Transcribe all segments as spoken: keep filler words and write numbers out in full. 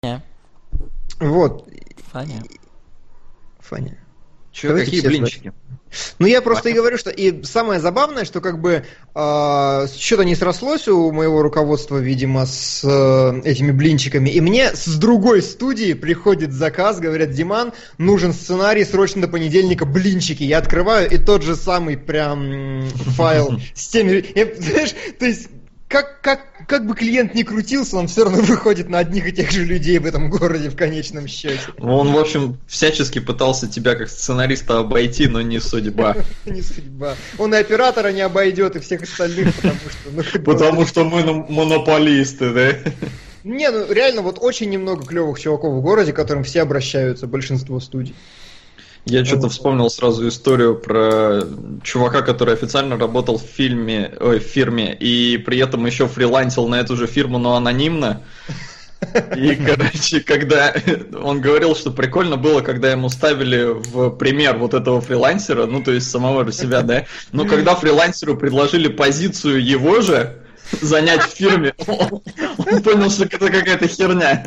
Фаня. Вот. Фаня. Фаня. Че, Давайте какие все блинчики? Ну, я просто и говорю, что и самое забавное, что как бы э, что-то не срослось у моего руководства, видимо, с э, этими блинчиками. И мне с другой студии приходит заказ, говорят: Диман, нужен сценарий срочно до понедельника, блинчики. Я открываю, и тот же самый прям файл с теми... Знаешь, то есть... Как, как, как бы клиент ни крутился, он все равно выходит на одних и тех же людей в этом городе в конечном счете. Он, в общем, всячески пытался тебя как сценариста обойти, но не судьба. Не судьба. Он и оператора не обойдет, и всех остальных, потому что... Потому что мы монополисты, да? Не, ну реально, вот очень немного клевых чуваков в городе, к которым все обращаются, большинство студий. Я что-то вспомнил сразу историю про чувака, который официально работал в фильме, ой, в фирме, и при этом еще фрилансил на эту же фирму, но анонимно. И, короче, когда он говорил, что прикольно было, когда ему ставили в пример вот этого фрилансера, ну, то есть самого себя, да, но когда фрилансеру предложили позицию его же занять в фирме, он понял, что это какая-то херня.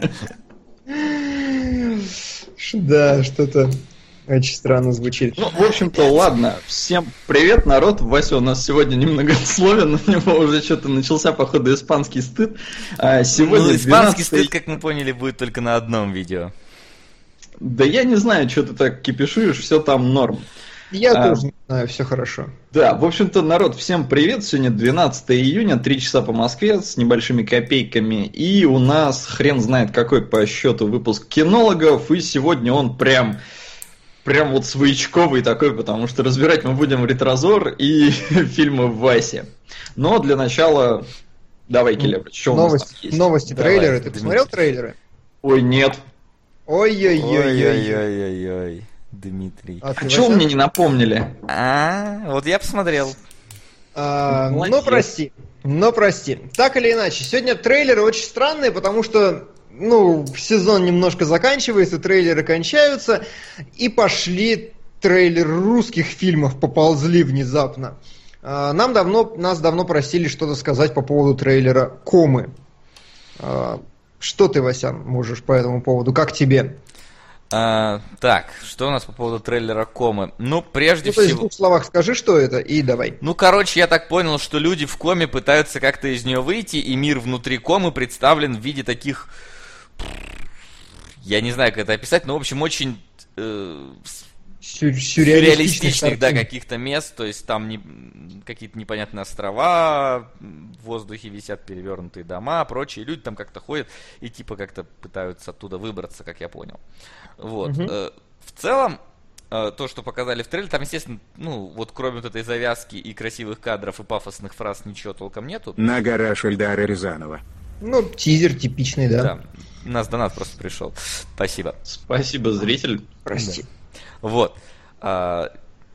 Да, что-то... Очень странно звучит. Ну, в общем-то, ладно. Всем привет, народ. Вася у нас сегодня немногословен, у него уже что-то начался, походу, испанский стыд. А сегодня ну, испанский двенадцатое... стыд, как мы поняли, будет только на одном видео. Да я не знаю, что ты так кипишуешь, все там норм. Я а, тоже не знаю, все хорошо. Да, в общем-то, народ, всем привет. Сегодня двенадцатое июня, три часа по Москве с небольшими копейками. И у нас хрен знает какой по счету выпуск кинологов. И сегодня он прям... Прям вот своячковый такой, потому что разбирать мы будем «Ретрозор» и фильмы в Васе. Но для начала... Давай, Келебрич, что Новости, у нас там есть? Новости, Давай, трейлеры. Ты Дмитрий. посмотрел трейлеры? Ой, нет. Ой-ой-ой-ой. Ой-ой-ой-ой, Дмитрий. А, А чего мне не напомнили? А, вот я посмотрел. А, Молодец. но прости, но прости. Так или иначе, сегодня трейлеры очень странные, потому что... Ну, сезон немножко заканчивается, трейлеры кончаются, и пошли трейлеры русских фильмов, поползли внезапно. Нам давно, нас давно просили что-то сказать по поводу трейлера «Комы». Что ты, Васян, можешь по этому поводу? Как тебе? А, так, что у нас по поводу трейлера «Комы»? Ну, прежде Ну, то есть всего... в двух словах скажи, что это, и давай. Ну, короче, я так понял, что люди в коме пытаются как-то из нее выйти, и мир внутри комы представлен в виде таких... Я не знаю, как это описать, но, в общем, очень э, Сюр- сюрреалистичных, да, картин. каких-то мест. То есть там не, какие-то непонятные острова, в воздухе висят перевернутые дома, прочие люди там как-то ходят и типа как-то пытаются оттуда выбраться, как я понял. Вот. Мгм. Э, в целом, э, то, что показали в трейлере, там, естественно, ну, вот кроме вот этой завязки и красивых кадров и пафосных фраз ничего толком нету. На гараж Эльдара Рязанова. Ну, тизер типичный, да. Да. У нас донат просто пришел. Спасибо. Спасибо, зритель. Прости. Вот. А,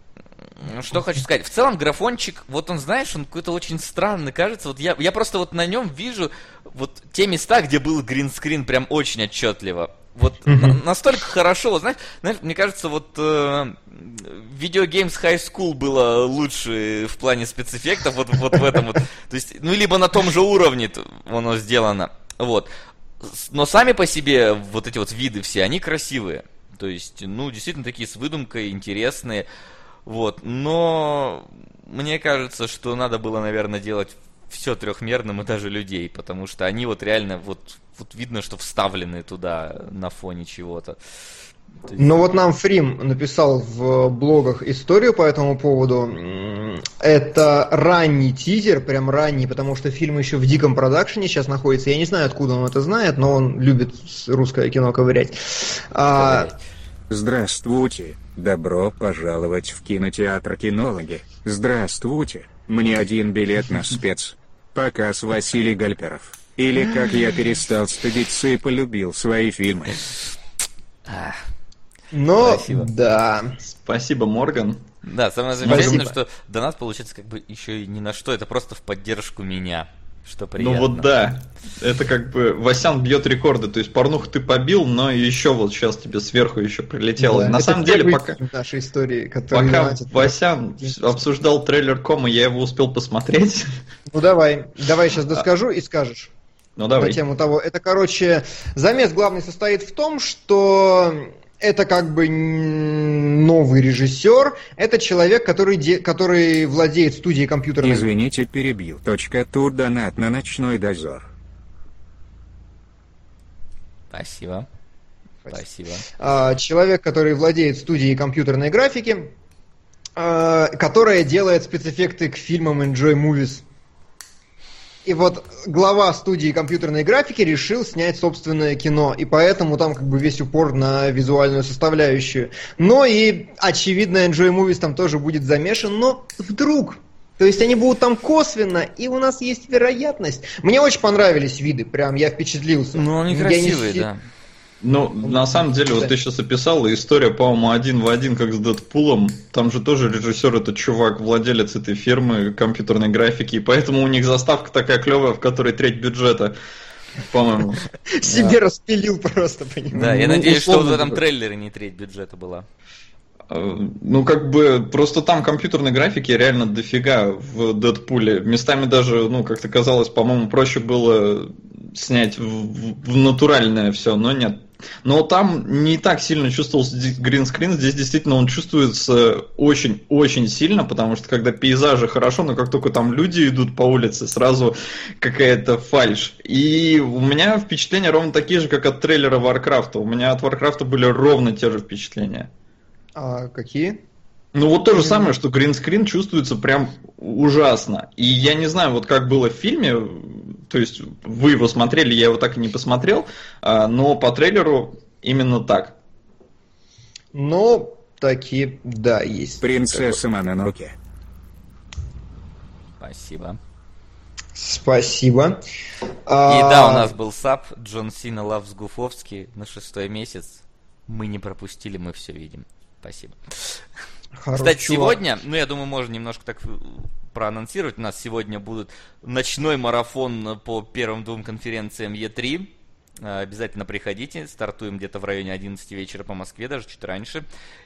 что хочу сказать. В целом графончик, вот он, знаешь, он какой-то очень странный, кажется. Вот я, я просто вот на нем вижу вот те места, где был гринскрин, прям очень отчетливо. Вот Мгм. на- настолько хорошо, вот знаешь, знаешь, мне кажется, вот э, Video Games High School было лучше в плане спецэффектов, вот, вот в этом вот. То есть, ну, либо на том же уровне т- оно сделано. Вот. С- Но сами по себе вот эти вот виды все, они красивые. То есть, ну, действительно такие с выдумкой, интересные. Вот. Но мне кажется, что надо было, наверное, делать все трехмерным и даже людей, потому что они вот реально вот, вот видно, что вставлены туда на фоне чего-то. То есть- Ну вот нам Фрим написал в блогах историю по этому поводу. М, Это ранний тизер, прям ранний, потому что фильм еще в диком продакшене сейчас находится. Я не знаю, откуда он это знает, но он любит с- русское кино ковырять. А, Здравствуйте, добро пожаловать в кинотеатр «Кинологи». Здравствуйте, мне один билет на спец. Показ Василий Гальперов. Или как я перестал стыдиться и полюбил свои фильмы. Ах, но Спасибо. да. Спасибо, Морган. да, самое Спасибо. замечательное, что донат получается как бы еще и ни на что, это просто в поддержку меня, что приятно. Ну вот да. Это как бы Васян бьет рекорды. То есть порнуху ты побил, но еще вот сейчас тебе сверху еще прилетело. Да, На это самом деле, первый пока... фильм нашей истории, который Пока донатит. Васян обсуждал трейлер Кома, я его успел посмотреть. Ну давай, давай сейчас доскажу и скажешь. Ну, давай. На тему того. Это, короче, замес главный состоит в том, что это как бы новый режиссер, это человек, который, де... который владеет студией компьютерной... Извините, перебил. Точка тур донат на ночной дозор. Спасибо. Спасибо. А, человек, который владеет студией компьютерной графики, а, которая делает спецэффекты к фильмам Enjoy Movies. И вот глава студии компьютерной графики решил снять собственное кино, и поэтому там как бы весь упор на визуальную составляющую. Но и, очевидно, Enjoy Movies там тоже будет замешан, но вдруг... То есть они будут там косвенно, и у нас есть вероятность. Мне очень понравились виды, прям я впечатлился. Ну, они красивые, не... да. Ну, на самом деле, вот ты сейчас описал, и история, по-моему, один в один, как с Дэдпулом. Там же тоже режиссер, это чувак, владелец этой фирмы компьютерной графики, и поэтому у них заставка такая клевая, в которой треть бюджета, по-моему. Себе распилил просто, понимаешь. Да, я надеюсь, что в этом трейлере не треть бюджета была. Ну, как бы, просто там компьютерной графики реально дофига в Дэдпуле. Местами даже, ну, как-то казалось, по-моему, проще было снять в, в натуральное все, но нет. Но там не так сильно чувствовался гринскрин, здесь действительно он чувствуется очень-очень сильно, потому что когда пейзажи хорошо, но как только там люди идут по улице, сразу какая-то фальшь. И у меня впечатления ровно такие же, как от трейлера Warcraft. У меня от Warcraft были ровно те же впечатления. А какие? Ну вот то же самое, что гринскрин чувствуется прям ужасно. И я не знаю, вот как было в фильме, то есть вы его смотрели, я его так и не посмотрел, но по трейлеру именно так. Ну, такие, да, есть. Принцесса Мононоке. Спасибо. Спасибо. И да, у нас был саб Джон Сина Лавс Гуфовский на шестой месяц. Мы не пропустили, мы все видим. Спасибо. Хорош Кстати, чувак. сегодня, ну я думаю, можно немножко так проанонсировать. У нас сегодня будет ночной марафон по первым двум конференциям и три. Обязательно приходите. Стартуем где-то в районе одиннадцати вечера по Москве, даже чуть раньше.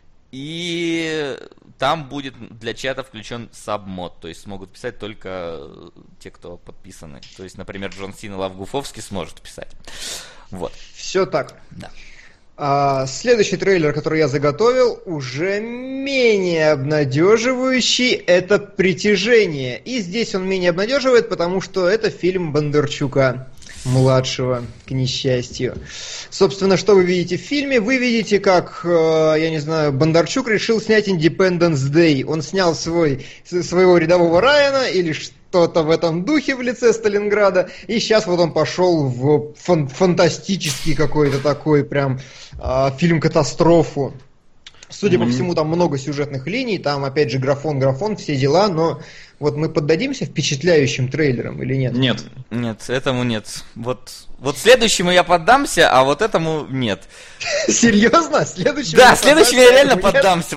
И там будет для чата включен сабмод, то есть смогут писать только те, кто подписаны. То есть, например, Джон Сина Лавгуфовский сможет писать. Вот. Все так. Да. А, следующий трейлер, который я заготовил, уже менее обнадеживающий. Это «Притяжение». И здесь он менее обнадеживает, потому что это фильм Бондарчука младшего, к несчастью. Собственно, что вы видите в фильме? Вы видите, как, я не знаю, Бондарчук решил снять Independence Day. Он снял свой, своего рядового Райана или что-то в этом духе в лице Сталинграда, и сейчас вот он пошел в фан- фантастический какой-то такой прям э, фильм-катастрофу. Судя mm-hmm. по всему, там много сюжетных линий, там опять же графон-графон, все дела, но вот мы поддадимся впечатляющим трейлерам или нет? Нет. Нет, этому нет. Вот, вот следующему я поддамся, а вот этому нет. Серьезно? Следующему Да, следующему я реально поддамся.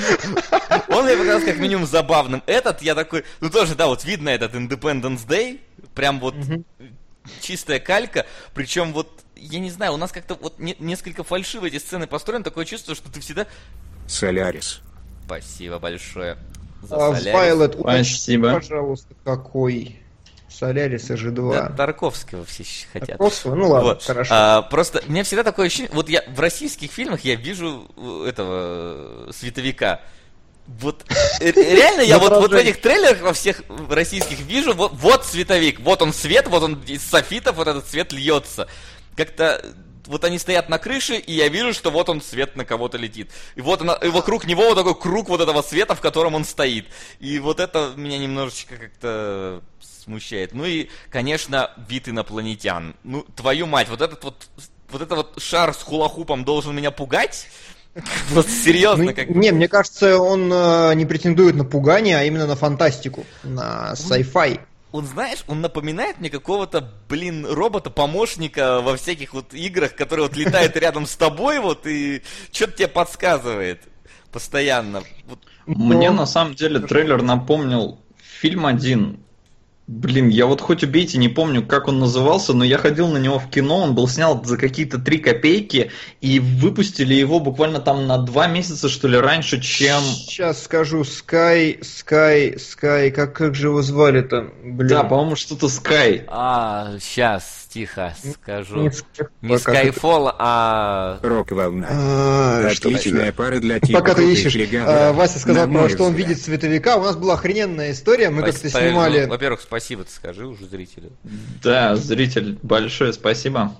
Он мне показался как минимум забавным. Этот я такой, ну тоже, да, вот видно этот Independence Day, прям вот чистая калька, причем вот, я не знаю, у нас как-то вот несколько фальшиво эти сцены построены, такое чувство, что ты всегда... Солярис. Спасибо большое за А, Солярис. Violet, Спасибо. Пожалуйста, какой? Солярис и джи два. Да, Тарковского все хотят. Тарковского? Ну ладно, вот. хорошо. А, просто у меня всегда такое ощущение, вот я в российских фильмах я вижу этого световика. Вот реально я вот, вот в этих трейлерах во всех российских вижу, вот, вот световик, вот он свет, вот он из софитов, вот этот свет льется. Как-то вот они стоят на крыше, и я вижу, что вот он свет на кого-то летит. И вот она, и вокруг него вот такой круг вот этого света, в котором он стоит. И вот это меня немножечко как-то смущает. Ну и, конечно, вид инопланетян. Ну, твою мать, вот этот вот, вот этот вот шар с хулахупом должен меня пугать? Вот серьезно, ну, как... Не, мне кажется, он э, не претендует на пугание, а именно на фантастику, на sci-fi. Он, знаешь, он напоминает мне какого-то, блин, робота-помощника во всяких вот играх, который вот летает рядом с тобой вот и что-то тебе подсказывает постоянно. Вот. Мне на самом деле трейлер напомнил фильм один. Блин, я вот хоть убейте, не помню, как он назывался, но я ходил на него в кино, он был снят за какие-то три копейки, и выпустили его буквально там на два месяца, что ли, раньше, чем... Сейчас скажу, Sky, Sky, Sky, как, как же его звали-то? Блин. Да, по-моему, что-то Sky. А, сейчас, Тихо, скажу. Не Не Skyfall, Skyfall, а... Рок-волна. А, что Отличная пара для типа Пока ты крутых ищешь, легавых, а, Вася сказал, на про мой что он взгляд. видит световика. У нас была охрененная история. Мы как-то Спасибо. снимали... Во-первых, спасибо ты скажи уже зрителю. Да, зритель, большое спасибо.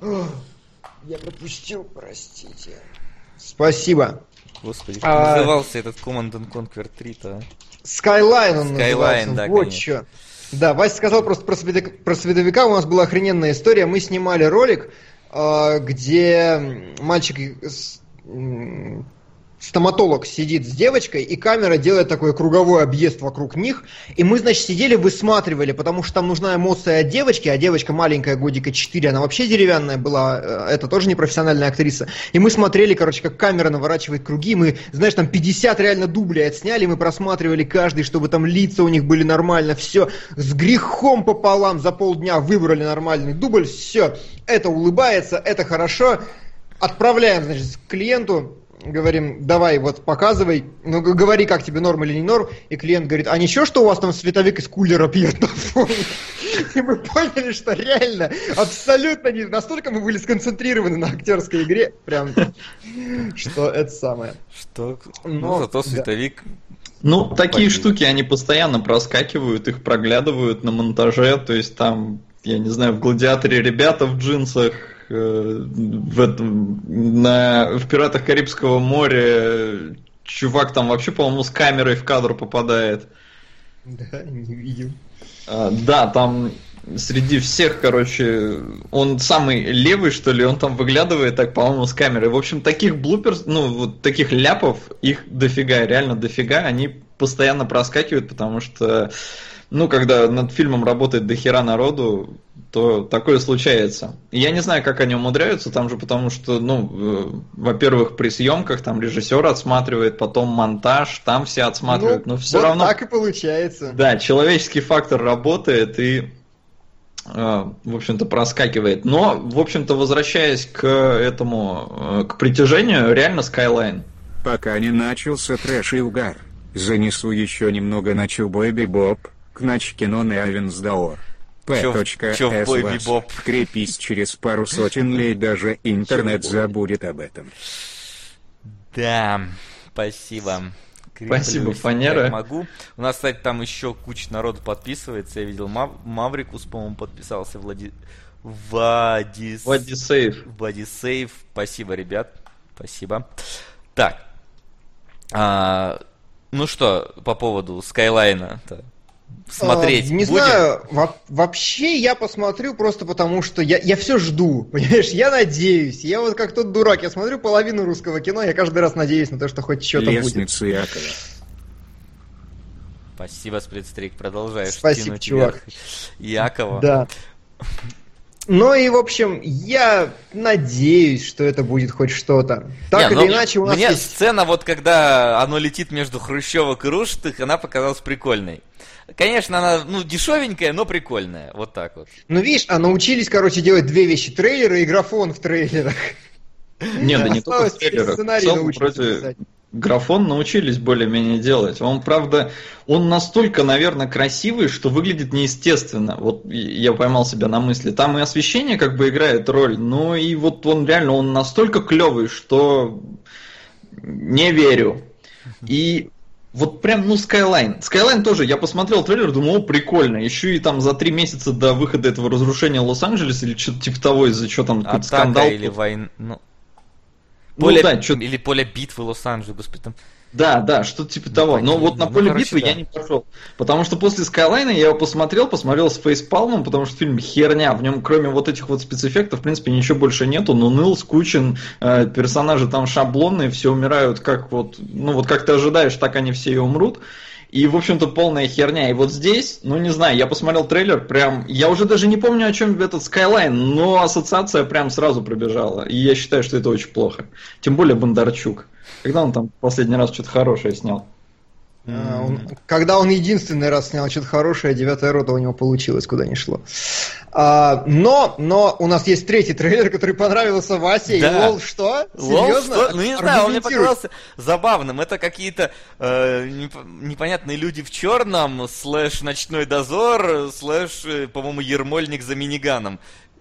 Я пропустил, простите. Спасибо. Господи, как А- назывался этот Command and Conquer три-то, а? Skyline он Skyline, назывался. да, Вот конечно. что. Да, Вася сказал просто про, световик- про световика. У нас была охрененная история. Мы снимали ролик, а, где мальчик, с- м, стоматолог сидит с девочкой, и камера делает такой круговой объезд вокруг них. И мы, значит, сидели, высматривали, потому что там нужна эмоция от девочки, а девочка маленькая, годика четыре, она вообще деревянная была, э, это тоже не профессиональная актриса. И мы смотрели, короче, как камера наворачивает круги, мы, знаешь, там пятьдесят реально дублей отсняли, мы просматривали каждый, чтобы там лица у них были нормально, все, с грехом пополам за полдня выбрали нормальный дубль, все, это улыбается, это хорошо, отправляем, значит, к клиенту, говорим, давай, вот показывай, ну г- говори, как тебе, норм или не норм, и клиент говорит, а ничего, что у вас там световик из кулера пьет на фоне? И мы поняли, что реально, абсолютно не, настолько мы были сконцентрированы на актерской игре, прям, что это самое. Что? Но, Ну, зато да. световик... Ну, такие Блин. штуки, они постоянно проскакивают, их проглядывают на монтаже, то есть там, я не знаю, в «Гладиаторе» ребята в джинсах, э, в, этом, на, в «Пиратах Карибского моря» чувак там вообще, по-моему, с камерой в кадр попадает. Да, не видел. А, да, там среди всех, короче, он самый левый, что ли, он там выглядывает так, по-моему, с камерой. В общем, таких блуперс, ну, вот таких ляпов, их дофига, реально дофига, они постоянно проскакивают, потому что, ну, когда над фильмом работает дохера народу, то такое случается. И я не знаю, как они умудряются, там же потому что, ну, э, во-первых, при съемках там режиссер отсматривает, потом монтаж, там все отсматривают, Ну, но все вот равно... так и получается. Да, человеческий фактор работает и, э, в общем-то, проскакивает. Но, в общем-то, возвращаясь к этому, э, к притяжению, реально Skyline. Пока не начался трэш и угар, занесу еще немного на Чубой Бибоп, к Начкинон и Авенсдаор. Чё- П.С. чё в бой, вас. Бибоп? Крепись, через пару сотен лет даже интернет забудет об этом. Да, спасибо. Спасибо, Креплюсь, Фанера. как могу. У нас, кстати, там еще куча народу подписывается. Я видел, Мав- Маврикус, по-моему, подписался. Влади... Вадис... Владисейв. Владисейв. Спасибо, ребят. Спасибо. Так. А, ну что, по поводу Скайлайна-то? Смотреть А, не будем? знаю, во- вообще я посмотрю просто потому, что я, я все жду, понимаешь, я надеюсь. Я вот как тот дурак, я смотрю половину русского кино, я каждый раз надеюсь на то, что хоть что-то будет. Лестница Якова. Спасибо, Сплитстрик. Продолжаешь Спасибо, тянуть чувак. вверх Якова. Да. Ну и, в общем, я надеюсь, что это будет хоть что-то. Так Не, или ну, иначе, у нас мне есть... сцена, вот когда оно летит между хрущевок и рушит их, она показалась прикольной. Конечно, она, ну, дешевенькая, но прикольная. Вот так вот. Ну, видишь, а научились, короче, делать две вещи. Трейлеры и графон в трейлерах. Не, да не только Осталось в трейлерах. В сценарий целом, научиться вроде писать. графон научились более-менее делать. Он, правда, он настолько, наверное, красивый, что выглядит неестественно. Вот я поймал себя на мысли. Там и освещение как бы играет роль, но и вот он реально, он настолько клевый, что не верю. И вот прям, ну, Skyline. Skyline тоже, я посмотрел трейлер, думаю, о, прикольно. Еще и там за три месяца до выхода этого разрушения Лос-Анджелеса или что-то типа того, из-за чего там какой-то Атака скандал. или война... Ну, Ну поле... да, чё- Или поле битвы Лос-Анджелес, господи, там... Да, да, что-то типа Ну, того. Но такие, вот на ну, поле короче, битвы да. я не пошел. Потому что после Скайлайна я его посмотрел, посмотрел с фейспалмом, потому что фильм херня. В нем, кроме вот этих вот спецэффектов, в принципе, ничего больше нету. Он уныл, скучен, э, персонажи там шаблонные, все умирают как вот, ну вот как ты ожидаешь, так они все и умрут. И, в общем-то, полная херня. И вот здесь, ну не знаю, я посмотрел трейлер, прям, я уже даже не помню, о чем этот Skyline, но ассоциация прям сразу пробежала. И я считаю, что это очень плохо. Тем более Бондарчук. Когда он там последний раз что-то хорошее снял? А, он- когда он единственный раз снял что-то хорошее, девятая рота у него получилось, куда ни шло. А, но, но у нас есть третий трейлер, который понравился Васе. Да. И лол, что? Лол, Серьезно? что? Ну не знаю, он мне Аргументируй. показался забавным. Это какие-то э, неп- непонятные люди в черном, слэш ночной дозор, слэш, э, по-моему, ермольник за миниганом.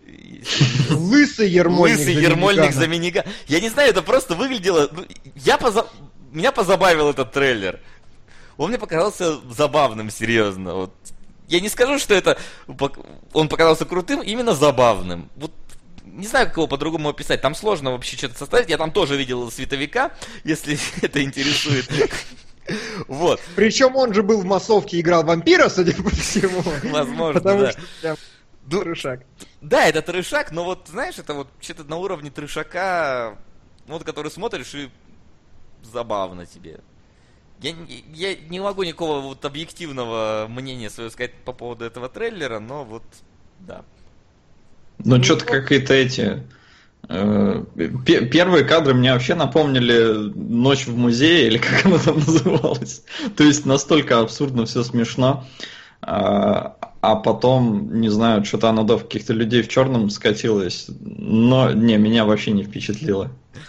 Лысый ермольник. Лысый ермольник за миниган. Я не знаю, это просто выглядело... Ну, я поза... Меня позабавил этот трейлер. Он мне показался забавным, серьезно. Вот. Я не скажу, что это... Он показался крутым, именно забавным. Вот не знаю, как его по-другому описать. Там сложно вообще что-то составить. Я там тоже видел световика, если это интересует. Вот. Причем он же был в массовке, играл вампира, судя по всему. Возможно, Потому да. что прям трешак. Да, это трешак, но вот, знаешь, это вот что-то на уровне трешака, вот, который смотришь и забавно тебе. Я, я не могу никакого вот объективного мнения своего сказать по поводу этого трейлера, но вот, да. Ну, ну что-то какие-то эти... Э, первые кадры мне вообще напомнили «Ночь в музее», или как она там называлась. То есть настолько абсурдно, все смешно. А, а потом, не знаю, что-то оно до каких-то людей в черном скатилось. Но, не, меня вообще не впечатлило.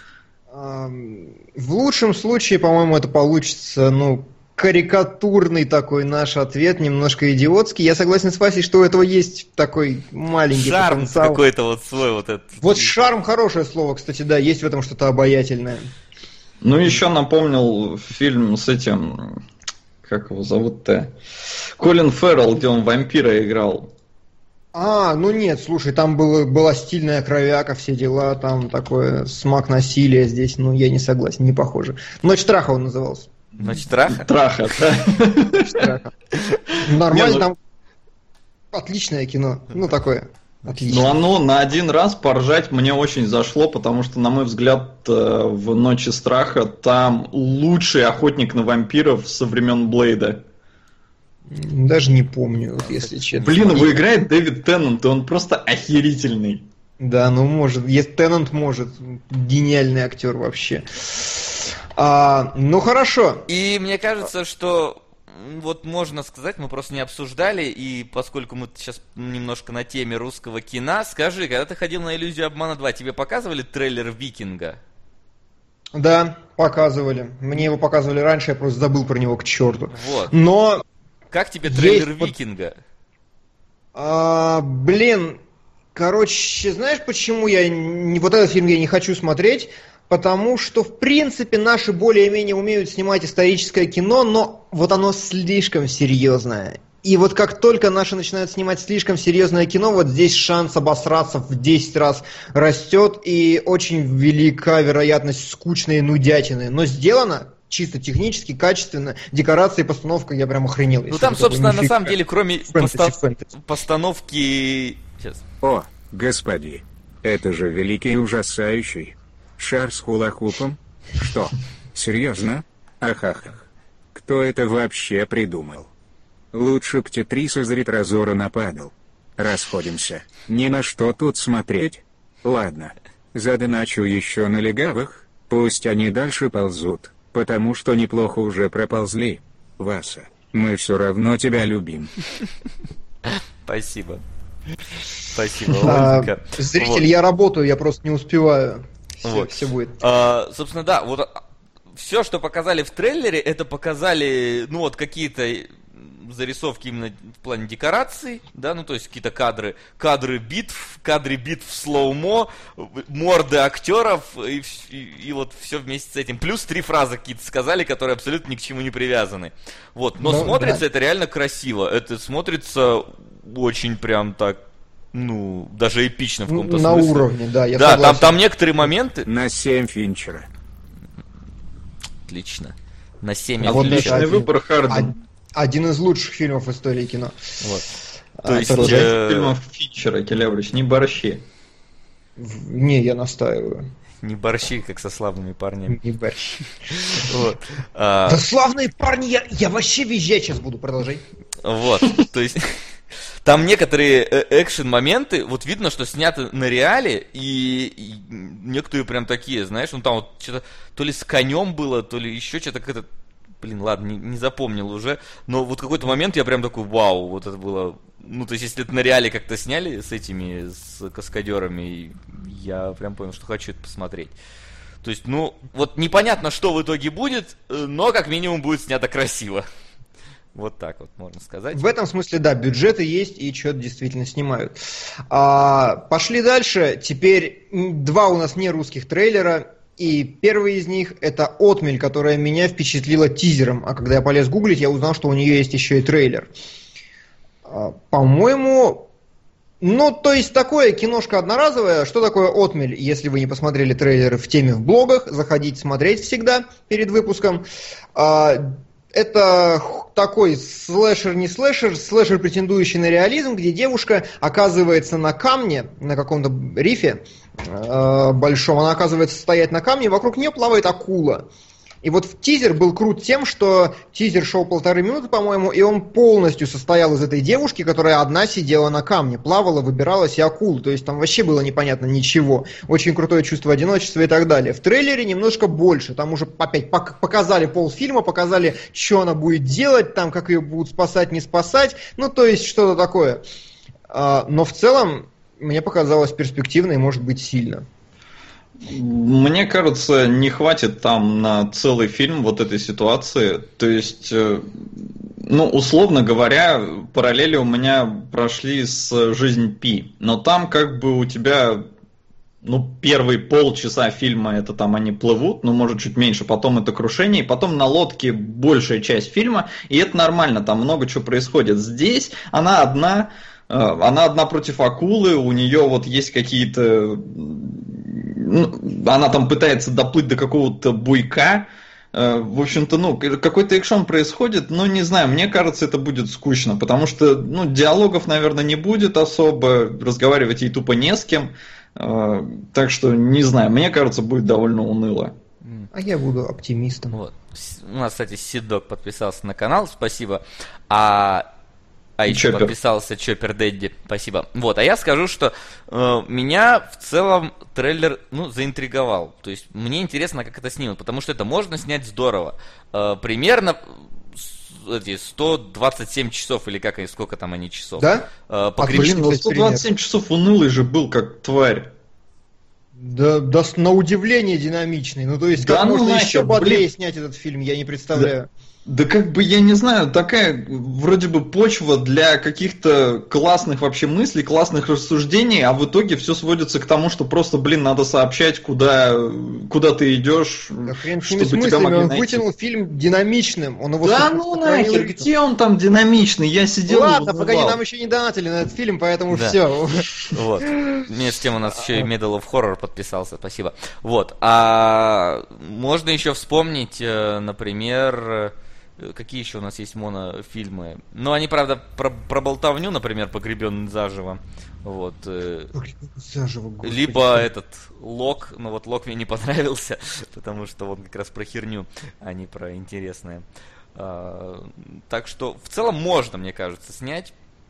В лучшем случае, по-моему, это получится, ну, карикатурный такой наш ответ, немножко идиотский. Я согласен с Васей, что у этого есть такой маленький шарм потенциал. какой-то вот свой вот этот. Вот шарм хорошее слово, кстати, да, есть в этом что-то обаятельное. Ну, еще напомнил фильм с этим, как его зовут-то, Колин Феррелл, где он вампира играл. А, ну нет, слушай, там было, была стильная кровяка, все дела, там такое смак насилия здесь, ну я не согласен, не похоже. «Ночь страха» он назывался. «Ночь страха»? Траха, да. «Ночь страха». Нормально, там отличное кино, ну такое, отлично. Ну оно на один раз поржать мне очень зашло, потому что, на мой взгляд, в «Ночи страха» там лучший охотник на вампиров со времен Блейда. Даже не помню, вот, если честно. Блин, его играет Дэвид Теннант, и он просто охерительный. Да, ну может, если Теннант может, гениальный актер вообще. А, ну хорошо. И мне кажется, что вот можно сказать, мы просто не обсуждали, и поскольку мы сейчас немножко на теме русского кино, скажи, когда ты ходил на «Иллюзию обмана два», тебе показывали трейлер «Викинга»? Да, показывали. Мне его показывали раньше, я просто забыл про него к черту. Вот. Но... Как тебе трейлер Есть... «Викинга»? А, блин, короче, знаешь, почему я не, вот этот фильм я не хочу смотреть? Потому что, в принципе, наши более-менее умеют снимать историческое кино, но вот оно слишком серьезное. И вот как только наши начинают снимать слишком серьезное кино, вот здесь шанс обосраться в десять раз растет, и очень велика вероятность скучной нудятины. Но сделано чисто технически, качественно, декорации, постановка, я прям охренел. Ну там, собственно, на самом деле, кроме поста- постановки... Сейчас. О, господи, это же великий и ужасающий. Шар с хулахупом? Что? Серьезно? Ахахах. Кто это вообще придумал? Лучше б Тетрис из ретрозора нападал. Расходимся. Ни на что тут смотреть. Ладно. Задоначу еще на легавых, пусть они дальше ползут. Потому что неплохо уже проползли. Васа, мы все равно тебя любим. Спасибо. Спасибо, а, Ольга. Зритель, вот. Я работаю, я просто не успеваю. Все, вот. все будет. А, собственно, да, вот все, что показали в трейлере, это показали, ну вот, какие-то зарисовки именно в плане декораций, да, ну то есть какие-то кадры, кадры битв, кадры битв в слоумо, морды актеров и, и, и вот все вместе с этим. Плюс три фразы какие-то сказали, которые абсолютно ни к чему не привязаны. Вот, но ну, смотрится да. это реально красиво, это смотрится очень прям так, ну, даже эпично в каком-то На смысле. На уровне, да, я Да, согласен. там, там некоторые моменты... На семь Финчера. Отлично. На семь а вот отличный выбор, Хардин. Один из лучших фильмов в истории кино. Вот. А, То есть... Э... фильмов Финчера, Келебрич, не борщи. Не, я настаиваю. Не борщи, как со славными парнями. Не борщи. Вот. Да славные парни, я, я вообще визжать сейчас буду, продолжай. Вот, то есть... Там некоторые экшен-моменты, вот видно, что сняты на реале, и, и некоторые прям такие, знаешь, ну там вот что-то то ли с конем было, то ли еще что-то как-то, блин, ладно, не, не запомнил уже, но вот какой-то момент я прям такой, вау, вот это было, ну то есть если это на реале как-то сняли с этими, с каскадерами, я прям понял, что хочу это посмотреть. То есть, ну, вот непонятно, что в итоге будет, но как минимум будет снято красиво. Вот так вот можно сказать. В этом смысле, да, бюджеты есть и что-то действительно снимают. А, пошли дальше. Теперь два у нас не русских трейлера. И первый из них это «Отмель», которая меня впечатлила тизером. А когда я полез гуглить, я узнал, что у нее есть еще и трейлер. А, по-моему... Ну, то есть такое киношка одноразовая. Что такое «Отмель»? Если вы не посмотрели трейлеры в теме в блогах, заходите смотреть всегда перед выпуском. А, это такой слэшер, не слэшер, слэшер, претендующий на реализм, где девушка оказывается на камне, на каком-то рифе э, большом, она оказывается стоять на камне, вокруг нее плавает акула. И вот в тизер был крут тем, что тизер шел полторы минуты, по-моему, и он полностью состоял из этой девушки, которая одна сидела на камне, плавала, выбиралась и акула. То есть там вообще было непонятно ничего. Очень крутое чувство одиночества и так далее. В трейлере немножко больше. Там уже опять показали полфильма, показали, что она будет делать, там, как ее будут спасать, не спасать. Ну, то есть что-то такое. Но в целом мне показалось перспективно и может быть сильно. Мне кажется, не хватит там на целый фильм вот этой ситуации. То есть, ну, условно говоря, параллели у меня прошли с «Жизнь Пи». Но там как бы у тебя, ну, первые полчаса фильма это там они плывут, ну, может, чуть меньше, потом это крушение, и потом на лодке большая часть фильма, и это нормально, там много чего происходит. Здесь она одна... Она одна против акулы, у нее вот есть какие-то... Ну, она там пытается доплыть до какого-то буйка. В общем-то, ну, какой-то экшон происходит, но не знаю, мне кажется, это будет скучно, потому что, ну, диалогов, наверное, не будет особо, разговаривать ей тупо не с кем. Так что, не знаю, мне кажется, будет довольно уныло. А я буду оптимистом. Вот. У нас, кстати, Сиддог подписался на канал, спасибо. А... А еще Чоппер. подписался Чоппер Дэдди, спасибо. Вот, а я скажу, что э, меня в целом трейлер, ну, заинтриговал. То есть мне интересно, как это снимут, потому что это можно снять здорово. Э, примерно эти сто двадцать семь часов, или как, сколько там они часов. Да? Э, А, Блин, ну сто двадцать семь часов унылый же был, как тварь. Да, да, на удивление динамичный. Ну, то есть, Да как ну можно нахер, еще бодрее блин. снять этот фильм, я не представляю. Да. Да как бы, я не знаю, такая вроде бы почва для каких-то классных вообще мыслей, классных рассуждений, а в итоге все сводится к тому, что просто, блин, надо сообщать, куда, куда ты идешь, Да хрен с чтобы ними с тебя мыслями, могли он найти. вытянул фильм динамичным. Он его Да сохранил ну нахер, ритм. где он там динамичный? Я сидел и Ладно, узнавал. погоди, нам еще не донатили на этот фильм, поэтому Да. все. Вот. Между тем у нас еще и Medal of Horror подписался, спасибо. Вот. А можно еще вспомнить, э, например, э, какие еще у нас есть монофильмы. Ну, они, правда, про, про болтовню, например, «Погребенный заживо». Вот. э, Заживо, господи. Либо этот Лок, но вот Лок мне не понравился, потому что он как раз про херню, а не про интересное. А, так что в целом можно, мне кажется, снять.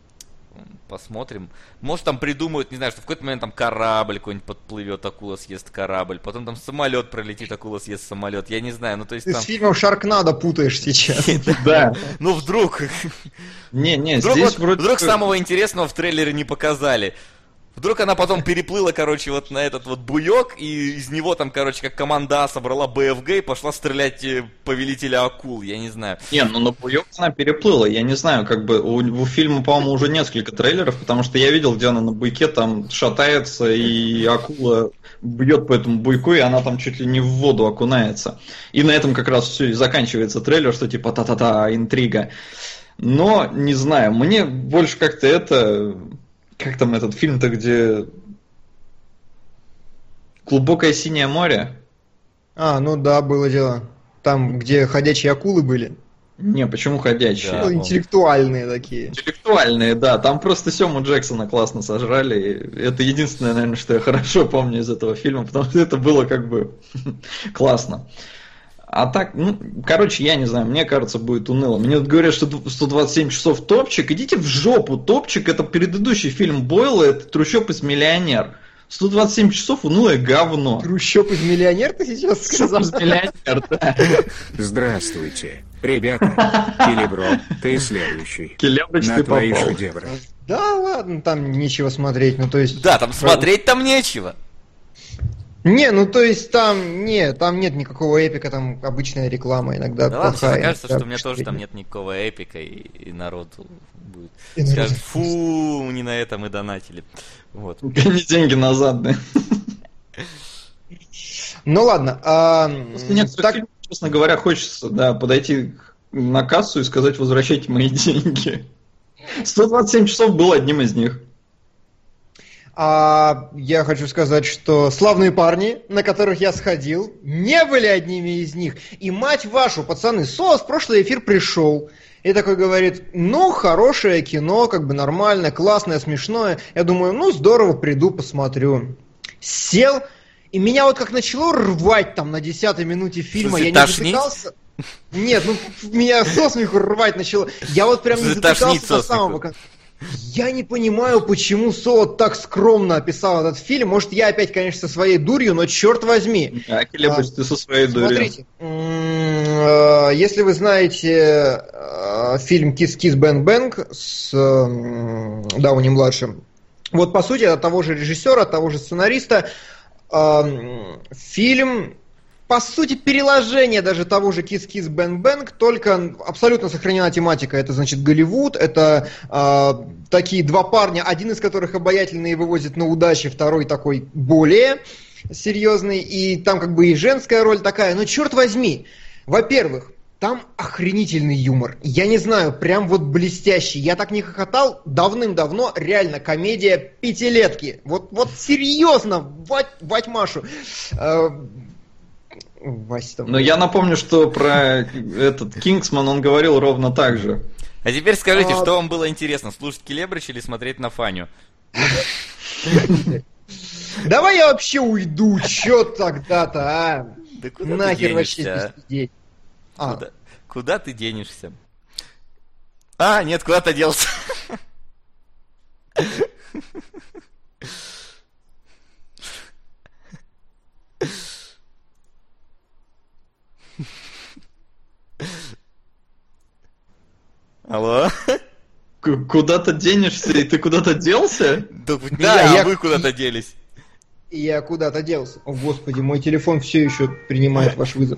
Посмотрим. Может, там придумают, не знаю, что в какой-то момент там корабль какой-нибудь подплывет, акула съест корабль, потом там самолет пролетит, акула съест самолет. Я не знаю, ну то есть Ты там... с фильмом «Шаркнадо» путаешь сейчас. Да. Ну вдруг... Не, не, Вдруг, здесь вот- вроде... вдруг самого интересного в трейлере не показали. Вдруг она потом переплыла, короче, вот на этот вот буёк, и из него там, короче, как команда собрала БФГ и пошла стрелять э, повелителя акул, я не знаю. Не, ну на буёк она переплыла. Я не знаю, как бы у, у фильма, по-моему, уже несколько трейлеров, потому что я видел, где она на буйке там шатается, и акула бьет по этому буйку, и она там чуть ли не в воду окунается. И на этом как раз все и заканчивается трейлер, что типа та-та-та, интрига. Но, не знаю, мне больше как-то это... Как там этот фильм-то, где... «Глубокое синее море»? А, ну да, было дело. Там, где ходячие акулы были. Не, почему ходячие? Да, Ну, ну. интеллектуальные такие. Интеллектуальные, да. Там просто Сему Джексона классно сожрали. И это единственное, наверное, что я хорошо помню из этого фильма, потому что это было как бы классно. А так, ну, короче, я не знаю, мне кажется, будет уныло. Мне тут говорят, что сто двадцать семь часов топчик. Идите в жопу, топчик — это предыдущий фильм Бойла, это «Трущоб из миллионер». сто двадцать семь часов унылое говно. Трущоб из «Миллионер» ты сейчас сказал? Из миллионер, да. Здравствуйте, ребята. Келебро, ты следующий. Келебрыч, На ты твои попал. шедевры. Да ладно, там нечего смотреть, ну то есть... Да, там смотреть там нечего. Не, ну то есть там, не, там нет никакого эпика, там обычная реклама иногда Да ладно, плохая. сейчас окажется, иногда что у меня тоже там впечатление. нет никакого эпика, и, и народ будет И народ скажет, фу, не на этом и донатили. Вот. Гони деньги назад, да. Ну ладно. а, После некоторых так, фильмов, честно говоря, хочется, да, подойти на кассу и сказать, возвращайте мои деньги. сто двадцать семь часов был одним из них. а, я хочу сказать, что славные парни, на которых я сходил, не были одними из них. И мать вашу, пацаны, Соло в прошлый эфир пришел. И такой говорит, ну, хорошее кино, как бы нормальное, классное, смешное. Я думаю, ну, здорово, приду, посмотрю. Сел, и меня вот как начало рвать там на десятой минуте фильма. смысле, Я не тошнить? затыкался. Нет, ну, меня со смеху рвать начало. Я вот прям В не смысле, тошнить затыкался до со самого смеху? конца. Я не понимаю, почему Соло так скромно описал этот фильм. Может, я опять, конечно, со своей дурью, но черт возьми. А, Келебыч, ты со своей дурью. Смотрите, м, э, если вы знаете э, фильм «Kiss Kiss Bang Bang» с м, Дауни-младшим, вот, по сути, от того же режиссера, от того же сценариста, э, фильм, по сути, переложение даже того же «Kiss Kiss Bang Bang», только абсолютно сохранена тематика. Это, значит, Голливуд, это э, такие два парня, один из которых обаятельный и вывозит на удачи, второй такой более серьезный, и там как бы и женская роль такая. Но черт возьми, во-первых, там охренительный юмор. Я не знаю, прям вот блестящий. Я так не хохотал давным-давно. Реально, комедия пятилетки. Вот, вот серьезно, вать, вать Машу. Э, Вася там. Но я напомню, что про этот Кингсман он говорил ровно так же. А теперь скажите, А- что вам было интересно, слушать Келебрич или смотреть на Фаню? Давай я вообще уйду, чё тогда-то, а? Да куда Нахер ты вообще денешься, здесь сидеть. а? А, Куда, куда ты денешься? А, нет, куда-то делся. Алло? К- Куда-то денешься, и ты куда-то делся? Да, не Да, я, я- а вы куда-то делись. я куда-то делся. О, господи, мой телефон все еще принимает ваш вызов.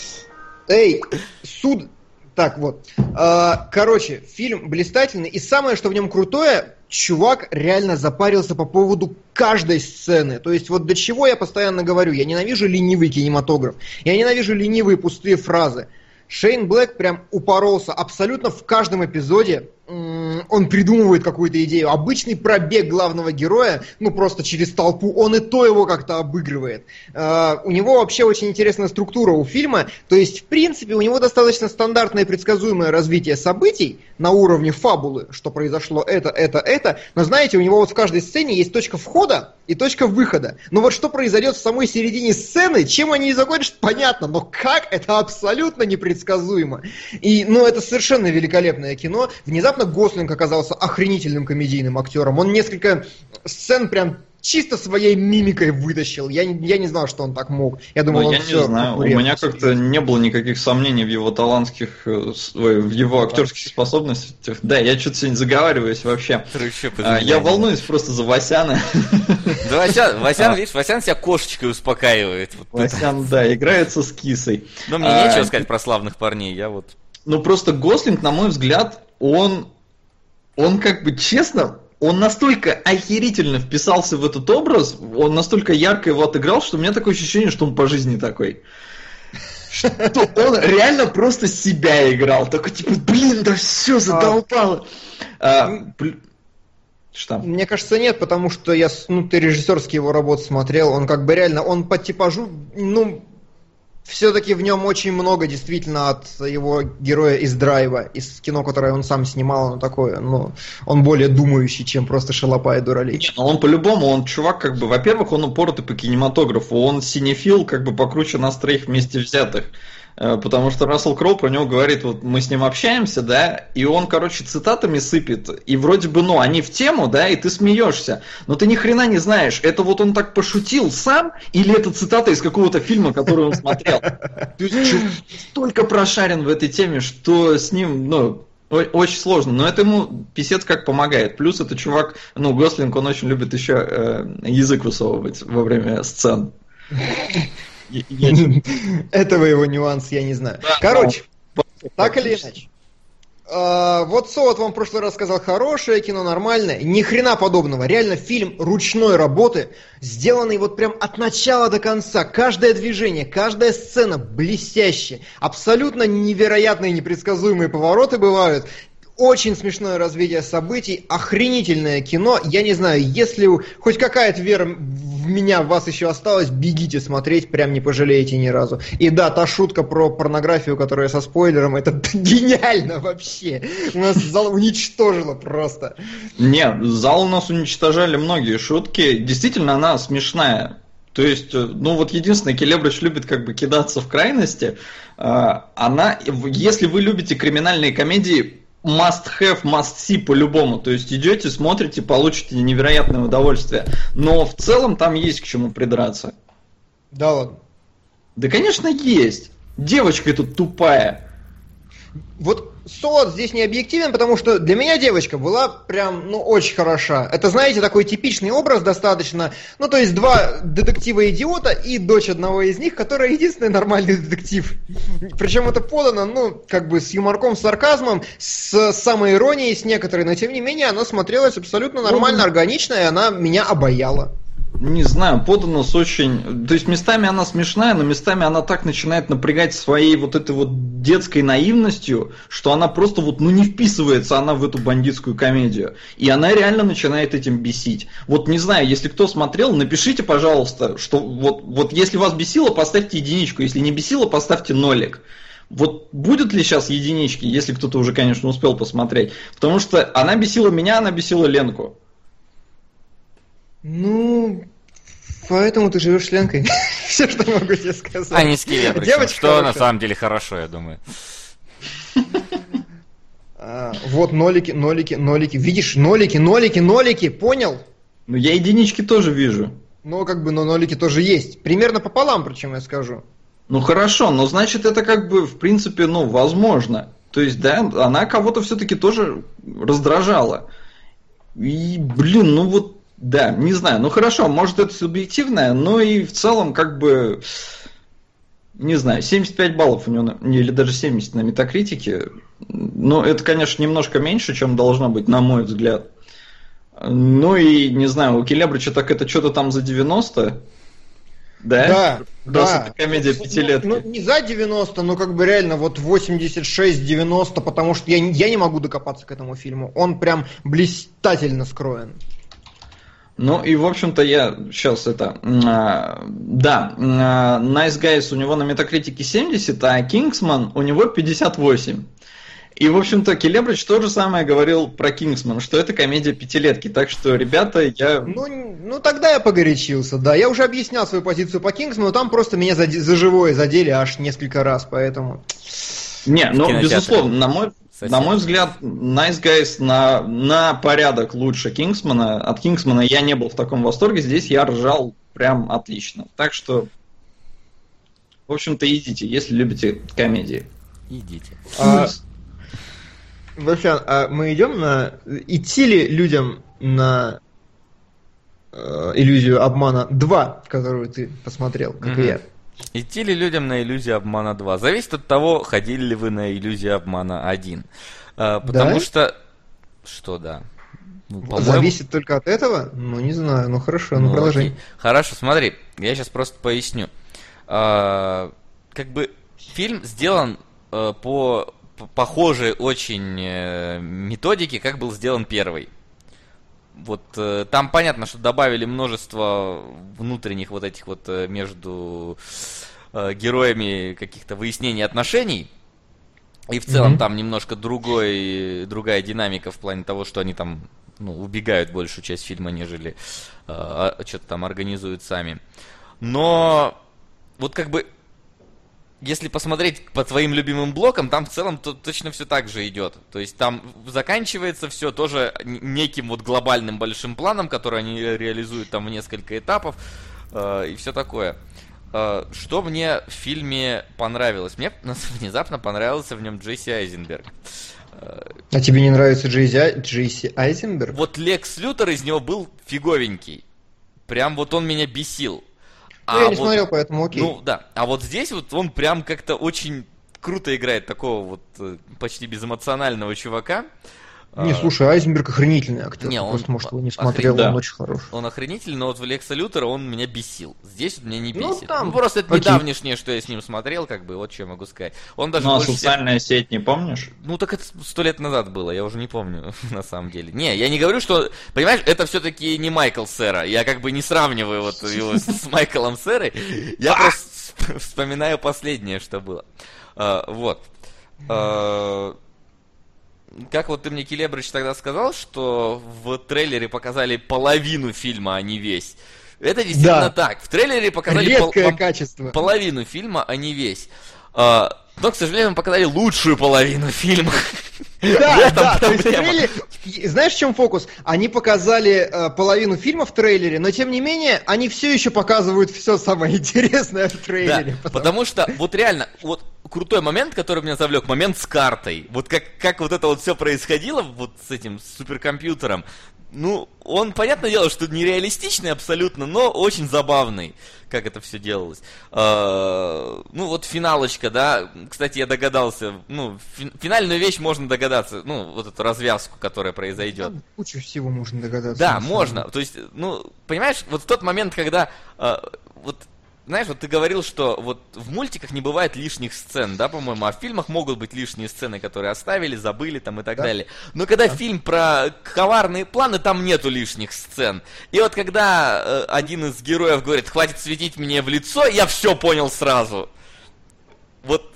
Эй, суд... Так, вот. А, короче, фильм блистательный. И самое, что в нем крутое, чувак реально запарился по поводу каждой сцены. То есть вот до чего я постоянно говорю. Я ненавижу ленивый кинематограф. Я ненавижу ленивые пустые фразы. Шейн Блэк прям упоролся абсолютно в каждом эпизоде. М, Он придумывает какую-то идею. Обычный пробег главного героя, ну просто через толпу, он и то его как-то обыгрывает. Э, У него вообще очень интересная структура у фильма. То есть, в принципе, у него достаточно стандартное и предсказуемое развитие событий на уровне фабулы, что произошло это, это, это. Но знаете, у него вот в каждой сцене есть точка входа и точка выхода. Но вот что произойдет в самой середине сцены, чем они и закончат, понятно. Но как, это абсолютно непредсказуемо. И, ну, это совершенно великолепное кино. Внезапно Гослинг оказался охренительным комедийным актером. Он несколько сцен прям чисто своей мимикой вытащил. Я, не- я не знал, что он так мог. Я думал, Ну, он я не всё знаю. У конкурент. меня как-то не было никаких сомнений в его талантских, э, с- ой, в его актерских способностях. Да, я что-то сегодня заговариваюсь вообще. Трущоб из А, меня. Я волнуюсь просто за Васяна. Да, Васян, Васян, видишь, Васян себя кошечкой успокаивает. Вот это. Васян, да, играется с кисой. Но мне А, нечего сказать про славных парней, я вот... Ну просто Гослинг, на мой взгляд, он, он как бы честно, он настолько охерительно вписался в этот образ, он настолько ярко его отыграл, что у меня такое ощущение, что он по жизни такой. Что он реально просто себя играл. Такой типа, блин, да все, задолбало. А, бл- Что? Мне кажется, нет, потому что я, с- ну, ты режиссерские его работы смотрел, он как бы реально, он по типажу, ну, все-таки в нем очень много действительно от его героя из Драйва, из кино, которое он сам снимал, оно такое, ну, он более думающий, чем просто шалопа и дуралей. Не, ну он по-любому, он чувак как бы, во-первых, он упоротый по кинематографу, он синефил как бы покруче нас троих вместе взятых. Э, Потому что Рассел Кроу про него говорит, вот мы с ним общаемся, да, и он, короче, цитатами сыпет, и вроде бы, ну, они в тему, да, и ты смеешься, но ты ни хрена не знаешь, это вот он так пошутил сам, или это цитата из какого-то фильма, который он смотрел. То есть чувак столько прошарен в этой теме, что с ним, ну, о- очень сложно, но это ему писец как помогает. Плюс это чувак, ну, Гослинг, он очень любит еще э, язык высовывать во время сцен. Этого его нюанс я не знаю. Короче, так или иначе. Uh, вот Солод вам в прошлый раз сказал, хорошее кино, нормальное. Ни хрена подобного. Реально фильм ручной работы, сделанный вот прям от начала до конца. Каждое движение, каждая сцена блестящая. Абсолютно невероятные непредсказуемые повороты бывают. Очень смешное развитие событий, охренительное кино. Я не знаю, если хоть какая-то вера в меня, в вас еще осталась, бегите смотреть, прям не пожалеете ни разу. И да, та шутка про порнографию, которая со спойлером, это гениально вообще. У нас зал уничтожило просто. Нет, зал у нас уничтожали многие шутки. Действительно, она смешная. То есть, ну вот единственное, Келебрич любит как бы кидаться в крайности. Она, если вы любите криминальные комедии, must have, must see по-любому. То есть идете, смотрите, получите невероятное удовольствие. Но в целом там есть к чему придраться. Да ладно. Да, конечно, есть. Девочка эта тупая. Вот Солод здесь не объективен, потому что для меня девочка была прям, ну, очень хороша. Это, знаете, такой типичный образ достаточно. Ну, то есть два детектива-идиота и дочь одного из них, которая единственный нормальный детектив. Причем это подано, ну, как бы с юморком, с сарказмом, с самоиронией, с некоторой, но тем не менее она смотрелась абсолютно нормально, органично, и она меня обаяла. Не знаю, подано с очень... То есть местами она смешная, но местами она так начинает напрягать своей вот этой вот детской наивностью, что она просто вот, ну, не вписывается она в эту бандитскую комедию. И она реально начинает этим бесить. Вот не знаю, если кто смотрел, напишите, пожалуйста, что вот, вот если вас бесило, поставьте единичку, если не бесило, поставьте нолик. Вот будет ли сейчас единички, если кто-то уже, конечно, успел посмотреть? Потому что она бесила меня, она бесила Ленку. Ну, поэтому ты живешь с Ленкой. Все, что могу тебе сказать. А не с Келебричем, что на самом деле хорошо, я думаю. А, вот нолики, нолики, нолики. Видишь, нолики, нолики, нолики, понял? Ну, я единички тоже вижу. Ну, как бы, но нолики тоже есть. Примерно пополам, причем я скажу. Ну, хорошо, но значит, это как бы, в принципе, ну, возможно. То есть, да, она кого-то все-таки тоже раздражала. И, блин, ну вот, да, не знаю, ну хорошо, может это субъективное, но и в целом как бы, не знаю, семьдесят пять баллов у него, или даже семьдесят на Метакритике, но это, конечно, немножко меньше, чем должно быть, на мой взгляд. Ну и, не знаю, у Келебрича так это что-то там за девяносто, да? Да, Просто да. это комедия пятилетки. Ну, не за девяносто, но как бы реально вот восемьдесят шесть девяносто, потому что я, я не могу докопаться к этому фильму. Он прям блистательно скроен. Ну и, в общем-то, я сейчас это... А, да, а, Nice Guys у него на Метакритике семьдесят, а Kingsman у него пятьдесят восемь. И, в общем-то, Келебрич то же самое говорил про Kingsman, что это комедия пятилетки. Так что, ребята, я... Ну, ну тогда я погорячился, да. Я уже объяснял свою позицию по Kingsman, но там просто меня за, за живое задели аж несколько раз, поэтому... Не, ну, безусловно, на мой... Совсем. На мой взгляд, Nice Guys на, на порядок лучше Кингсмана. От Кингсмана я не был в таком восторге. Здесь я ржал прям отлично. Так что, в общем-то, идите, если любите комедии. Идите. А, вообще, а мы идем на... Идти ли людям на э, иллюзию обмана два, которую ты посмотрел, как mm-hmm. и я? Идти ли людям на иллюзию обмана два? Зависит от того, ходили ли вы на иллюзию обмана один. А, потому да? что... Что да? Ну, Зависит только от этого? Ну, не знаю. Ну, хорошо, ну, ну продолжай. Окей. Хорошо, смотри. Я сейчас просто поясню. А, как бы фильм сделан а, по, по похожей очень а, методике, как был сделан первый. Вот э, там понятно, что добавили множество внутренних вот этих вот э, между э, героями каких-то выяснений отношений. И в целом mm-hmm. там немножко другой, другая динамика в плане того, что они там ну, убегают большую часть фильма, нежели э, что-то там организуют сами. Но вот как бы если посмотреть по твоим любимым блокам, там в целом то, точно все так же идет. То есть там заканчивается все тоже неким вот глобальным большим планом, который они реализуют там в несколько этапов э, и все такое. Э, что мне в фильме понравилось? Мне внезапно понравился в нем Джесси Айзенберг. А тебе не нравится Джейси, Джесси Айзенберг? Вот Лекс Лютер из него был фиговенький. Прям вот он меня бесил. Ну, я не вот, смотрел, поэтому окей. Ну, да. А вот здесь вот он прям как-то очень круто играет такого вот э, почти безэмоционального чувака. Не, слушай, Айзенберг охренительный актер. Не, Ты он просто, может, его не смотрел, охрен... он да. очень хорош. Он охренительный, но вот в Лекса Лютера он меня бесил. Здесь вот меня не Ну, бесит. там, Ну, просто это окей. недавнешнее, что я с ним смотрел, как бы, вот что я могу сказать. Он даже Ну, а больше всех- социальная сеть не помнишь? Ну, так это сто лет назад было, я уже не помню, на самом деле. Не, я не говорю, что... Понимаешь, это все-таки не Майкл Сера. Я как бы не сравниваю вот его с Майклом Серой. Я просто вспоминаю последнее, что было. А, вот. А, как вот ты мне, Келебрыч, тогда сказал, что в трейлере показали половину фильма, а не весь. Это действительно Да. так. В трейлере показали Редкое пол- качество. половину фильма, а не весь. А, но, к сожалению, мы показали лучшую половину фильма. В Да, этом да, то есть проблема. трейлер- и знаешь, в чем фокус? Они показали э, половину фильма в трейлере, но тем не менее, они все еще показывают все самое интересное в Да, трейлере. потому что вот реально, вот крутой момент, который меня завлек, момент с картой. Вот как, как вот это вот все происходило вот с этим суперкомпьютером. Ну, он, понятное дело, что нереалистичный абсолютно, но очень забавный, как это все делалось. А, ну, вот финалочка, да, кстати, я догадался, ну, фи- финальную вещь можно догадаться, ну, вот эту развязку, которая произойдет. Там кучу всего можно догадаться. Да, на самом можно. деле. То есть, ну, понимаешь, вот в тот момент, когда, э, вот, знаешь, вот ты говорил, что вот в мультиках не бывает лишних сцен, да, по-моему, а в фильмах могут быть лишние сцены, которые оставили, забыли там и так Да. далее. Но когда фильм про коварные планы, там нету лишних сцен. И вот когда э, один из героев говорит, хватит светить мне в лицо, я все понял сразу. Вот,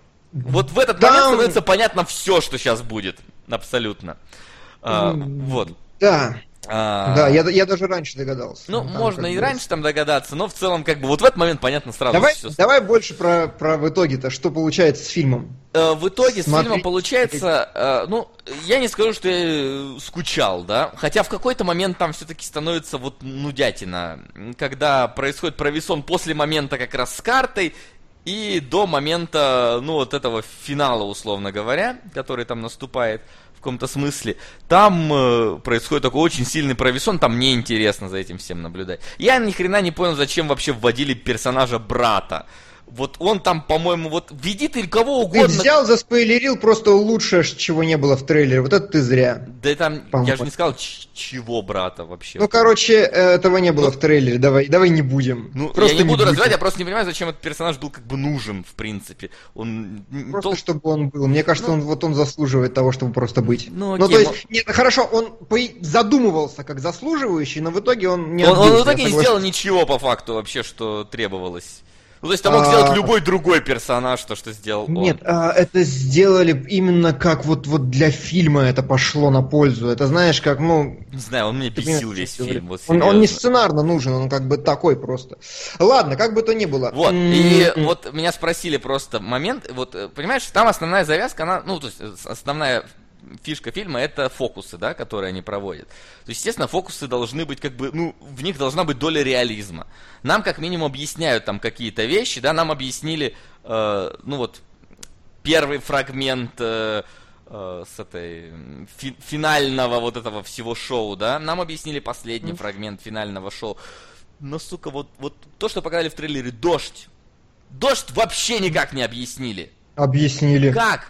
вот в этот Там- момент становится понятно все, что сейчас будет. Абсолютно. А, М, вот. Да, А, да, я, я даже раньше догадался. Ну, Там можно как и бы- раньше там догадаться, но в целом, как бы, вот в этот момент понятно сразу Давай, всё. давай больше про, про в итоге-то, что получается с фильмом. Э, в итоге с Смотри. фильмом получается, э, ну, я не скажу, что я э, скучал, да, хотя в какой-то момент там все-таки становится вот нудятина, когда происходит провисон после момента как раз с картой и до момента, ну, вот этого финала, условно говоря, который там наступает в каком-то смысле, там э, происходит такой очень сильный провисон, там мне интересно за этим всем наблюдать. Я ни хрена не понял, зачем вообще вводили персонажа брата. Вот он там, по-моему, вот введи ты кого Ты угодно. взял, заспойлерил просто лучшее, ш- чего не было в трейлере. Вот это ты зря. Да и там, По-моему. я же не сказал, ч- чего брата вообще. Ну, короче, э, этого не было в трейлере. Давай, давай не будем. Ну, Просто я не буду будем. развивать, я просто не понимаю, зачем этот персонаж был как бы нужен, в принципе. Он н- Просто тол- чтобы он был. Мне кажется, он вот он заслуживает того, чтобы просто быть. Ну, то окей, есть, нет, хорошо, он по- задумывался как заслуживающий, но в итоге он не он, он в отбился, итоге я не согласен. сделал ничего по факту вообще, что требовалось. Ну, то есть там мог А, сделать любой другой персонаж, то, что сделал он. Нет, а, это сделали именно как вот, вот для фильма это пошло на пользу. Это знаешь, как, ну... Не знаю, он меня ты бесил понимаешь, весь что я фильм. говорю. Вот он, он не серьезно. сценарно нужен, он как бы такой просто. Ладно, как бы то ни было. Вот, М, и м. вот меня спросили просто момент, вот, э, понимаешь, там основная завязка, она, ну, то есть, э, основная фишка фильма — это фокусы, да, которые они проводят. То есть, естественно, фокусы должны быть, как бы, ну, в них должна быть доля реализма. Нам, как минимум, объясняют там какие-то вещи, да, нам объяснили, э, ну, вот, первый фрагмент э, э, с этой, фи- финального вот этого всего шоу, да, нам объяснили последний Mm. фрагмент финального шоу. Но, сука, вот, вот то, что показали в трейлере, дождь. Дождь вообще никак не объяснили. Объяснили. Как?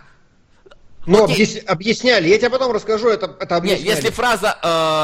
Ну, Окей. объяс- объясняли. Я тебе потом расскажу, это, это Не, объясняли. если фраза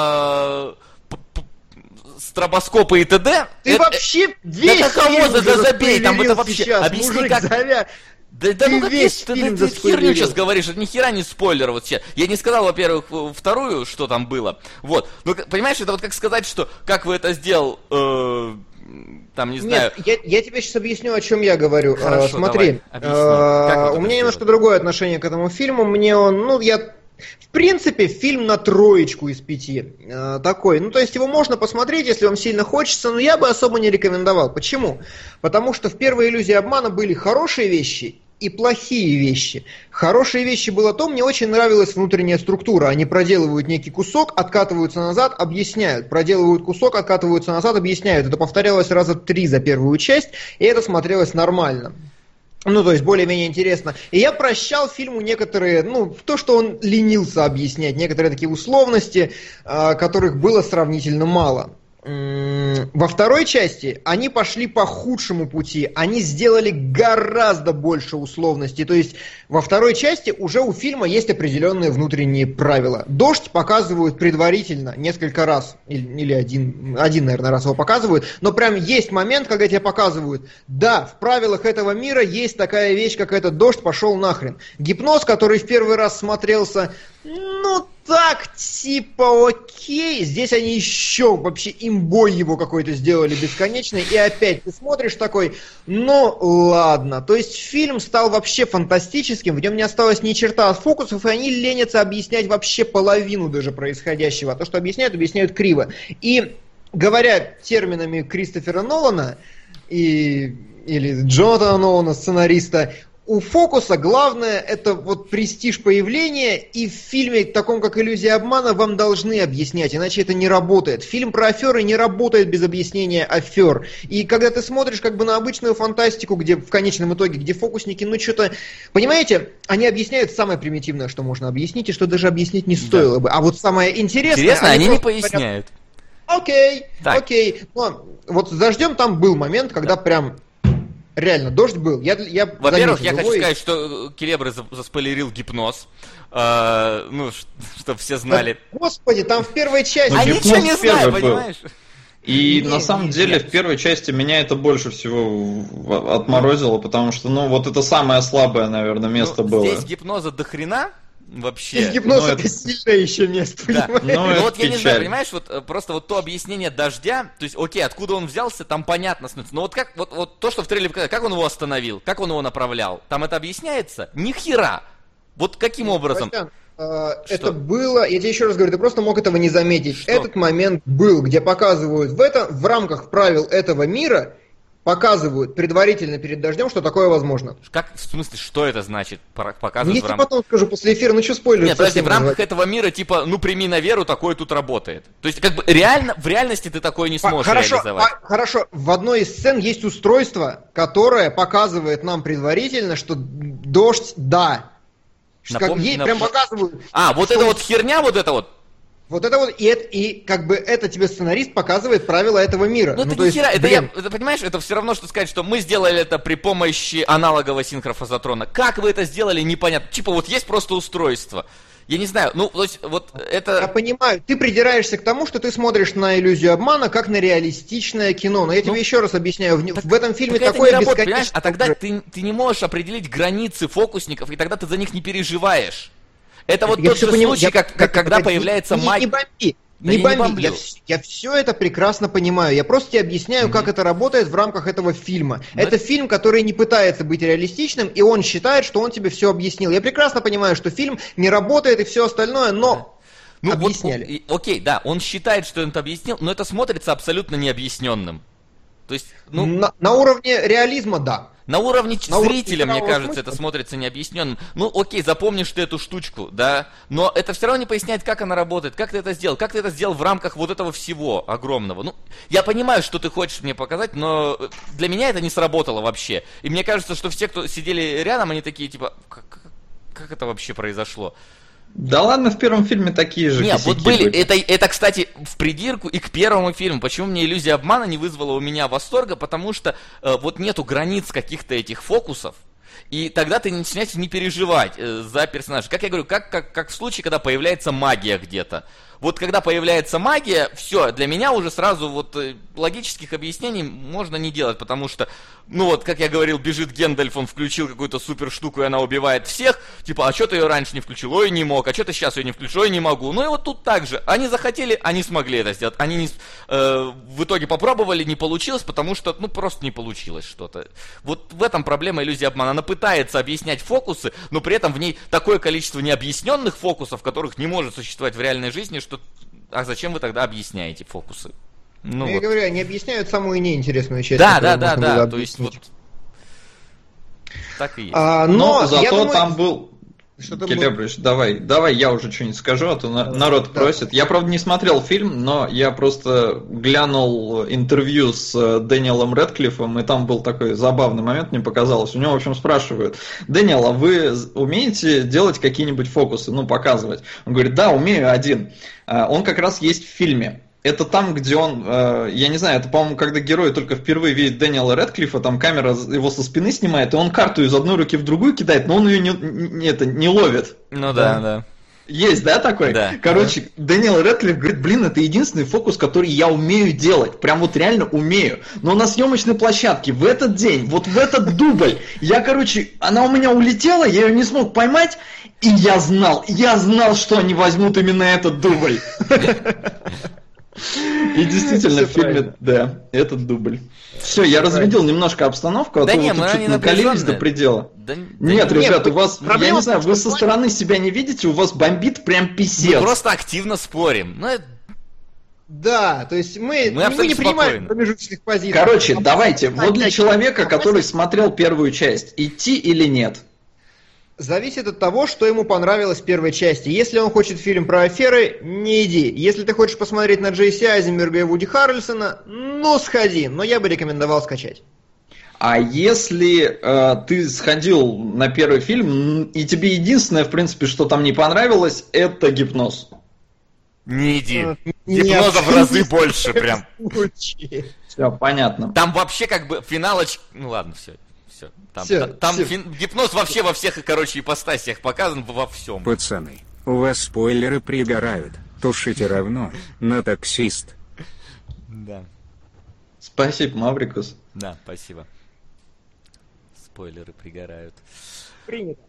э, п- п- стробоскопы и т.д. Ты это- вообще весь да кого фильм за- уже забей, там это заспойлерил вообще- сейчас, объясни, мужик, как- завя- Да, да Ты ну как весь есть, ты, фильм ты- ты херню заспойлерил. сейчас говоришь, это ни хера не спойлер вот сейчас. Я не сказал, во-первых, вторую, что там было. Вот. Ну, как- понимаешь, это вот как сказать, что как вы это сделал, э, там, не знаю. Нет, я, я тебе сейчас объясню, о чем я говорю. Хорошо, А, смотри, давай, объясни. а, Как вот это у меня сделать? немножко другое отношение к этому фильму. Мне он, ну, я... В принципе, фильм на троечку из пяти. А, такой. Ну, то есть его можно посмотреть, если вам сильно хочется, но я бы особо не рекомендовал. Почему? Потому что в первой иллюзии обмана были хорошие вещи и плохие вещи. Хорошие вещи было то, мне очень нравилась внутренняя структура. Они проделывают некий кусок, откатываются назад, объясняют. Проделывают кусок, откатываются назад, объясняют. Это повторялось раза три за первую часть, и это смотрелось нормально. Ну, то есть, более-менее интересно. И я прощал фильму некоторые, ну, то, что он ленился объяснять, некоторые такие условности, э, которых было сравнительно мало. Во второй части они пошли по худшему пути. Они сделали гораздо больше условностей. То есть во второй части уже у фильма есть определенные внутренние правила. Дождь показывают предварительно несколько раз. Или, или один, один, наверное, раз его показывают. Но прям есть момент, когда тебе показывают: да, в правилах этого мира есть такая вещь, как этот дождь, пошел нахрен. Гипноз, который в первый раз смотрелся, ну так, типа, окей. Здесь они еще вообще имбой его какой-то сделали бесконечный. И опять ты смотришь такой: ну ладно. То есть фильм стал вообще фантастическим. В нем не осталось ни черта от фокусов. И они ленятся объяснять вообще половину даже происходящего. А то, что объясняют, объясняют криво. И говоря терминами Кристофера Нолана и, или Джонатана Нолана, сценариста, у фокуса главное это вот престиж появления, и в фильме, таком как «Иллюзия обмана», вам должны объяснять, иначе это не работает. Фильм про аферы не работает без объяснения афер. И когда ты смотришь как бы на обычную фантастику, где в конечном итоге, где фокусники, ну что-то, понимаете, они объясняют самое примитивное, что можно объяснить, и что даже объяснить не стоило да. бы. А вот самое интересное... Интересно, они, они не говорят: поясняют. Окей, так. окей. Но вот с «Дождем» там был момент, когда да. прям... Реально, дождь был. Я, я Во-первых, я хочу и... сказать, что Келебры заспойлерил гипноз. А, ну, чтобы все знали. Да, господи, там в первой части... А ничего не знаю, понимаешь? И не, на самом не, деле нет. в первой части меня это больше всего отморозило, потому что, ну, вот это самое слабое, наверное, место ну, было. Здесь гипноза до хрена. Вообще. Из гипноза это сильное еще место, да. понимаешь? Ну, вот я не знаю, понимаешь, вот просто вот то объяснение дождя, то есть, окей, откуда он взялся, там понятно, но вот как, вот, вот то, что в трейлере показали, как он его остановил, как он его направлял, там это объясняется? Ни хера. Вот каким образом? Костян, э, это было, я тебе еще раз говорю, ты просто мог этого не заметить. Что? Этот момент был, где показывают в, это, в рамках правил этого мира, показывают предварительно перед дождем, что такое возможно. Как, в смысле, что это значит? Показывают ну, я в тебе рамках... потом скажу после эфира, ну что спойлер? Нет, подожди, в рамках называть? Этого мира, типа, ну прими на веру, такое тут работает. То есть, как бы, реально, в реальности ты такое не сможешь хорошо, реализовать. А, хорошо, в одной из сцен есть устройство, которое показывает нам предварительно, что дождь, да. Напомни, как, ей нап... прям показывают. А, вот эта вот херня, вот это вот. Вот это вот, и, это, и как бы это тебе сценарист показывает правила этого мира. Ну, ну это ни хера, это, я, это, понимаешь, это все равно, что сказать, что мы сделали это при помощи аналогового синхрофазотрона. Как вы это сделали, непонятно. Типа вот есть просто устройство. Я не знаю, ну, то есть, вот это... Я понимаю, ты придираешься к тому, что ты смотришь на «Иллюзию обмана» как на реалистичное кино. Но я тебе ну, еще раз объясняю, в, так, в этом фильме так такое это бесконечное... А тогда ты, ты не можешь определить границы фокусников, и тогда ты за них не переживаешь. Это вот я тот же поним... случай, я... как, как, когда я... появляется не, маг... Не бомби. Да не бомби, я, я все это прекрасно понимаю. Я просто тебе объясняю, mm-hmm. как это работает в рамках этого фильма. Но это, это фильм, который не пытается быть реалистичным, и он считает, что он тебе все объяснил. Я прекрасно понимаю, что фильм не работает и все остальное, но ну, объясняли. Вот, окей, да, он считает, что он это объяснил, но это смотрится абсолютно необъясненным. То есть, ну... на, на уровне реализма, да. На уровне на зрителя, уровне мне кажется, смысла? Это смотрится необъясненным. Ну, окей, запомнишь ты эту штучку, да, но это все равно не поясняет, как она работает, как ты это сделал, как ты это сделал в рамках вот этого всего огромного. Ну, я понимаю, что ты хочешь мне показать, но для меня это не сработало вообще. И мне кажется, что все, кто сидели рядом, они такие, типа, как, как это вообще произошло? Да ладно, в первом фильме такие же. Нет, вот были. Это, это, кстати, в придирку и к первому фильму. Почему мне «Иллюзия обмана» не вызвала у меня восторга? Потому что э, вот нету границ каких-то этих фокусов. И тогда ты начинаешь не переживать э, за персонажа. Как я говорю, как, как, как в случае, когда появляется магия где-то. Вот когда появляется магия, все, для меня уже сразу вот э, логических объяснений можно не делать, потому что, ну вот, как я говорил, бежит Гендальф, он включил какую-то супер штуку, и она убивает всех, типа, а что ты ее раньше не включил? Ой, не мог, а что ты сейчас ее не включил? Ой, не могу. Ну и вот тут так же. Они захотели, они смогли это сделать. Они не, э, в итоге попробовали, не получилось, потому что, ну, просто не получилось что-то. Вот в этом проблема «Иллюзии обмана». Она пытается объяснять фокусы, но при этом в ней такое количество необъясненных фокусов, которых не может существовать в реальной жизни, что а зачем вы тогда объясняете фокусы? Ну, я вот. говорю, они объясняют самую неинтересную часть. Да, да, да, да. То есть вот так и есть. А, но но зато я думаю... там был. Келебрыч, давай, давай я уже что-нибудь скажу, а то на, народ да. просит. Я, правда, не смотрел фильм, но я просто глянул интервью с Дэниелом Рэдклиффом, и там был такой забавный момент, мне показалось. У него, в общем, спрашивают: Дэниел, а вы умеете делать какие-нибудь фокусы, ну, показывать? Он говорит: да, умею один. Он как раз есть в фильме. Это там, где он, э, я не знаю, это, по-моему, когда герой только впервые видит Дэниела Рэдклиффа, там камера его со спины снимает, и он карту из одной руки в другую кидает, но он ее не, не, это, не ловит. Ну да, да. да. Есть, да, такой? Да. Короче, да. Дэниел Рэдклифф говорит, блин, это единственный фокус, который я умею делать. Прям вот реально умею. Но на съемочной площадке в этот день, вот в этот дубль, я, короче, она у меня улетела, я ее не смог поймать, и я знал, я знал, что они возьмут именно этот дубль. И действительно, в фильме, да, этот дубль. Все, я разрядил немножко обстановку, а да то не, вы тут мы что-то накалились до предела. Да, нет, да ребят, нет, у вас, я не знаю, вы со стороны себя не видите, у вас бомбит прям писец. Мы просто активно спорим. Ну, это... Да, то есть мы, мы, мы не принимаем промежуточных позиций. Короче, а давайте, вот для человека, который смотрел первую часть, идти или нет? Зависит от того, что ему понравилось в первой части. Если он хочет фильм про аферы, не иди. Если ты хочешь посмотреть на Джейси Айзенберга и Вуди Харрельсона, ну сходи, но я бы рекомендовал скачать. А если э, ты сходил на первый фильм, и тебе единственное, в принципе, что там не понравилось, это гипноз? Не иди. Гипноза в разы больше прям. Все, понятно. Там вообще как бы финалочка... Ну ладно, все. Все. Там, все, та, там все. Фин... гипноз вообще во всех, короче, ипостасиях показан во всем. Пацаны, у вас спойлеры пригорают. Тушите равно на таксист. Да. Спасибо, Маврикус. Да, спасибо. Спойлеры пригорают. Принято.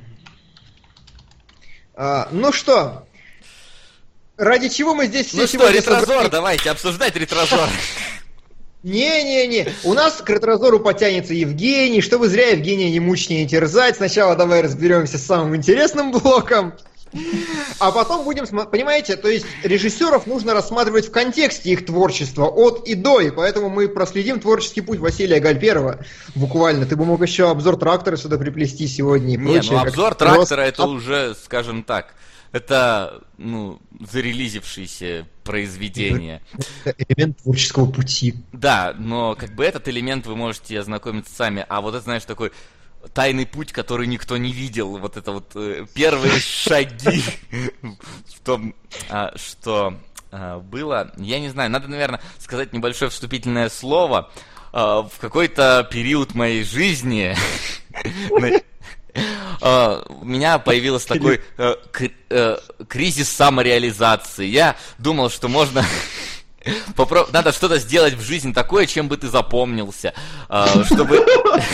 А, ну что, ради чего мы здесь все ну сегодня что, ретрозор, собрались? давайте обсуждать ретрозор. Не-не-не, у нас к ретрозору потянется Евгений, чтобы зря Евгения не мучить, не терзать. Сначала давай разберемся с самым интересным блоком, а потом будем смотреть. Понимаете, то есть режиссеров нужно рассматривать в контексте их творчества, от и до, и поэтому мы проследим творческий путь Василия Гальперова. Буквально, ты бы мог еще обзор трактора сюда приплести сегодня и Не, прочее. ну обзор трактора просто... это уже, скажем так, это, ну, зарелизившееся произведение. Это элемент творческого пути. Да, но как бы этот элемент вы можете ознакомиться сами, а вот это, знаешь, такой тайный путь, который никто не видел, вот это вот э, первые шаги в том, а, что а, было, я не знаю, надо, наверное, сказать небольшое вступительное слово. А, в какой-то период моей жизни... Uh, у меня появился такой uh, к- uh, кризис самореализации. Я думал, что можно попро- надо что-то сделать в жизни такое, чем бы ты запомнился, uh, чтобы...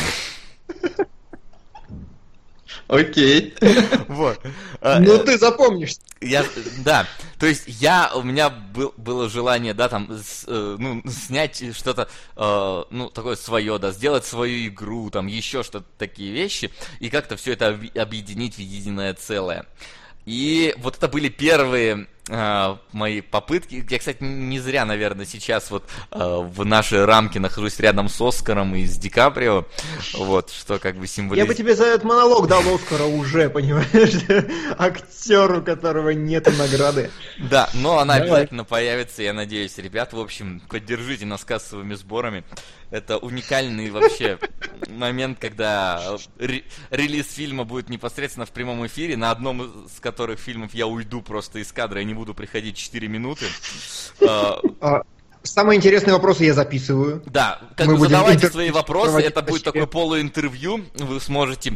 Окей. Вот. Ну ты запомнишь. Я, да, то есть я, у меня был, было желание, да, там, с, э, ну, снять что-то, э, ну, такое свое, да, сделать свою игру, там, еще что-то, такие вещи, и как-то все это об, объединить в единое целое. И вот это были первые э, мои попытки. Я, кстати, не зря, наверное, сейчас вот э, в нашей рамке нахожусь рядом с Оскаром и с Ди Каприо. Вот, что как бы символизирует. Я бы тебе за этот монолог дал Оскара уже, понимаешь? Актеру, у которого нету награды. Да, но она Давай. обязательно появится, я надеюсь. Ребят, в общем, поддержите нас кассовыми сборами. Это уникальный вообще момент, когда ре- релиз фильма будет непосредственно в прямом эфире, на одном из которых фильмов я уйду просто из кадра, я не буду приходить четыре минуты. А, самые интересные вопросы я записываю. Да, как Мы бы будем задавайте интервью свои вопросы, проводить это будет по себе. такое полуинтервью, вы сможете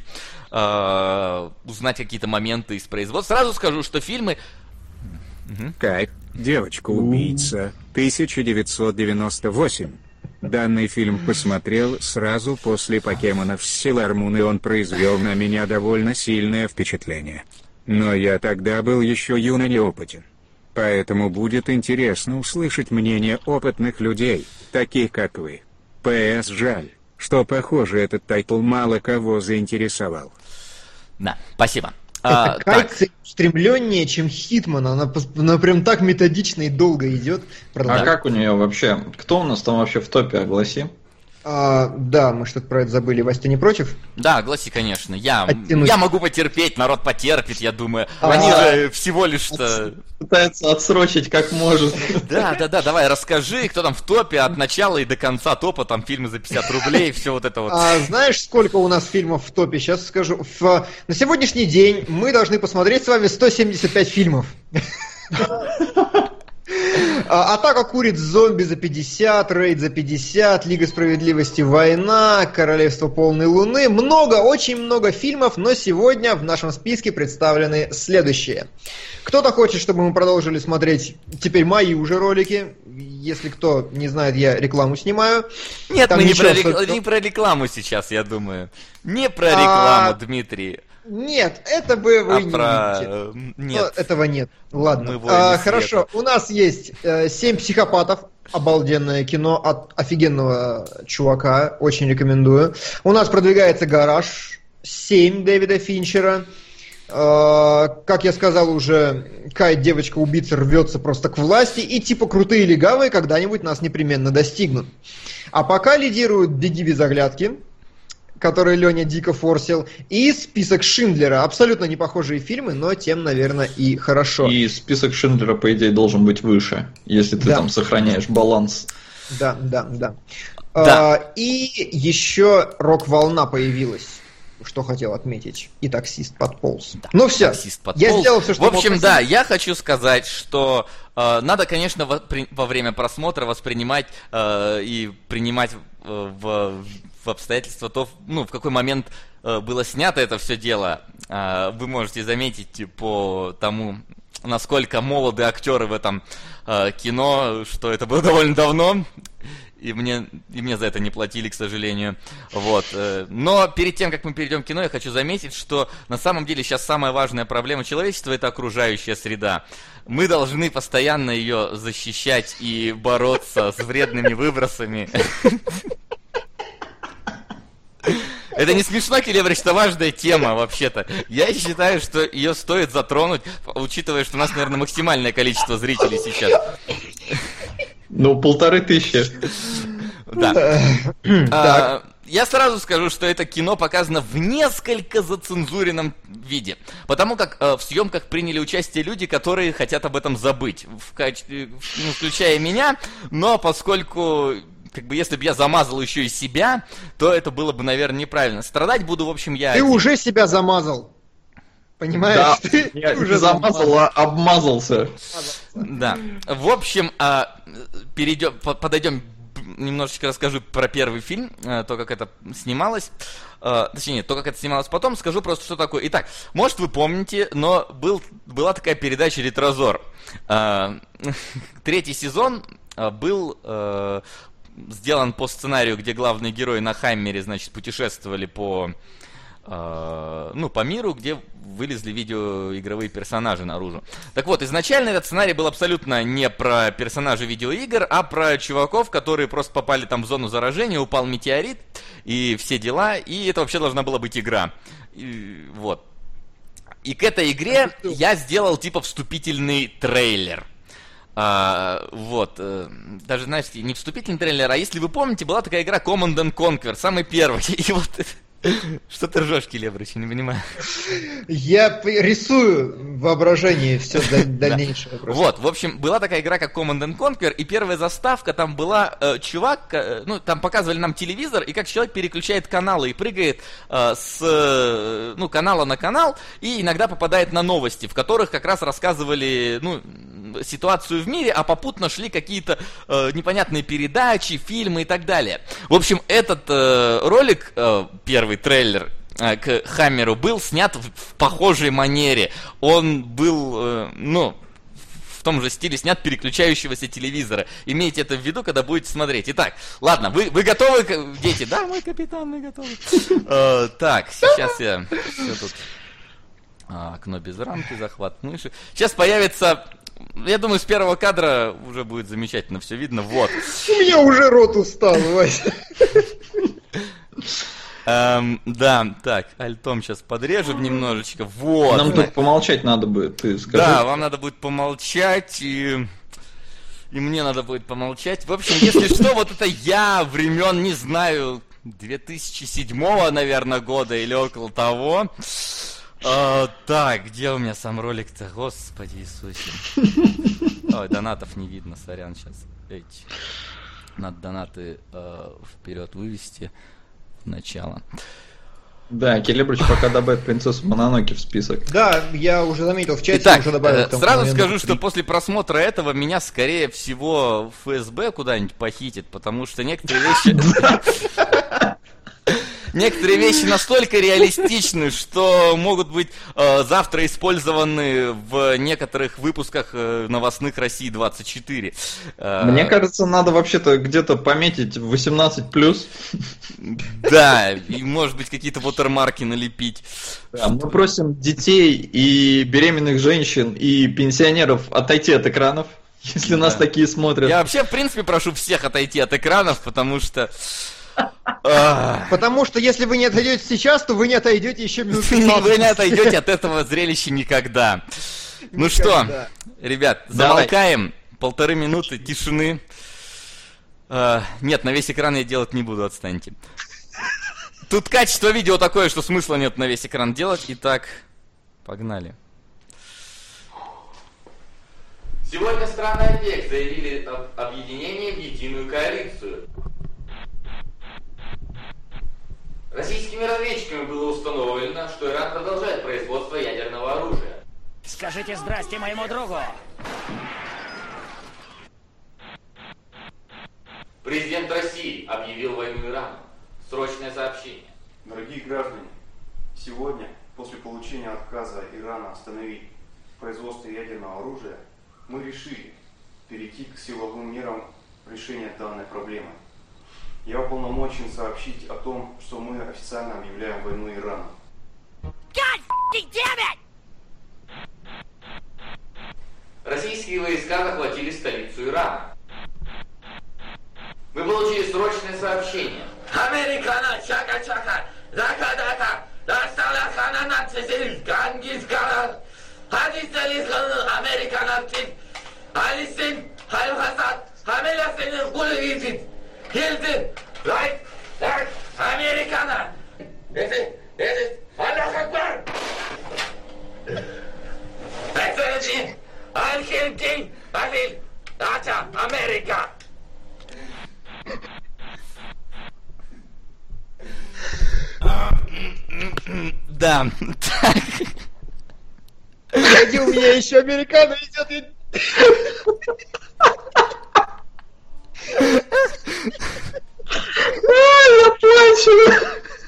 э, узнать какие-то моменты из производства. Сразу скажу, что фильмы... Кайф. Девочка-убийца. тысяча девятьсот девяносто восемь. Данный фильм посмотрел сразу после «Покемонов» с Sailor Moon, и он произвел на меня довольно сильное впечатление. Но я тогда был еще юн и неопытен. Поэтому будет интересно услышать мнение опытных людей, таких как вы. П С жаль, что, похоже, этот тайтл мало кого заинтересовал. Да, спасибо. Это А, Кайт так, стремленнее, чем Хитман. Она, пос- она прям так методично и долго идет. А Продолжай. как у нее вообще? Кто у нас там вообще в топе, огласи? А, да, мы что-то про это забыли. Вась, ты не против? да, гласи, конечно. Я, Оттянуть. я могу потерпеть, народ потерпит, я думаю. А, Они же всего лишь-то... Пытается отсрочить как может. Да, да, да, давай, расскажи, кто там в топе от начала и до конца топа, там фильмы за пятьдесят рублей, все вот это вот. А знаешь, сколько у нас фильмов в топе? Сейчас скажу. В- на сегодняшний день мы должны посмотреть с вами сто семьдесят пять фильмов. Атака куриц, зомби за пятьдесят, Рейд за пятьдесят, Лига справедливости, Война, Королевство полной луны. Много, очень много фильмов, но сегодня в нашем списке представлены следующие. Кто-то хочет, чтобы мы продолжили смотреть теперь мои уже ролики. Если кто не знает, я рекламу снимаю. Нет, Там мы не про, что... рек... не про рекламу сейчас, я думаю. Не про рекламу, а... Дмитрий. Нет, это бы вы а не про... видите. Нет. Но этого нет. Ладно. А, хорошо, у нас есть э, «Семь психопатов». Обалденное кино от офигенного чувака. Очень рекомендую. У нас продвигается «Гараж семь» Дэвида Финчера. Э, как я сказал уже, Кайт, девочка-убийца, рвется просто к власти. И типа крутые легавые когда-нибудь нас непременно достигнут. А пока лидируют «Беги без оглядки», который Леня дико форсил, и «Список Шиндлера». Абсолютно не похожие фильмы, но тем, наверное, и хорошо. И «Список Шиндлера», по идее, должен быть выше, если ты да. там сохраняешь баланс. Да, да, да. да. А, и еще «Рок-волна» появилась, что хотел отметить. И «Таксист подполз». Да, ну все, подполз. я сделал все, что мог. В общем, мог да, я хочу сказать, что э, надо, конечно, во, при, во время просмотра воспринимать э, и принимать э, в... в обстоятельства, то, ну, в какой момент э, было снято это все дело. Э, вы можете заметить по тому, насколько молоды актеры в этом э, кино, что это было довольно давно, и мне, и мне за это не платили, к сожалению. Вот. Э, но перед тем, как мы перейдем к кино, я хочу заметить, что на самом деле сейчас самая важная проблема человечества – это окружающая среда. Мы должны постоянно ее защищать и бороться с вредными выбросами. Это не смешно, Келебрич, это важная тема, вообще-то. Я считаю, что ее стоит затронуть, учитывая, что у нас, наверное, максимальное количество зрителей сейчас. Ну, полторы тысячи. Да. а, я сразу скажу, что это кино показано в несколько зацензуренном виде. Потому как э, в съемках приняли участие люди, которые хотят об этом забыть. В качестве, ну, включая меня, но поскольку... Как бы, если бы я замазал еще и себя, то это было бы, наверное, неправильно. Страдать буду, в общем, я... Ты один. уже себя замазал. Понимаешь? Да, ты, я ты уже замазал, а обмазался. Да. В общем, перейдем, подойдем, немножечко расскажу про первый фильм, то, как это снималось. Точнее, нет, то, как это снималось потом, скажу просто, что такое. Итак, может, вы помните, но был, была такая передача «Ретрозор». Третий сезон был... сделан по сценарию, где главные герои на Хаммере, значит, путешествовали по, э, ну, по миру, где вылезли видеоигровые персонажи наружу. Так вот, изначально этот сценарий был абсолютно не про персонажей видеоигр, а про чуваков, которые просто попали там в зону заражения, упал метеорит и все дела, и это вообще должна была быть игра. И, вот. И к этой игре я сделал типа вступительный трейлер. А, вот, даже, знаете, не вступительный трейлер, а если вы помните, была такая игра Command and Conquer, самый первый, и вот... Что ты ржешь, Келебрич, не понимаю. Я рисую воображение все дальнейшее. Вот, в общем, была такая игра, как Command and Conquer, и первая заставка там была э, чувак, э, ну, там показывали нам телевизор, и как человек переключает каналы и прыгает э, с э, ну, канала на канал, и иногда попадает на новости, в которых как раз рассказывали, ну, ситуацию в мире, а попутно шли какие-то э, непонятные передачи, фильмы и так далее. В общем, этот э, ролик, э, первый трейлер э, к Хаммеру, был снят в, в похожей манере. Он был, э, ну, в том же стиле снят переключающегося телевизора. Имейте это в виду, когда будете смотреть. Итак, ладно, вы, вы готовы, дети? Да, мой капитан, мы готовы. Э, так, сейчас я все тут... А, окно без рамки, захват мыши. Сейчас появится... Я думаю, с первого кадра уже будет замечательно все видно. Вот. У меня уже рот устал, Вася. Эм, да, так, альтом сейчас подрежем немножечко. Вот. Нам только помолчать надо будет, ты скажи. Да, вам надо будет помолчать, и... и мне надо будет помолчать. В общем, если что, вот это я времен, не знаю, две тысячи седьмого, наверное, года или около того. А, так, где у меня сам ролик-то? Господи Иисусе. Ой, донатов не видно, сорян, сейчас. Эти. Надо донаты э, вперед вывести в начало. Да, Келебрыч пока добавит принцессу Мононоке в список. Да, я уже заметил в чате, Итак, уже добавил. э, к тому сразу моменту скажу, три. что после просмотра этого меня, скорее всего, эф эс бэ куда-нибудь похитит, потому что некоторые вещи... Некоторые вещи настолько реалистичны, что могут быть э, завтра использованы в некоторых выпусках э, новостных России двадцать четыре. Э, Мне кажется, надо вообще-то где-то пометить восемнадцать плюс. Да, и может быть какие-то вотермарки налепить. Да, мы просим детей и беременных женщин и пенсионеров отойти от экранов, если нас Да. такие смотрят. Я вообще, в принципе, прошу всех отойти от экранов, потому что... Ах. Потому что если вы не отойдете сейчас, то вы не отойдете еще минут Вы пятнадцать. не отойдете от этого зрелища никогда. Ну что, Никогда. ребят, Давай. замолкаем. Полторы минуты тишины. А, нет, на весь экран я делать не буду, отстаньте. Тут качество видео такое, что смысла нет на весь экран делать. Итак, погнали. Сегодня страны ОПЕК заявили об объединении в единую коалицию. Российскими разведчиками было установлено, что Иран продолжает производство ядерного оружия. Скажите здрасте моему другу. Президент России объявил войну Ирану. Срочное сообщение. Дорогие граждане, сегодня, после получения отказа Ирана остановить производство ядерного оружия, мы решили перейти к силовым мерам решения данной проблемы. Я уполномочен сообщить о том, что мы официально объявляем войну Ирану. Российские войска захватили столицу Ирана. Мы получили срочное сообщение. Американа, чака-чака, дака-дака, дасталахана нацизиль, гангискара, хадисталис, американатин, алисин, хайлхасад, хамелясин, гулевизит, хилдин, лайк, лайк, американа. Это, это, Аллах Акбар. Это один, аль-хилдин, алиль, ата, Америка. Да, так. Погоди, у меня еще американо идет. и- Я плачу!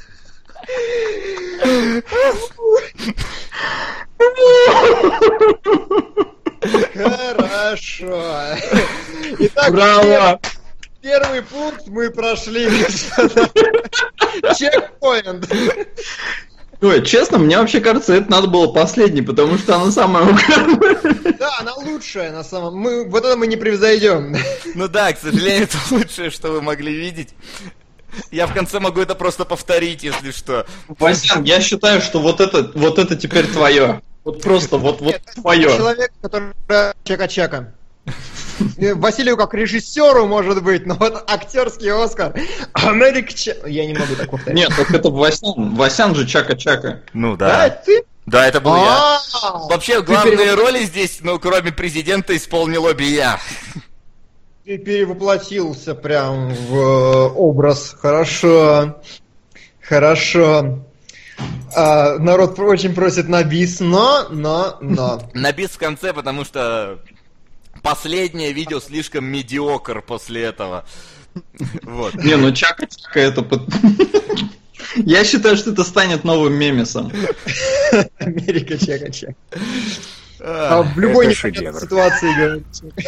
Хорошо. Итак, Браво! первый пункт мы прошли, господа. Чекпоинт. Ой, честно, мне вообще кажется, это надо было последний, потому что она самая угарная. Да, она лучшая на самом... Мы, вот это мы не превзойдем. Ну да, к сожалению, это лучшее, что вы могли видеть. Я в конце могу это просто повторить, если что. Васян, я считаю, что вот это, вот это теперь твое. Вот просто вот, вот твое. Человек, который... Чака-чака. Василию как режиссеру, может быть, но вот актерский Оскар. Америк... Я не могу так повторить. Нет, так это Васян. Васян же Чака-Чака. Ну Да, ты? Да, это был я. А, Вообще, ты главные перев- роли здесь, ну, кроме президента, исполнил обе я. Ты перевоплотился прям в э, образ. Хорошо. Хорошо. А, народ очень просит на бис, но, но, но. На бис в конце, потому что последнее видео слишком медиокр после этого. Вот. Не, ну Чака-Чака это... под- Я считаю, что это станет новым мемесом. Америка чака-чак. А в любой это непонятной шедевр. ситуации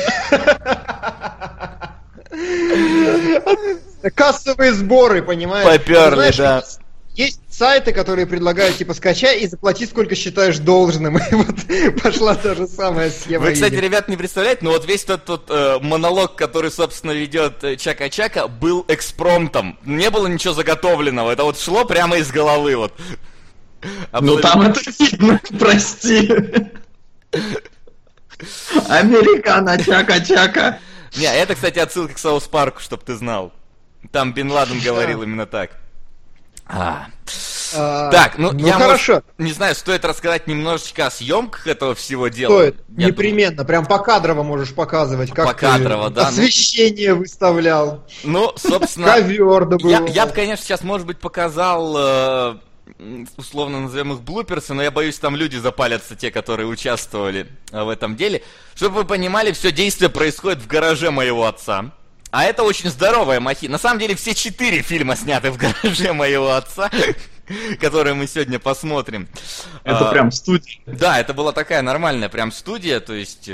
говорите. Кассовые сборы, понимаешь? Попёрли, Знаешь, да. Есть сайты, которые предлагают, типа, скачай и заплати, сколько считаешь должным. И вот пошла та же самая схема. Вы, кстати, видимо. ребят, не представляете, но вот весь тот, тот э, монолог, который, собственно, ведет э, Чака-Чака, был экспромтом. Не было ничего заготовленного. Это вот шло прямо из головы. Вот. Ну там это видно, прости. Американо, Чака-Чака. Не, это, кстати, отсылка к Саус Парку, чтоб ты знал. Там Бен Ладен говорил именно так. А. А, Так, ну, я, хорошо. может, не знаю, стоит рассказать немножечко о съемках этого всего дела. Стоит. Я Непременно. Прям покадрово можешь показывать, как Покадрово, ты да, ну. освещение выставлял. думаю, Ну, собственно... Ковер добыл. Я, я бы, конечно, сейчас, может быть, показал э, условно назовем их блуперсы, но я боюсь, там люди запалятся, те, которые участвовали в этом деле. Чтобы вы понимали, все действие происходит в гараже моего отца. А это очень здоровая махина. На самом деле, все четыре фильма сняты в гараже моего отца, которые мы сегодня посмотрим. Это а, прям студия. Да, это была такая нормальная прям студия, то есть...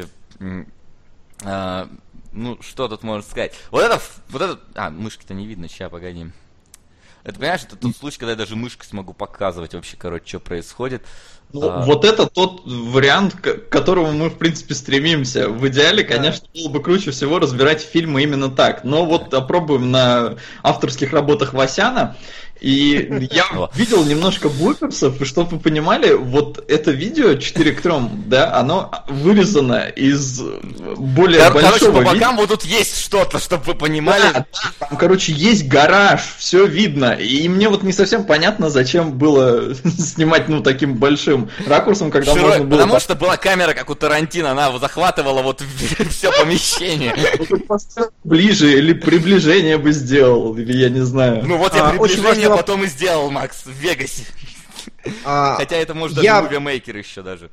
А, ну, что тут можно сказать? Вот это... Вот это... А, мышки-то не видно, сейчас, погоди. Это, понимаешь, это тот случай, когда я даже мышкой смогу показывать вообще, короче, что происходит. Ну, а... Вот это тот вариант, к которому мы, в принципе, стремимся. В идеале, конечно, было бы круче всего разбирать фильмы именно так. Но вот опробуем на авторских работах Васяна. И я видел немножко блуперсов, и чтобы вы понимали, вот это видео четыре к трем, да, оно вырезано из более Кор- большого Короче, по бокам видео. вот тут есть что-то, чтобы вы понимали. Да, да, там, короче, есть гараж, все видно. И мне вот не совсем понятно, зачем было снимать, ну, таким большим ракурсом, когда Широк, можно было... потому что была камера, как у Тарантино, она захватывала вот все помещение. Ближе или приближение бы сделал, или я не знаю. Ну вот я А, очень приближение важный потом и сделал, Макс, в Вегасе. А, Хотя это может я- даже Movie Maker еще даже.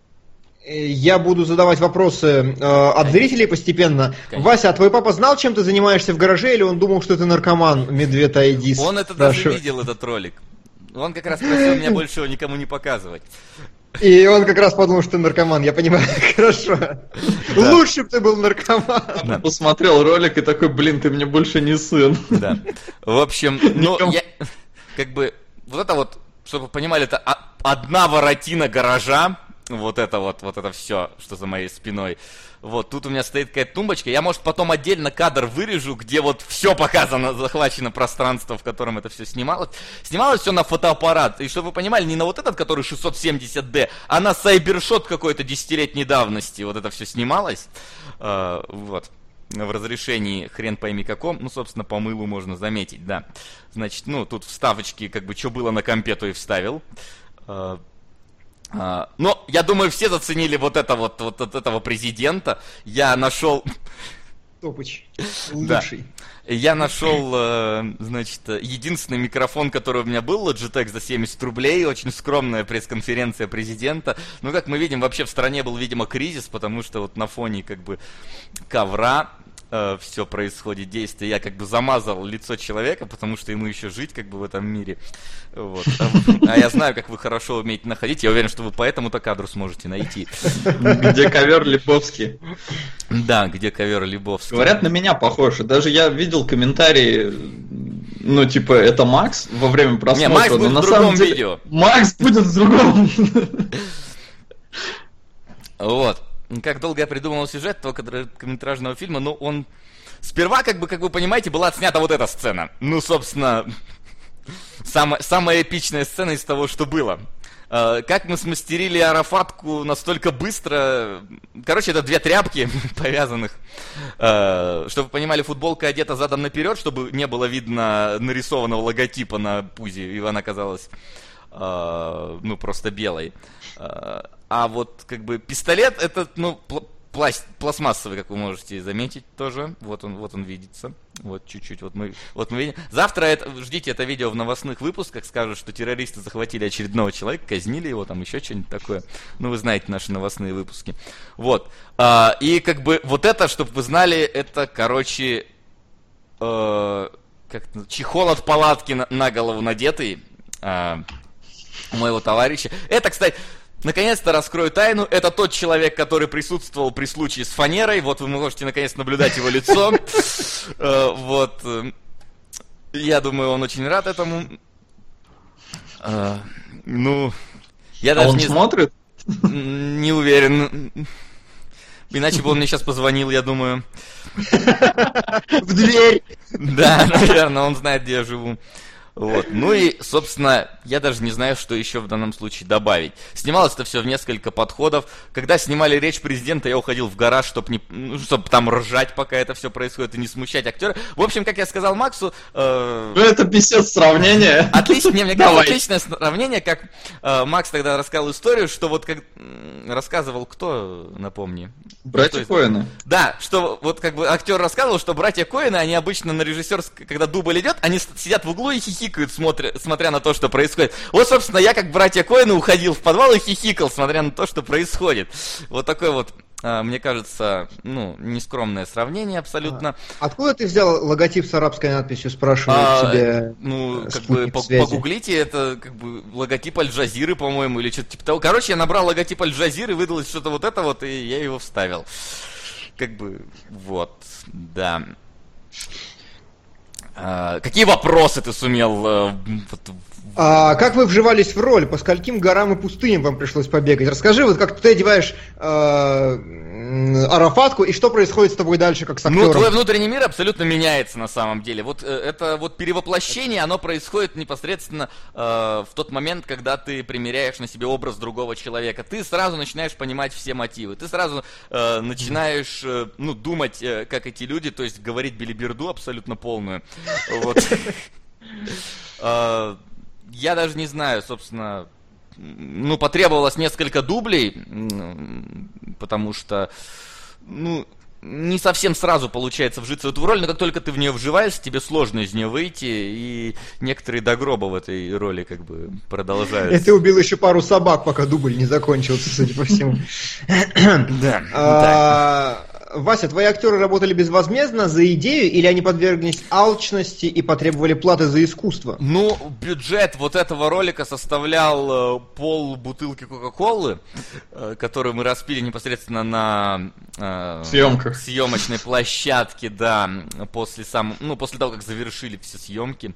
Я буду задавать вопросы э, от зрителей постепенно. Конечно. Вася, а твой папа знал, чем ты занимаешься в гараже, или он думал, что ты наркоман, Медведь Айдис? Он это даже видел, этот ролик. Он как раз просил меня больше его никому не показывать. И он как раз подумал, что ты наркоман, я понимаю, хорошо. Лучше бы ты был наркоман. Да. Посмотрел ролик и такой, блин, ты мне больше не сын. Да. В общем, ну, Никому- я, как бы, вот это вот, чтобы вы понимали, это о- одна воротина гаража, вот это вот, вот это все, что за моей спиной. Вот, тут у меня стоит какая-то тумбочка, я, может, потом отдельно кадр вырежу, где вот все показано, захвачено пространство, в котором это все снималось. Снималось все на фотоаппарат, и чтобы вы понимали, не на вот этот, который шестьсот семьдесят ди, а на сайбершот какой-то десятилетней давности, вот это все снималось. А, вот. В разрешении хрен пойми каком, ну, собственно, по мылу можно заметить, да. Значит, ну, тут вставочки, как бы, что было на компе, то и вставил. А, а, но, я думаю, все заценили вот это вот, вот от этого президента. Я нашел... Топыч. Да. Лучший. Я нашел, э, значит, единственный микрофон, который у меня был, Logitech за семьдесят рублей, очень скромная пресс-конференция президента. Ну, как мы видим, вообще в стране был, видимо, кризис, потому что вот на фоне, как бы, ковра э, все происходит, действие. Я, как бы, замазал лицо человека, потому что ему еще жить, как бы, в этом мире. Вот. А я знаю, как вы хорошо умеете находить, я уверен, что вы по этому-то кадру сможете найти. Где ковер Лебовский. Да, где ковер Лебовский. Говорят, на меня похож. И даже я видел комментарии, ну, типа, это Макс во время просмотра. Не, Макс будет но в на другом самом деле видео. Макс будет в другом. Вот. Как долго я придумал сюжет этого короткометражного фильма, ну, он... Сперва, как бы, как вы понимаете, была отснята вот эта сцена. Ну, собственно, самая, самая эпичная сцена из того, что было. Как мы смастерили арафатку настолько быстро... Короче, это две тряпки повязанных. Чтобы вы понимали, футболка одета задом наперед, чтобы не было видно нарисованного логотипа на пузе, и она казалась, ну, просто белой. А вот, как бы, пистолет, это, ну, пласт, пластмассовый, как вы можете заметить тоже. Вот он, вот он видится. Вот чуть-чуть, вот мы, вот мы видим. Завтра это, ждите это видео в новостных выпусках, скажут, что террористы захватили очередного человека, казнили его, там еще что-нибудь такое. Ну, вы знаете наши новостные выпуски. Вот. А, и, как бы, вот это, чтобы вы знали, это, короче, э, как чехол от палатки на, на голову надетый э, у моего товарища. Это, кстати... Наконец-то раскрою тайну. Это тот человек, который присутствовал при случае с фанерой. Вот вы можете наконец наблюдать его лицо. Вот. Я думаю, он очень рад этому. Ну, я даже он не смотрит? Не уверен. Иначе бы он мне сейчас позвонил, я думаю. В дверь! Да, наверное, он знает, где я живу. Вот. Ну и, собственно, я даже не знаю, что еще в данном случае добавить. Снималось это все в несколько подходов. Когда снимали речь президента, я уходил в гараж, чтобы не, ну, чтоб там ржать, пока это все происходит, и не смущать актера. В общем, как я сказал Максу... Э... Ну, это писец сравнение. Отлично, мне, мне кажется, отличное сравнение, как э, Макс тогда рассказал историю, что вот как... Рассказывал кто, напомни? Братья Коэны. Да, что вот как бы актер рассказывал, что братья Коэны, они обычно на режиссерской, когда дубль идет, они сидят в углу и хихикают. хихикают, смотря, смотря на то, что происходит. Вот, собственно, я, как братья Коэны, уходил в подвал и хихикал, смотря на то, что происходит. Вот такой вот, мне кажется, ну, нескромное сравнение абсолютно. А откуда ты взял логотип с арабской надписью, спрашиваю а, тебя? Ну, как бы, погуглите, это как бы логотип Аль-Джазиры, по-моему, или что-то типа того. Короче, я набрал логотип Аль-Джазиры, выдалось что-то вот это вот, и я его вставил. Как бы, вот, да. А, какие вопросы ты сумел... А, вот, а как вы вживались в роль? По скольким горам и пустыням вам пришлось побегать? Расскажи, вот как ты одеваешь э, арафатку, и что происходит с тобой дальше, как с актером? Ну, твой внутренний мир абсолютно меняется на самом деле. Вот э, это вот перевоплощение, оно происходит непосредственно э, в тот момент, когда ты примеряешь на себе образ другого человека. Ты сразу начинаешь понимать все мотивы. Ты сразу э, начинаешь э, ну, думать, э, как эти люди, то есть говорить белиберду абсолютно полную. Вот. Я даже не знаю, собственно, ну, потребовалось несколько дублей, потому что, ну, не совсем сразу получается вжиться в эту роль, но как только ты в нее вживаешься, тебе сложно из нее выйти, и некоторые до гроба в этой роли как бы продолжают. И ты убил еще пару собак, пока дубль не закончился, судя по всему. Да. Вася, твои актеры работали безвозмездно за идею, или они подверглись алчности и потребовали платы за искусство? Ну, бюджет вот этого ролика составлял э, пол бутылки Кока-Колы, э, которую мы распили непосредственно на э, съемках. съемочной площадке, да, после, сам, ну, после того, как завершили все съемки.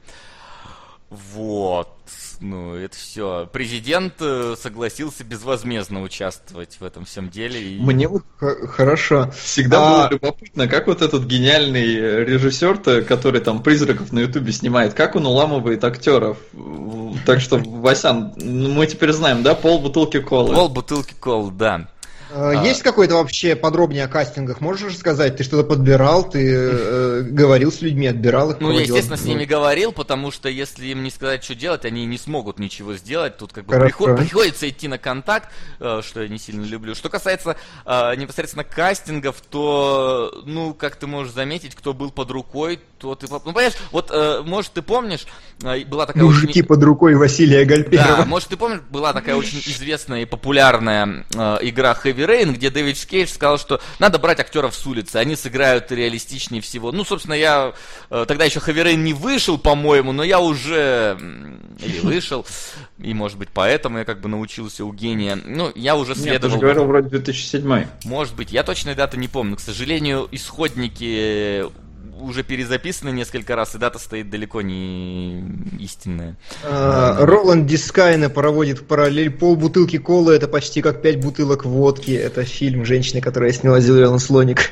Вот. Ну, это все. Президент согласился безвозмездно участвовать в этом всем деле. И... Мне вот Х- хорошо. всегда А... было любопытно, как вот этот гениальный режиссер-то, который там призраков на Ютубе снимает, как он уламывает актеров. Так что, Васян, мы теперь знаем, да, пол бутылки колы. Пол бутылки колы, да. Есть какой-то вообще подробнее о кастингах? Можешь рассказать? Ты что-то подбирал, ты э, говорил с людьми, отбирал их? Ну, я, естественно, с ними говорил, потому что если им не сказать, что делать, они не смогут ничего сделать. Тут как бы приход, приходится идти на контакт, э, что я не сильно люблю. Что касается э, непосредственно кастингов, то, ну, как ты можешь заметить, кто был под рукой, то ты... Ну, понимаешь, вот, э, может, ты помнишь, э, была такая... Мужики очень... под рукой Василия Гальперова. Да, может, ты помнишь, была такая очень известная и популярная э, игра Heavy Rain, где Дэвид Кейдж сказал, что надо брать актеров с улицы, они сыграют реалистичнее всего. Ну, собственно, я э, тогда еще Heavy Rain не вышел, по-моему, но я уже или вышел, и, может быть, поэтому я как бы научился у гения. Ну, я уже следовал... Нет, ты же говорил вроде две тысячи седьмой. Может быть, я точной даты не помню. К сожалению, исходники уже перезаписаны несколько раз, и дата стоит далеко не истинная. А, Роланд Дискайне проводит в параллель пол бутылки колы, это почти как пять бутылок водки. Это фильм «Женщина, которая сняла «Зеленый слоник».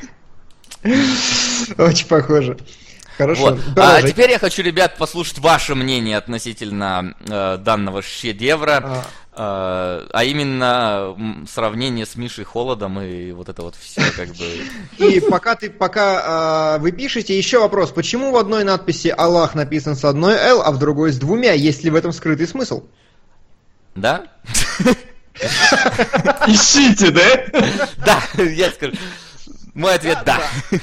Очень похоже. Хорошо. Вот. А теперь я хочу, ребят, послушать ваше мнение относительно э, данного шедевра, а... Э, а именно м, сравнение с Мишей Холодом и вот это вот все как бы. И пока ты пока э, вы пишете, еще вопрос: почему в одной надписи Аллах написан с одной Л, а в другой с двумя? Есть ли в этом скрытый смысл? Да? Ищите, да? Да, я скажу. Мой ответ да.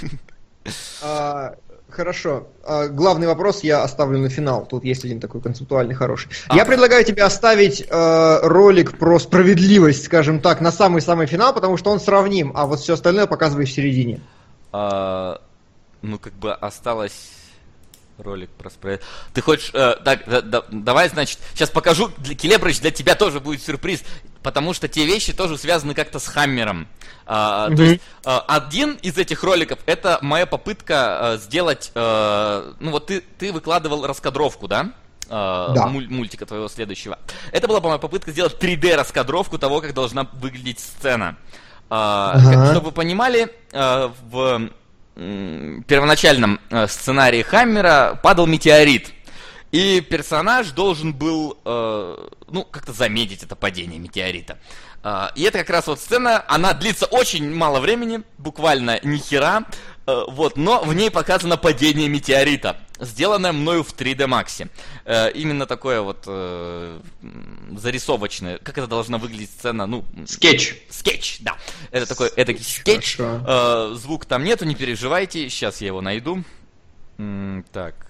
Хорошо. Главный вопрос я оставлю на финал. Тут есть один такой концептуальный хороший. А. Я предлагаю тебе оставить э, ролик про справедливость, скажем так, на самый-самый финал, потому что он сравним, а вот все остальное показывай в середине. А, ну, как бы осталось... Ролик про справедливость. Ты хочешь... Э, так, да, да, давай, значит, сейчас покажу. Для, Келебрыч, для тебя тоже будет сюрприз, потому что те вещи тоже связаны как-то с Хаммером. А, mm-hmm. То есть, а, один из этих роликов, это моя попытка а, сделать... А, ну, вот ты, ты выкладывал раскадровку, да? А, да. Муль, мультика твоего следующего. Это была моя попытка сделать три дэ-раскадровку того, как должна выглядеть сцена. А, uh-huh. как, чтобы вы понимали, а, в... первоначальном сценарии Хаммера падал метеорит, и персонаж должен был э, ну, как-то заметить это падение метеорита. Э, и это как раз вот сцена, она длится очень мало времени, буквально ни хера, э, вот, но в ней показано падение метеорита, сделанное мною в три дэ Max. Э, именно такое вот э, зарисовочное, как это должна выглядеть сцена, ну... Скетч. Скетч, да. Это такой эдакий скетч. Э, звук там нету, не переживайте, сейчас я его найду. М- так,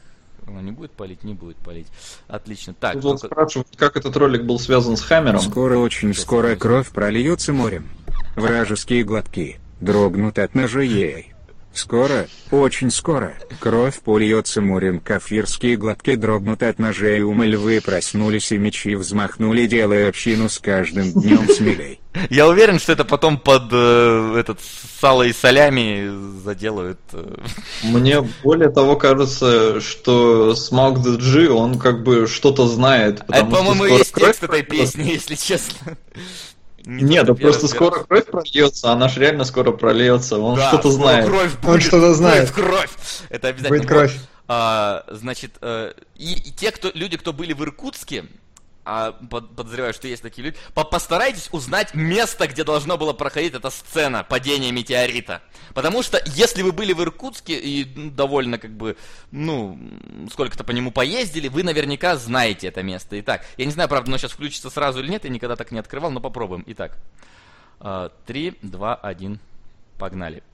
Оно не будет палить? Не будет палить. Отлично. Так. Тут вот только... спрашивают, как этот ролик был связан с Хаммером. Скоро, очень скоро кровь прольется морем. Вражеские глотки дрогнут от ножей. Скоро, очень скоро, кровь польется морем, кафирские глотки дрогнут от ножей, умы львы проснулись и мечи взмахнули, делая общину с каждым днем смелей. Я уверен, что это потом под э, этот сало и солями заделают. Э. Мне более того кажется, что Смаук ди джи, он как бы что-то знает. А это, по-моему, и есть текст этой песни, если честно. Не Нет, да просто скоро кровь прольется, она ж реально скоро прольется, он да, что-то знает. Кровь будет, он что-то знает. Будет кровь. Это обязательно будет кровь. А, значит, а, и, и те, кто, люди, кто были в Иркутске, а, под, подозреваю, что есть такие люди, по, постарайтесь узнать место, где должно было проходить эта сцена падения метеорита. Потому что, если вы были в Иркутске и ну, довольно, как бы, ну, сколько-то по нему поездили, вы наверняка знаете это место. Итак, я не знаю, правда, оно сейчас включится сразу или нет, я никогда так не открывал, но попробуем. Итак, три, два, один, погнали.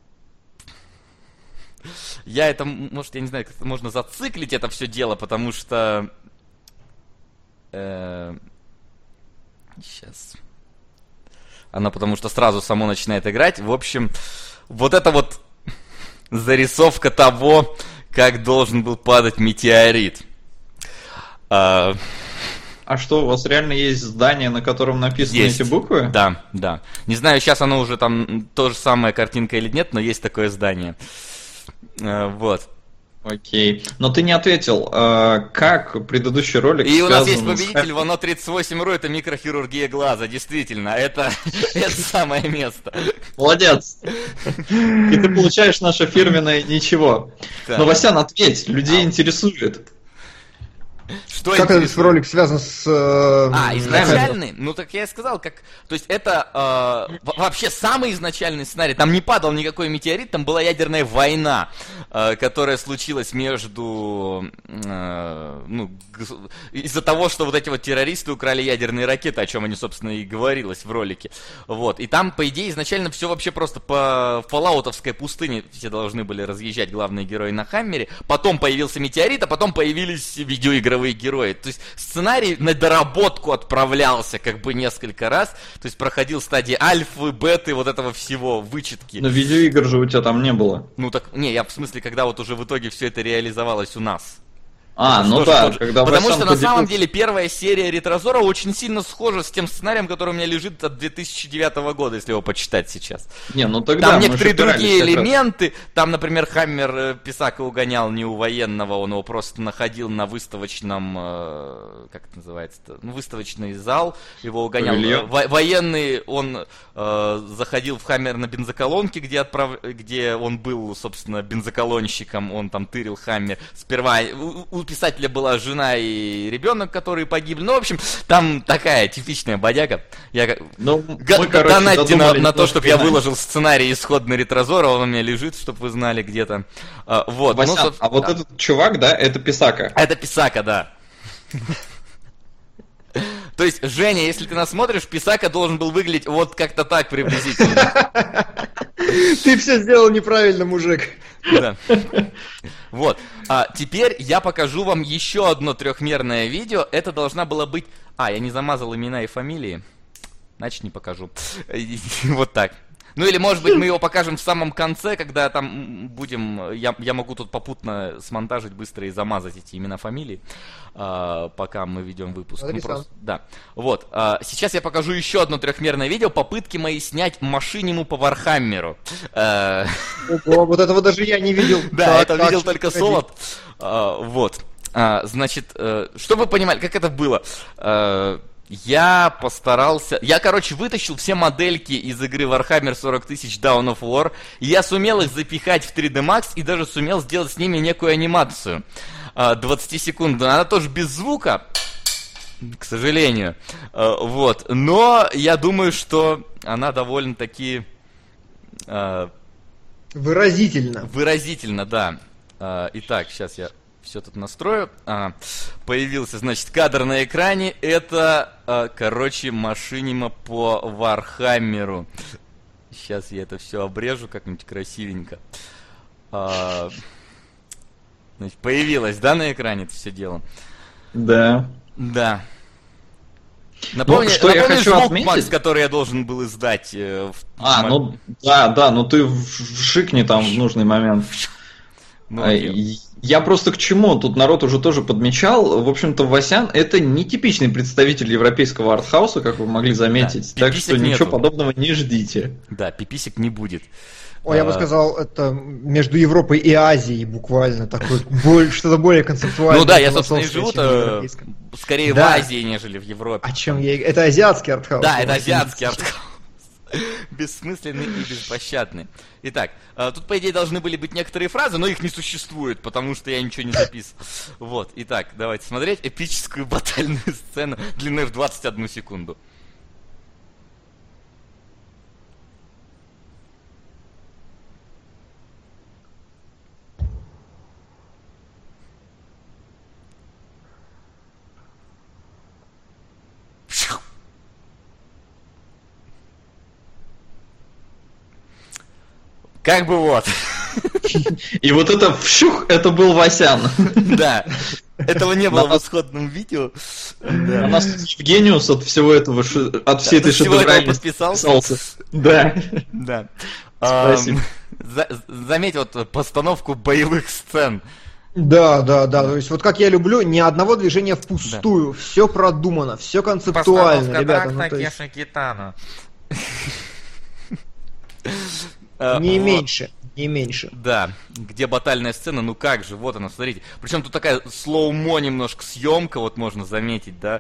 Я это, может, я не знаю, как можно зациклить это все дело, потому что... Э, сейчас. Оно потому что сразу само начинает играть. В общем, вот это вот зарисовка того, как должен был падать метеорит. А, а что, у вас реально есть здание, на котором написаны есть. Эти буквы? Да, да. Не знаю, сейчас оно уже там то же самое картинка или нет, но есть такое здание. А, вот. Окей. Но ты не ответил, э, как предыдущий ролик и связан... у нас есть победитель, с... Вано тридцать восемь ру, это микрохирургия глаза, действительно, это, это самое место. Молодец. И ты получаешь наше фирменное ничего. Но, Васян, ответь, людей интересует. Что как этот ролик связан с... Э, а, изначальный? Ну, так я и сказал, как... То есть это э, вообще самый изначальный сценарий. Там не падал никакой метеорит, там была ядерная война, э, которая случилась между... Э, ну, из-за того, что вот эти вот террористы украли ядерные ракеты, о чем они, собственно, и говорилось в ролике. Вот. И там, по идее, изначально все вообще просто по фоллаутовской пустыне все должны были разъезжать главные герои на Хаммере. Потом появился метеорит, а потом появились видеоигровые герои. То есть сценарий на доработку отправлялся как бы несколько раз. То есть проходил стадии альфы, беты, вот этого всего, вычетки. Но видеоигр же у тебя там не было. Ну так, не, я в смысле, когда вот уже в итоге все это реализовалось у нас. А, ну да, когда потому что на поделился... самом деле первая серия Ретрозора очень сильно схожа с тем сценарием, который у меня лежит от две тысячи девятого года, если его почитать сейчас. Не, ну тогда там некоторые другие элементы, там, например, Хаммер Писака угонял не у военного, он его просто находил на выставочном, э, как это называется-то, ну, выставочный зал, его угонял. Во- военный, он э, заходил в Хаммер на бензоколонке, где, отправ... где он был, собственно, бензоколонщиком, он там тырил Хаммер. Сперва у, у писателя была жена и ребенок, которые погибли. Ну, в общем, там такая типичная бодяга. Я ну, г- мы, короче, донатьте на, на то, чтобы я выложил сценарий исходный Ретрозора, он у меня лежит, чтобы вы знали где-то. А, вот. Вася, ну, а вот да. Этот чувак, да, это Писака? Это Писака, да. То есть, Женя, если ты нас смотришь, Писака должен был выглядеть вот как-то так приблизительно. Ты все сделал неправильно, мужик. Да. Вот. А теперь я покажу вам еще одно трехмерное видео. Это должна была быть... А, я не замазал имена и фамилии. Значит, не покажу. Вот так. Ну или, может быть, мы его покажем в самом конце, когда там будем... Я, я могу тут попутно смонтажить быстро и замазать эти имена, фамилии, а, пока мы ведем выпуск. Ну, просто, да. Вот. А, сейчас я покажу еще одно трехмерное видео. Попытки мои снять машиниму по Вархаммеру. А... Ого, вот этого даже я не видел. Да, это видел только Солод. Вот. Значит, чтобы вы понимали, как это было... Я постарался... Я, короче, вытащил все модельки из игры Warhammer сорок тысяч Dawn of War. И я сумел их запихать в три дэ Max и даже сумел сделать с ними некую анимацию. двадцать секунд. Она тоже без звука, к сожалению. Вот. Но я думаю, что она довольно-таки... Выразительно. Выразительно, да. Итак, сейчас я... Все тут настрою. А, появился, значит, кадр на экране. Это, а, короче, машинима по Вархаммеру. Сейчас я это все обрежу как-нибудь красивенько. А, Значит, появилось, да, на экране это все дело? Да. Да. Напомни, Ну, что я напомнишь хочу звук, отметить- Макс, который я должен был издать? э, в- А, в- ну да, да, ну ты вшикни там в нужный момент. ну, А, окей. и Я просто к чему? Тут народ уже тоже подмечал. В общем-то, Васян это не типичный представитель европейского артхауса, как вы могли заметить. Да, так что пиписек ничего нету. подобного не ждите. Да, пиписек не будет. Ой, я бы А, сказал, это между Европой и Азией буквально такое, боль- что-то более концептуальное. Ну да, я, собственно, и философское, живу чем в европейском. скорее Да. в Азии, нежели в Европе. О чем я... и- Это азиатский артхаус. Да, это Ну, азиатский извините. артхаус. Бессмысленный и беспощадный. Итак, а, тут, по идее, должны были быть некоторые фразы, но их не существует, потому что я ничего не записывал. Вот, итак, давайте смотреть эпическую батальную сцену длиной в двадцать одну секунду. Как бы вот. И вот это вщух, это был Васян. Да. Этого не было в исходном видео. У Да. нас тут Евгениус от всего этого, ше- от всей этой От всего этого шедевральности подписался? подписался. Да. Да. Спасибо. Ам, за- Заметь вот постановку боевых сцен. Да, да, да. То есть вот как я люблю, ни одного движения впустую. Все продумано, все концептуально, ребята. Ну, то есть Китано. не меньше, не меньше. Да, где батальная сцена, ну как же, вот она, смотрите. Причем тут такая слоумо немножко съемка, вот можно заметить, да.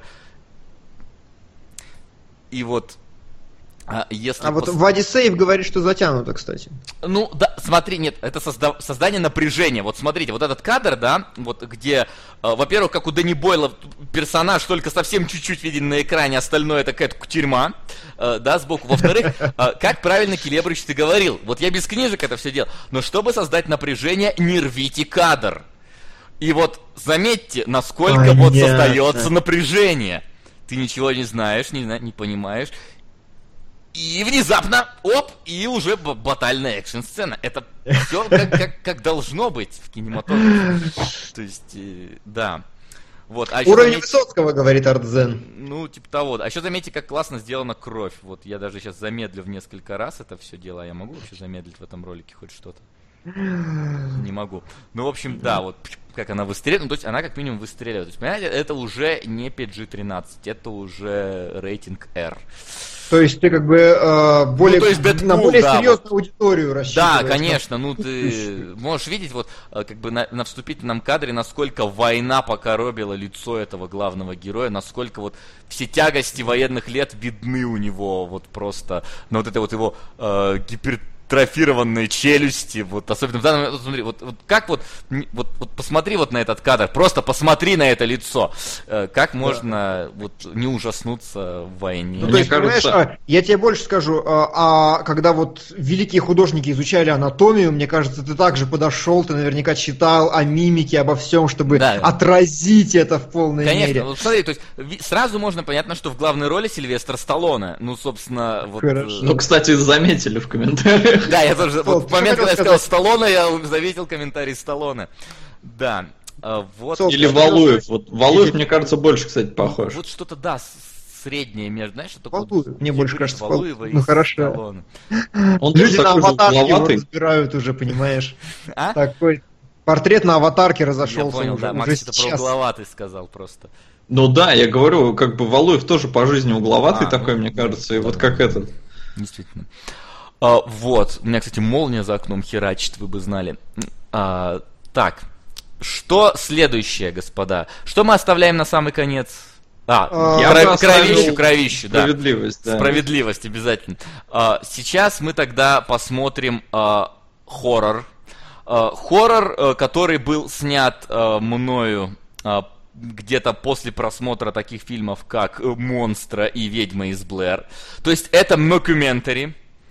И вот, а, если... А вот пос- в Одиссеев говорит, что затянуто, кстати. Ну, да, смотри, нет, это созда- создание напряжения. Вот смотрите, вот этот кадр, да, вот где, э, во-первых, как у Дэнни Бойла персонаж только совсем чуть-чуть виден на экране, остальное это какая-то тюрьма, э, да, сбоку. Во-вторых, э, как правильно Келебрыч ты говорил, вот я без книжек это все делал, но чтобы создать напряжение, не рвите кадр. И вот заметьте, насколько Понятно. вот создается напряжение. Ты ничего не знаешь, не, зна- не понимаешь. И внезапно, оп, и уже б- батальная экшн-сцена. Это все как, как, как должно быть в кинематографе. То есть, э, да. Вот. А еще Уровень заметьте- Высоцкого, говорит Артзен. ну, типа того. А еще заметьте, как классно сделана кровь. Вот я даже сейчас замедлю в несколько раз это все дело. Я могу вообще замедлить в этом ролике хоть что-то? Не могу. Ну, в общем, да, вот как она выстреливает. Ну, то есть она как минимум выстреливает. То есть, понимаете, это уже не пи джи тринадцать, это уже рейтинг R. То есть ты как бы э, более, то есть Дэдпул, на более да, серьезную аудиторию рассчитываешь. Да, конечно, ну ты можешь видеть вот э, как бы на, на вступительном кадре, насколько война покоробила лицо этого главного героя, насколько вот все тягости военных лет видны у него вот просто на вот этой вот его э, гипертрофированной челюсти, вот особенно в данном момент, вот смотри, вот, вот как вот, н- вот, вот посмотри вот на этот кадр, просто посмотри на это лицо, Э, как можно вот не ужаснуться в войне. Ну, Мне то есть, кажется- понимаешь, а, я тебе больше скажу, а, а когда вот великие художники изучали анатомию, мне кажется, ты также подошел, ты наверняка читал о мимике, обо всем, чтобы Да. отразить это в полной Конечно, мере. вот смотри, то есть ви- сразу можно понятно, что в главной роли Сильвестр Сталлоне. Ну, собственно, вот. Хорошо. э, Ну, кстати, заметили в комментариях. Да, я тоже. Вот в что момент, хотел когда я сказал сказать? Сталлоне, я заметил комментарий Сталлоне. Да. а, Вот. Сол, Или что Валуев. Вот Валуев, Или- мне кажется, больше, кстати, похож. Вот что-то, да, с- среднее между, знаешь, что такое. Валуев, мне больше кажется, Валуева и ну, хорошо. Сталлоне. Он тоже Люди на такой же аватарке его угловатый. разбирают уже, понимаешь. А? Такой портрет на аватарке Я разошелся понял, уже, да, уже Макс это про сейчас. угловатый сказал просто. Ну да, я говорю, как бы Валуев тоже по жизни угловатый А, такой, ну, мне кажется, и да, вот да. как этот. Действительно. А, вот. У меня, кстати, молния за окном херачит, вы бы знали. А, так. Что следующее, господа? Что мы оставляем на самый конец? А, А, Я кро- бы оставил кровищу, кровищу, да. Справедливость, да. Справедливость, обязательно. А, сейчас мы тогда посмотрим а, хоррор. А, хоррор, а, который был снят а, мною а, где-то после просмотра таких фильмов, как «Монстра» и «Ведьма из Блэр». То есть это мокюментари.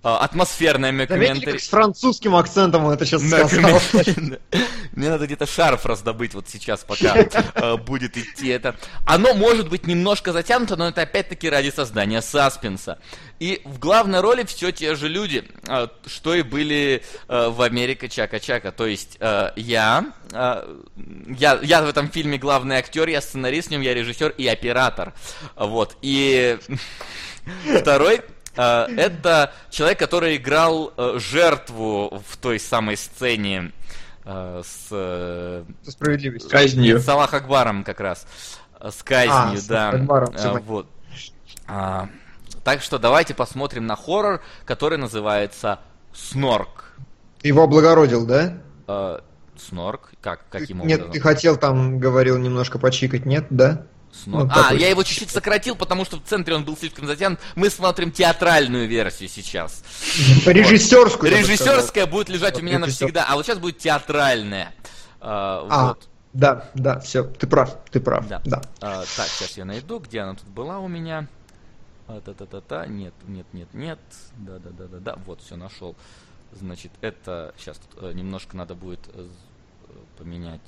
атмосферное Заметили, мокюментари. как с французским акцентом он это сейчас сказал? Мокюментари. Мне надо где-то шарф раздобыть вот сейчас, пока э, будет идти это. Оно может быть немножко затянуто, но это опять-таки ради создания саспенса. И в главной роли все те же люди, э, что и были э, в Америке Чака-Чака. То есть э, я, э, я, я в этом фильме главный актер, я сценарист в нем, я режиссер и оператор. Вот. И второй... Uh, это человек, который играл uh, жертву в той самой сцене uh, с... Uh, Со справедливостью. Казнью. С Салах Акбаром как раз. Uh, с казнью, а, да. С Акбаром, uh, вот. uh, так что давайте посмотрим на хоррор, который называется «Снорк». Ты его облагородил, да? Uh, «Снорк»? Как? Каким Нет, образом? ты хотел там, говорил, немножко почикать, нет, да? Снорк. Вот а, такой. я его чуть-чуть сократил, потому что в центре он был слишком затянут. Мы смотрим театральную версию сейчас. Режиссерскую. я бы сказал. Режиссерская будет лежать Вот, у меня режиссер. навсегда, а вот сейчас будет театральная. А, А, вот. да, да, все, ты прав, ты прав, Да. да. А, так, сейчас я найду, где она тут была у меня. А, та-та-та-та, нет, нет, нет, нет. Да-да-да-да-да, вот, все, нашел. Значит, это... Сейчас тут э, немножко надо будет э, з- э, поменять...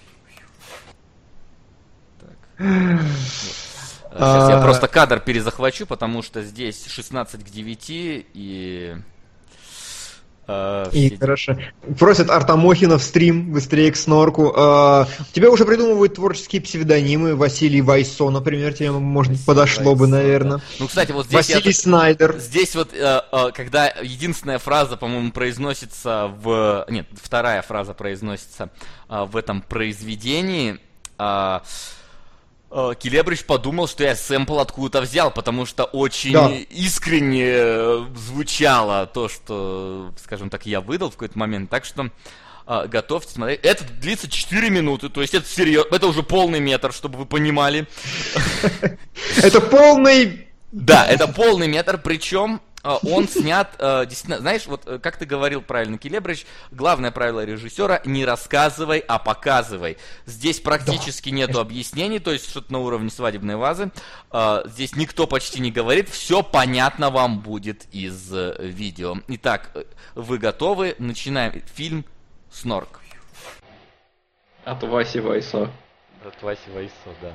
Так. Вот. Сейчас я А. просто кадр перезахвачу, потому что здесь шестнадцать к девяти и... э, И все- хорошо. Просят Артамохина в стрим, быстрее к снорку. А, тебе уже придумывают творческие псевдонимы. Василий Вайсо, например, тебе, может, Василий подошло бы, Вайсо, наверное. да. Ну, кстати, вот здесь Василий я... Снайдер. Здесь вот, э, э, когда единственная фраза, по-моему, произносится в... Нет, вторая фраза произносится э, в этом произведении, э, э, Келебрич подумал, что я сэмпл откуда-то взял, потому что очень Да. искренне э, звучало то, что, скажем так, я выдал в какой-то момент. Так что э, готовьте смотреть. Это длится четыре минуты, то есть это серьезно, это уже полный метр, чтобы вы понимали. Это полный... Да, это полный метр, причем э, он снят, э, действительно, знаешь, вот э, как ты говорил правильно, Келебрич, главное правило режиссера — не рассказывай, а показывай. Здесь практически нету объяснений, то есть что-то на уровне свадебной вазы. Э, здесь никто почти не говорит, все понятно вам будет из э, видео. Итак, э, вы готовы? Начинаем. Фильм «Снорк». От Васи Вайсо. От Васи Вайсо, да.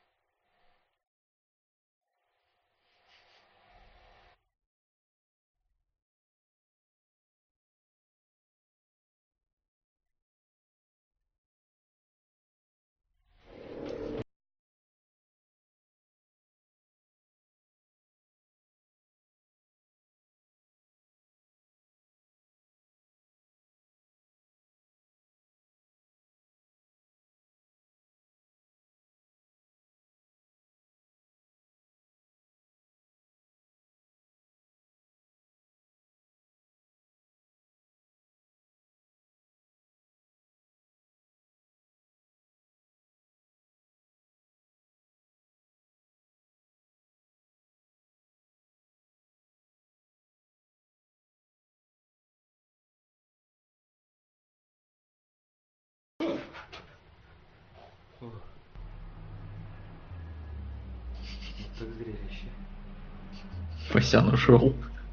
Васян ушел.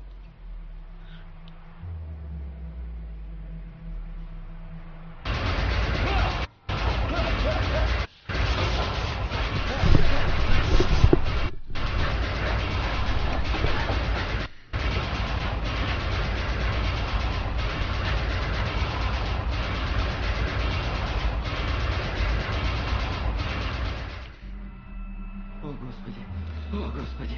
О, Господи! О, Господи!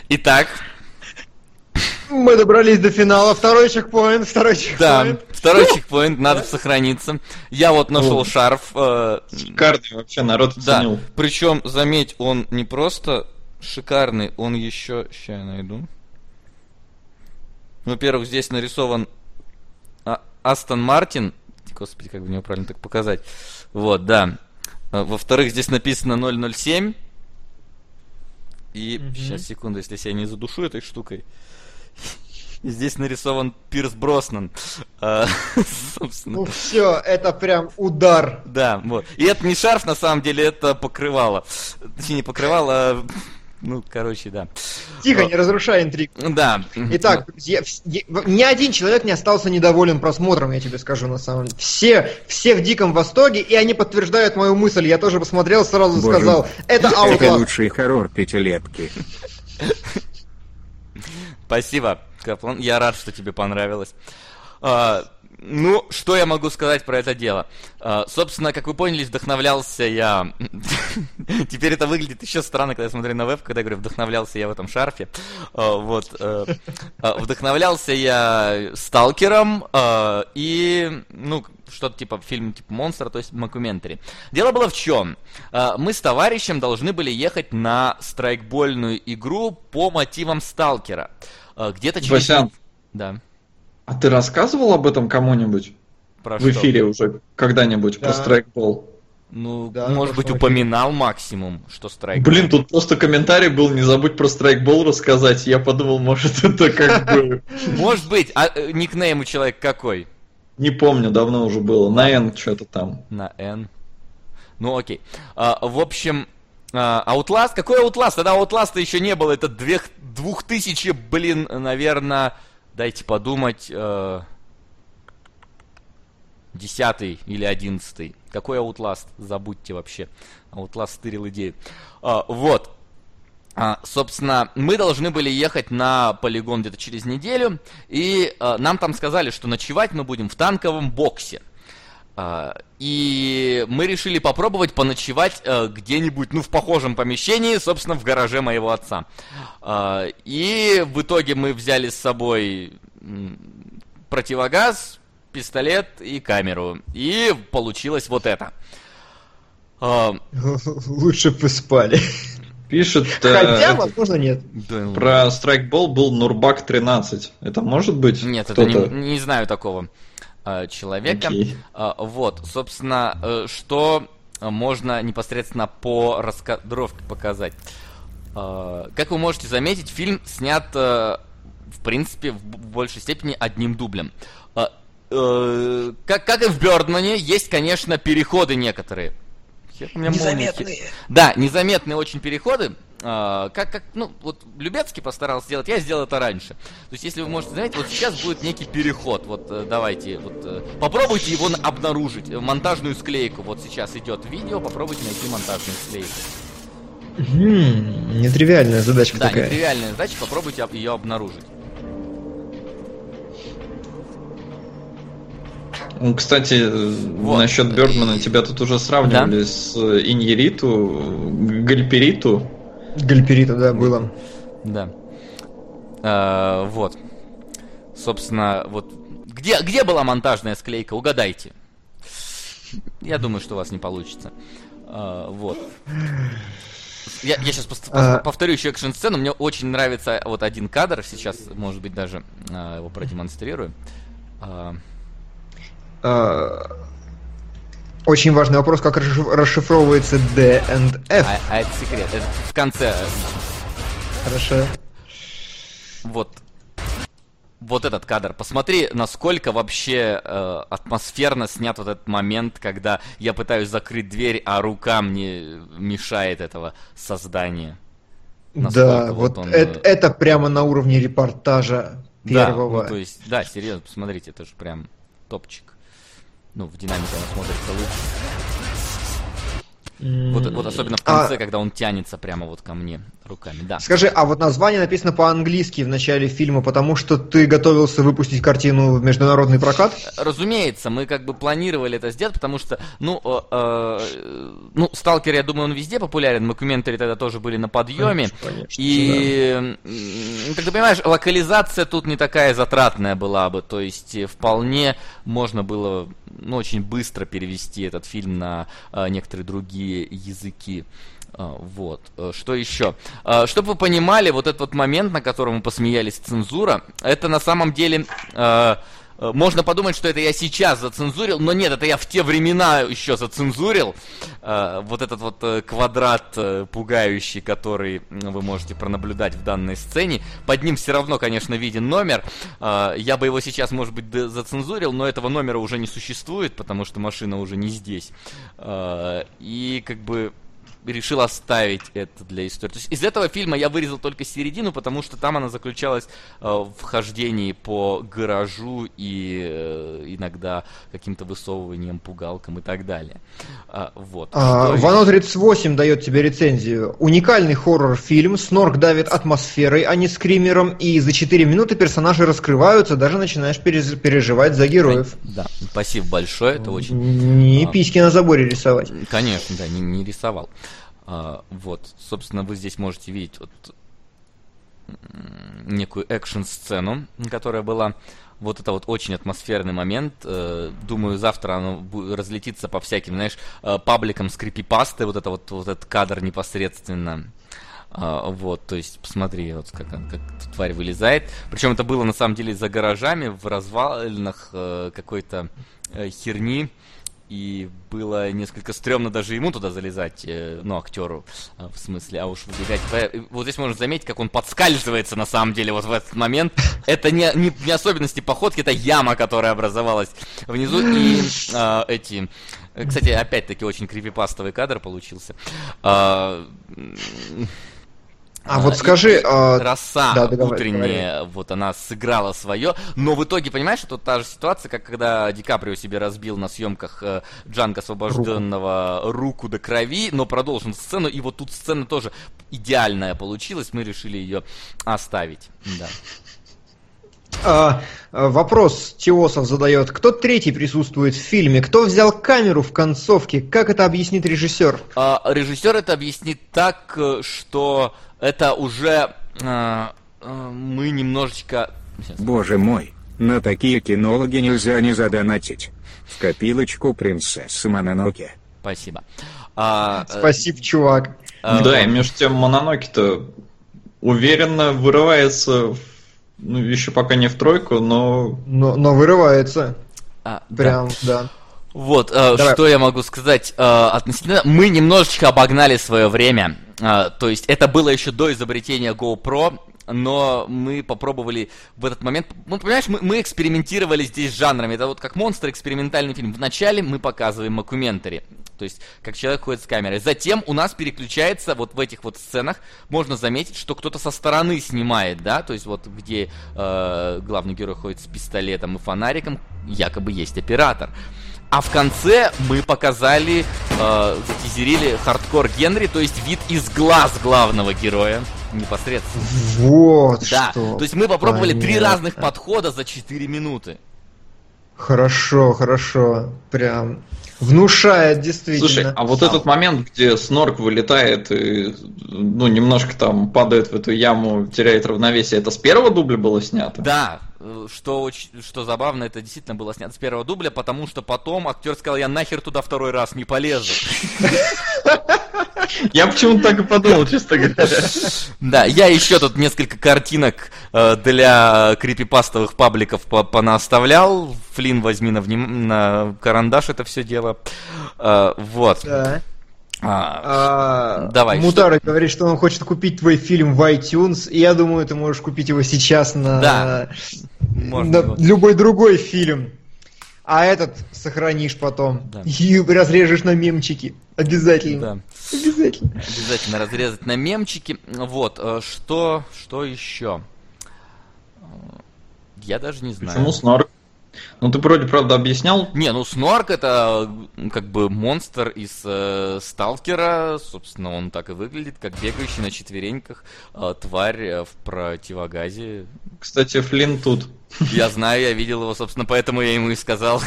Итак, Мы добрались до финала. Второй чекпоинт, второй да, чекпоинт. второй чекпоинт, надо сохраниться. Я вот нашел О. шарф. э, Шикарный вообще, народ Да, оценил. причем, заметь, он не просто шикарный, он еще... Сейчас я найду. Во-первых, здесь нарисован А- Астон Мартин. Господи, как бы мне правильно так показать. Вот, да. А, Во-вторых, здесь написано ноль ноль семь. И, Мгм. сейчас, секунду, если я себя не задушу этой штукой. И здесь нарисован Пирс Броснан. А, Собственно. Ну все, это прям удар. Да, вот. И это не шарф, на самом деле, это покрывало. Точнее, не покрывало, а... Ну, короче, да. Тихо, не разрушай интриг. Да. Итак, друзья, вс- е- в- ни один человек не остался недоволен просмотром, я тебе скажу на самом деле. Все, все в диком восторге, и они подтверждают мою мысль. Я тоже посмотрел, сразу Боже сказал, мой. это Это Outlast. лучший хоррор пятилетки. Спасибо, Каплан. Я рад, что тебе понравилось. А, ну, что я могу сказать про это дело? А, собственно, как вы поняли, вдохновлялся я... Теперь это выглядит еще странно, когда я смотрю на веб, когда я говорю, вдохновлялся я в этом шарфе. А, вот. э, а, Вдохновлялся я Сталкером а, и, ну, что-то типа фильм типа Монстр, то есть мокюментари. Дело было в чем? А, Мы с товарищем должны были ехать на страйкбольную игру по мотивам Сталкера. А, Где-то через... Васян, Да. а ты рассказывал об этом кому-нибудь Про в что? эфире уже когда-нибудь Да. про страйкбол? Ну, Да, может в быть, прошлом упоминал максимум, что страйк. Блин, тут просто комментарий был, не забудь про страйкбол рассказать. Я подумал, может, это как бы... Может быть, а э, никнейм у человека какой? Не помню, давно уже было. На N что-то там. На N. Ну, окей. А, в общем, а, Outlast? Какой Outlast? Тогда Outlast еще не было. Это две, двух тысячи, блин, наверное, дайте подумать, э, десятый или одиннадцатый. Какой Outlast? Забудьте вообще. Outlast стырил идею. А, вот. А, собственно, мы должны были ехать на полигон где-то через неделю, и а, нам там сказали, что ночевать мы будем в танковом боксе. А, и мы решили попробовать поночевать а, где-нибудь, ну, в похожем помещении, собственно, в гараже моего отца. А, и в итоге мы взяли с собой м, противогаз, пистолет и камеру. И получилось вот это. А, Лучше бы спали. Пишет Хотя, э, возможно, нет. да, ну, про страйкбол был Нурбак тринадцать. Это может быть Нет, это кто-то? не, не знаю такого э, человека. Окей. А, вот, собственно, э, что можно непосредственно по раскадровке показать. А, как вы можете заметить, фильм снят, э, в принципе, в б- большей степени одним дублем. А, э, как, как и в Бёрдмане, есть, конечно, переходы некоторые. Хер у меня молния хи- Да, незаметные очень переходы. А, как, как, ну, вот Любецкий постарался сделать, я сделал это раньше. То есть, если вы можете заметить, вот сейчас будет некий переход. Вот э, давайте, вот э, попробуйте его на- обнаружить. Э, Монтажную склейку. Вот сейчас идет видео, попробуйте найти монтажную склейку. Хм, нетривиальная задачка Да, такая. нетривиальная задача, попробуйте об- ее обнаружить. Ну, кстати, Вот. насчет Бёрдмана тебя тут уже сравнивали с Иньериту, Гальпериту. Гальперита, да, было. Да. А, вот. Собственно, вот. Где, где была монтажная склейка? Угадайте. Я думаю, что у вас не получится. А, вот. Я, я сейчас А. повторю еще экшн-сцену. Мне очень нравится вот один кадр. Сейчас, может быть, даже а, его продемонстрирую. А, А, Очень важный вопрос, как расшиф- расшифровывается D and F. а, а это секрет. Это в конце. Хорошо. Вот. Вот этот кадр. Посмотри, насколько вообще э, атмосферно снят вот этот момент, когда я пытаюсь закрыть дверь, а рука мне мешает этого создания. Насколько Да, вот вот он, это, э, это прямо на уровне репортажа первого. Да, ну, то есть, да, серьезно, посмотрите, это же прям топчик. Ну, в динамике она смотрится лучше. Вот, вот особенно в конце, А- когда он тянется прямо вот ко мне руками, да. Скажи, а вот название написано по-английски в начале фильма, потому что ты готовился выпустить картину в международный прокат? Разумеется, мы как бы планировали это сделать, потому что, ну, э, э, ну, Сталкер, я думаю, он везде популярен, Мокюментари тогда тоже были на подъеме. Конечно, конечно, И, м, как ты понимаешь, локализация тут не такая затратная была бы, то есть э, вполне можно было, ну, очень быстро перевести этот фильм на э, некоторые другие языки. А, Вот. Э, Что еще? Чтобы вы понимали, вот этот вот момент, на котором мы посмеялись, цензура, это на самом деле... э, э, Можно подумать, что это я сейчас зацензурил, но нет, это я в те времена еще зацензурил. Э, Вот этот вот э, квадрат э, пугающий, который м, вы можете пронаблюдать в данной сцене. Под ним все равно, конечно, виден номер. Э, Я бы его сейчас, может быть, д- зацензурил, но этого номера уже не существует, потому что машина уже не здесь. Э, И как бы... решил оставить это для истории. То есть из этого фильма я вырезал только середину, потому что там она заключалась э, в хождении по гаражу и э, иногда каким-то высовыванием, пугалкам и так далее. А, вот. А, Что еще? Вано тридцать восемь дает тебе рецензию. Уникальный хоррор-фильм, Снорк давит атмосферой, а не скримером, и за четыре минуты персонажи раскрываются, даже начинаешь перез- переживать за героев. Да, спасибо большое, это очень... Не а, письки на заборе рисовать. Конечно, да, не, не рисовал. А, вот, собственно, вы здесь можете видеть вот м, некую экшн-сцену, которая была. Вот это вот очень атмосферный момент. Э, Думаю, завтра оно бу- разлетится по всяким, знаешь, э, пабликам с крипипасты. Вот это вот, вот этот кадр непосредственно. А, вот, то есть, посмотри, вот как, он- как эта тварь вылезает. Причем это было на самом деле за гаражами, в развалинах э, какой-то э, херни. И было несколько стрёмно даже ему туда залезать, э, ну, актеру, э, в смысле, а уж выбегать. Э, Вот здесь можно заметить, как он подскальзывается на самом деле вот в этот момент. Это не, не, не особенности походки, это яма, которая образовалась внизу. И э, эти... э, Кстати, опять-таки очень крипипастовый кадр получился. А, А вот скажи... а, Роса да, договаривай, утренняя, вот она сыграла свое, но в итоге, понимаешь, это та же ситуация, как когда Ди Каприо себе разбил на съемках э, Джанго освобожденного руку. руку до крови, но продолжил сцену, и вот тут сцена тоже идеальная получилась, мы решили ее оставить. Да. А, а, вопрос Теосов задает. Кто третий присутствует в фильме? Кто взял камеру в концовке? Как это объяснит режиссер? А, режиссер это объяснит так, э, что это уже э, э, мы немножечко... Сейчас. Боже мой, на такие кинологи нельзя не задонатить. В копилочку принцессы Мононоке. Спасибо. А, э, Спасибо, чувак. а, Да, вот. и между тем Мононоке-то уверенно вырывается, в- ну, еще пока не в тройку, но Но, но вырывается. А, да. Прям, да. Вот, э, Давай. что я могу сказать э, относительно... Мы немножечко обогнали свое время. Э, то есть это было еще до изобретения GoPro, но мы попробовали в этот момент... Ну, понимаешь, мы, мы экспериментировали здесь с жанрами. Это вот как «Монстр», экспериментальный фильм. Вначале мы показываем мокюментари, то есть как человек ходит с камерой. Затем у нас переключается вот в этих вот сценах, можно заметить, что кто-то со стороны снимает, да, то есть вот где э, главный герой ходит с пистолетом и фонариком, якобы есть оператор. А в конце мы показали, э, затизерили хардкор Генри, то есть вид из глаз главного героя непосредственно. Вот Да, что. то есть мы попробовали три Понятно. разных подхода за четыре минуты. Хорошо, хорошо. Прям внушает, действительно. слушай, а вот этот момент, где Снорк вылетает и, ну, немножко там падает в эту яму, теряет равновесие, это с первого дубля было снято? Да, э, что, очень, что забавно, это действительно было снято с первого дубля, потому что потом актер сказал, я нахер туда второй раз не полезу. Я почему-то так и подумал, честно говоря. Да, я еще тут несколько картинок э, для крипипастовых пабликов по- понаоставлял. Флинн, возьми на, вним... на карандаш это все дело. Э, вот. Да. А, А, давай, Мутара говорит, что он хочет купить твой фильм в iTunes, и я думаю, ты можешь купить его сейчас на, Да. Можно на его- любой другой фильм. А этот сохранишь потом. Да. И разрежешь на мемчики. Обязательно. Да. Обязательно. Обязательно разрезать на мемчики. Вот, э, что, что еще? Э, Я даже не знаю. Почему Снорк? Ну ты вроде, правда, объяснял. Не, ну Снорк это как бы монстр из э, Сталкера, собственно, он так и выглядит, как бегающий на четвереньках э, тварь э, в противогазе. Кстати, Флинн тут. Я знаю, я видел его, собственно, поэтому я ему и сказал.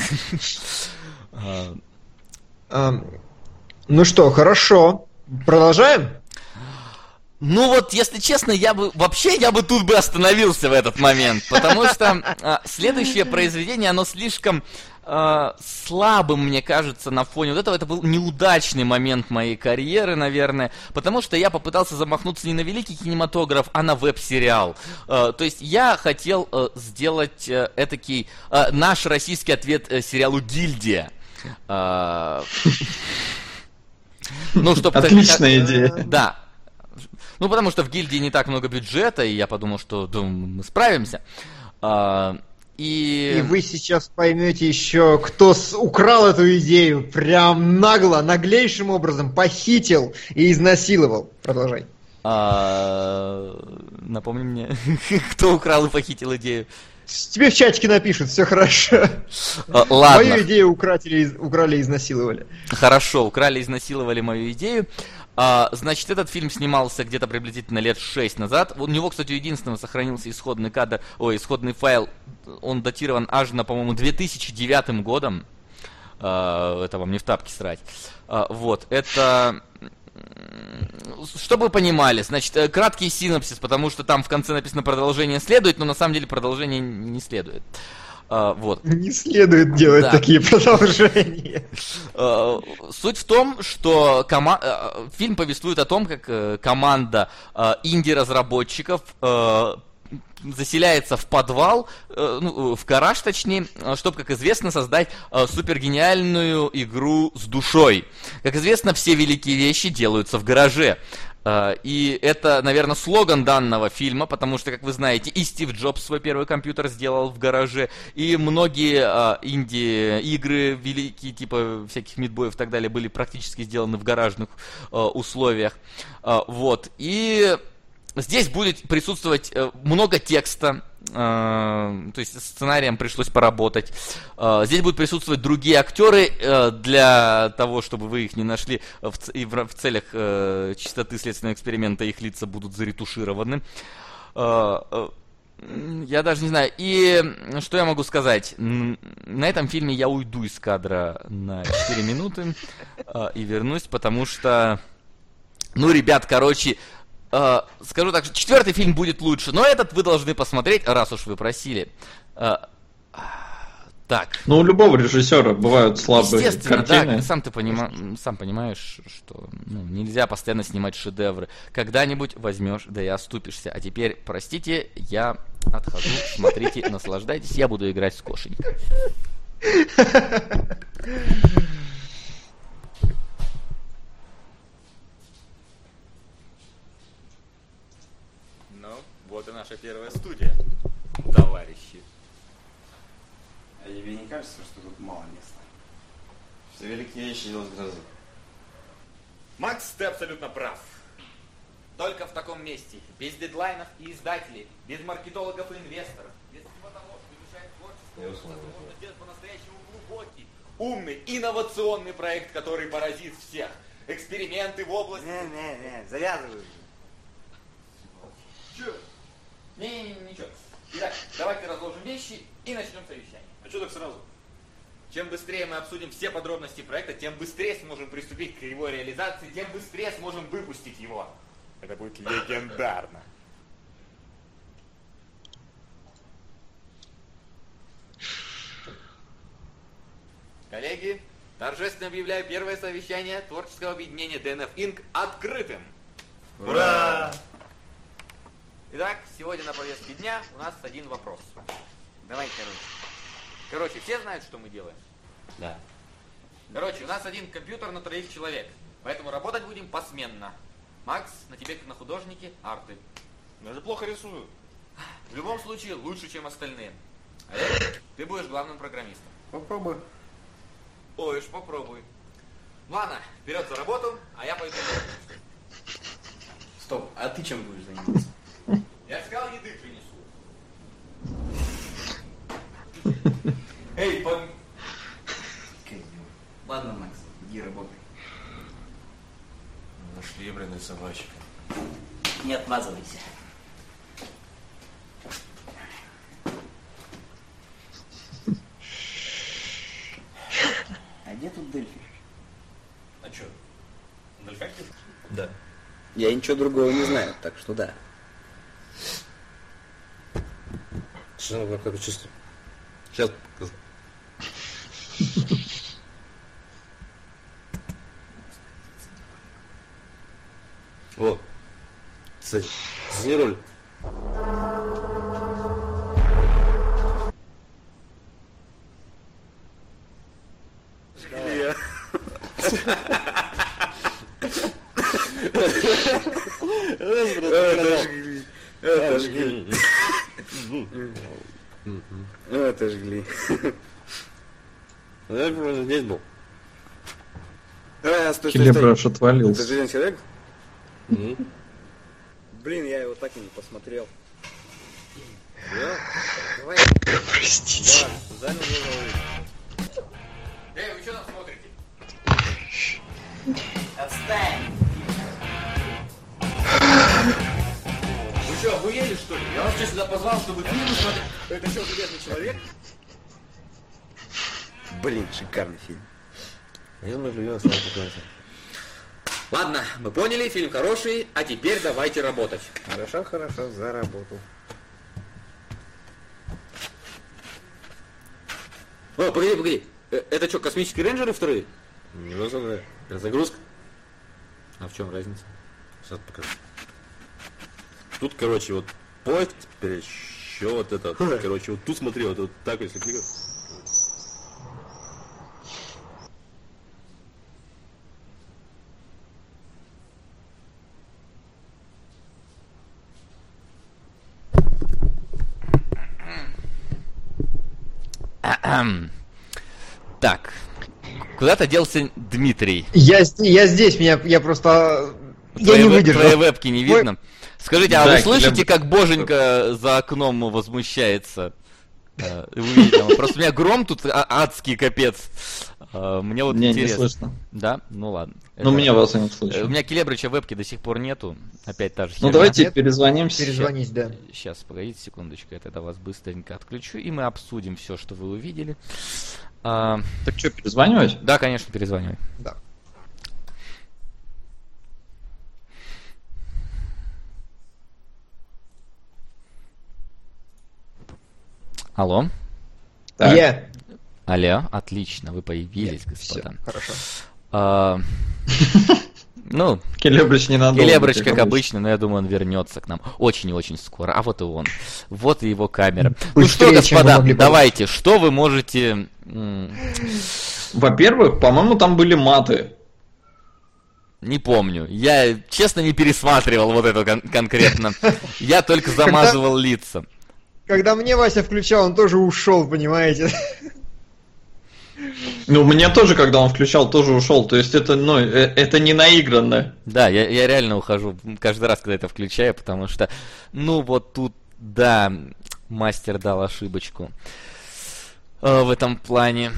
Ну что, хорошо. Продолжаем? Ну вот, если честно, я бы вообще я бы тут бы остановился в этот момент, потому что а, следующее произведение, оно слишком а, слабым, мне кажется, на фоне вот этого. Это был неудачный момент моей карьеры, наверное, потому что я попытался замахнуться не на великий кинематограф, а на веб-сериал. А, то есть я хотел а, сделать а, этакий а, наш российский ответ а, сериалу «Гильдия». А, ну, чтоб Отличная идея. Да. Ну, потому что в гильдии не так много бюджета, и я подумал, что думаю, мы справимся. А, и... и вы сейчас поймете еще, кто с... украл эту идею, прям нагло, наглейшим образом похитил и изнасиловал. Продолжай. А, напомни мне, кто украл и похитил идею. Тебе в чатике напишут, все хорошо. А, ладно. Мою идею украли, украли и изнасиловали. Хорошо, украли и изнасиловали мою идею. А, значит, этот фильм снимался где-то приблизительно лет шесть назад. У него, кстати, у единственного сохранился исходный кадр, ой, исходный файл. Он датирован аж на, по-моему, две тысячи девятым годом. А, это вам не в тапки срать. А, вот, это... Чтобы вы понимали, значит, краткий синопсис, потому что там в конце написано «продолжение следует», но на самом деле продолжение не следует. Uh, вот. Не следует делать да. такие продолжения. Uh, суть в том, что кома- uh, фильм повествует о том, как uh, команда uh, инди-разработчиков uh, заселяется в подвал, uh, ну, в гараж точнее, uh, чтобы, как известно, создать uh, супергениальную игру с душой. Как известно, все великие вещи делаются в гараже. Uh, и это, наверное, слоган данного фильма, потому что, как вы знаете, и Стив Джобс свой первый компьютер сделал в гараже, и многие uh, инди-игры великие, типа всяких мидбоев и так далее, были практически сделаны в гаражных uh, условиях. Uh, вот. И здесь будет присутствовать uh, много текста, Uh, то есть с сценарием пришлось поработать. Uh, здесь будут присутствовать другие актеры uh, для того, чтобы вы их не нашли в, ц- и в, в целях uh, чистоты следственного эксперимента, их лица будут заретушированы. Uh, uh, я даже не знаю. И что я могу сказать? На этом фильме я уйду из кадра на четыре минуты uh, и вернусь, потому что, ну, ребят, короче, Uh, скажу так, что четвертый фильм будет лучше, но этот вы должны посмотреть, раз уж вы просили. Uh, так. Ну, у любого режиссера бывают слабые Естественно, картины. да, сам ты понима... сам понимаешь, что ну, нельзя постоянно снимать шедевры. Когда-нибудь возьмешь, да и оступишься. А теперь, простите, я отхожу, смотрите, наслаждайтесь, я буду играть с кошенькой. Вот и наша первая студия, товарищи. А тебе не кажется, что тут мало места? Все великие вещи делают с грозы. Макс, ты абсолютно прав. Только в таком месте, без дедлайнов и издателей, без маркетологов и инвесторов, без всего того, что мешает творчеству, можно сделать по-настоящему глубокий, умный, инновационный проект, который поразит всех. Эксперименты в области... Не-не-не, завязывай. Че? Не-не-не, ничего. Итак, давайте разложим вещи и начнем совещание. А что так сразу? Чем быстрее мы обсудим все подробности проекта, тем быстрее сможем приступить к его реализации, тем быстрее сможем выпустить его. Это будет легендарно. Коллеги, торжественно объявляю первое совещание творческого объединения ди эн эф инк открытым. Ура! Итак, сегодня на повестке дня у нас один вопрос. Давай, короче. Короче, все знают, что мы делаем? Да. Короче, у нас один компьютер на троих человек, поэтому работать будем посменно. Макс, на тебе, как на художнике, арты. Я же плохо рисую. В любом случае, лучше, чем остальные. Олег, ты будешь главным программистом. Попробуй. Ой, уж попробуй. Ладно, вперед за работу, а я пойду. Стоп, а ты чем будешь заниматься? Я же сказал, еды принесу. Эй, собачек. Не отмазывайся. А где тут Дельфи? А чё? Дельфяки? Да. Я ничего другого не знаю, так что да. Что такое, какое чувство? Сейчас. О, кстати, сними роль. Жгли. Это жгли. Это жгли. Это жгли. Я просто здесь был. А, стой, стой, стой. Аж отвалился. Это железный человек? Mm-hmm. Блин, я его так и не посмотрел. Да? Давай. Простите. Да, занял голову. Эй, вы что там смотрите? Отстань. Вы что, охуели, что ли? Я вас что, сюда позвал, чтобы фильм смотреть? Это что, железный человек? Блин, шикарный фильм. Я смотрю, я сам покажу. Ладно, мы поняли, фильм хороший, а теперь давайте работать. Хорошо, хорошо, заработал. О, погоди, погоди. Э, Это что, космические рейнджеры вторые? Розовая. Разогрузка? А в чем разница? Сейчас покажу. Тут, короче, вот поезд, теперь еще вот это, вот, короче, вот тут смотри, вот, вот так, если кликать. Так, куда-то делся Дмитрий. Я, я здесь, меня, я просто... Я Твоей, не выдержал. Твоей вебки не видно. Мой... Скажите, а да, вы слышите, для... как Боженька за окном возмущается? Вы видите, просто у меня гром тут адский капец. Мне вот не, интересно. Не слышно. Да? Ну ладно. Ну, меня вас не слышно. У меня Келебрича вебки до сих пор нету. Опять та же херня. Ну, давайте Нет? перезвонимся. Перезвонись, да. Сейчас, погодите секундочку, я тогда вас быстренько отключу, и мы обсудим все, что вы увидели. А... Так что, перезванивать? Да, конечно, перезванивай. Да. Алло. Так. Я. Алло, отлично, вы появились, Нет, господа. Все, хорошо. А, ну, Келебрич не надо. Келебрич, как обычно. обычно, но я думаю, он вернется к нам очень и очень скоро. А вот и он. Вот и его камера. Быстрее, ну что, господа, давайте, что вы можете... Во-первых, по-моему, там были маты. Не помню. Я, честно, не пересматривал вот это кон- конкретно. Я только замазывал лица. Когда мне Вася включал, он тоже ушел, понимаете? Ну, мне тоже, когда он включал, тоже ушел. То есть это, ну, это не наигранно. Да, я, я реально ухожу каждый раз, когда это включаю, потому что, ну, вот тут, да, мастер дал ошибочку э, в этом плане.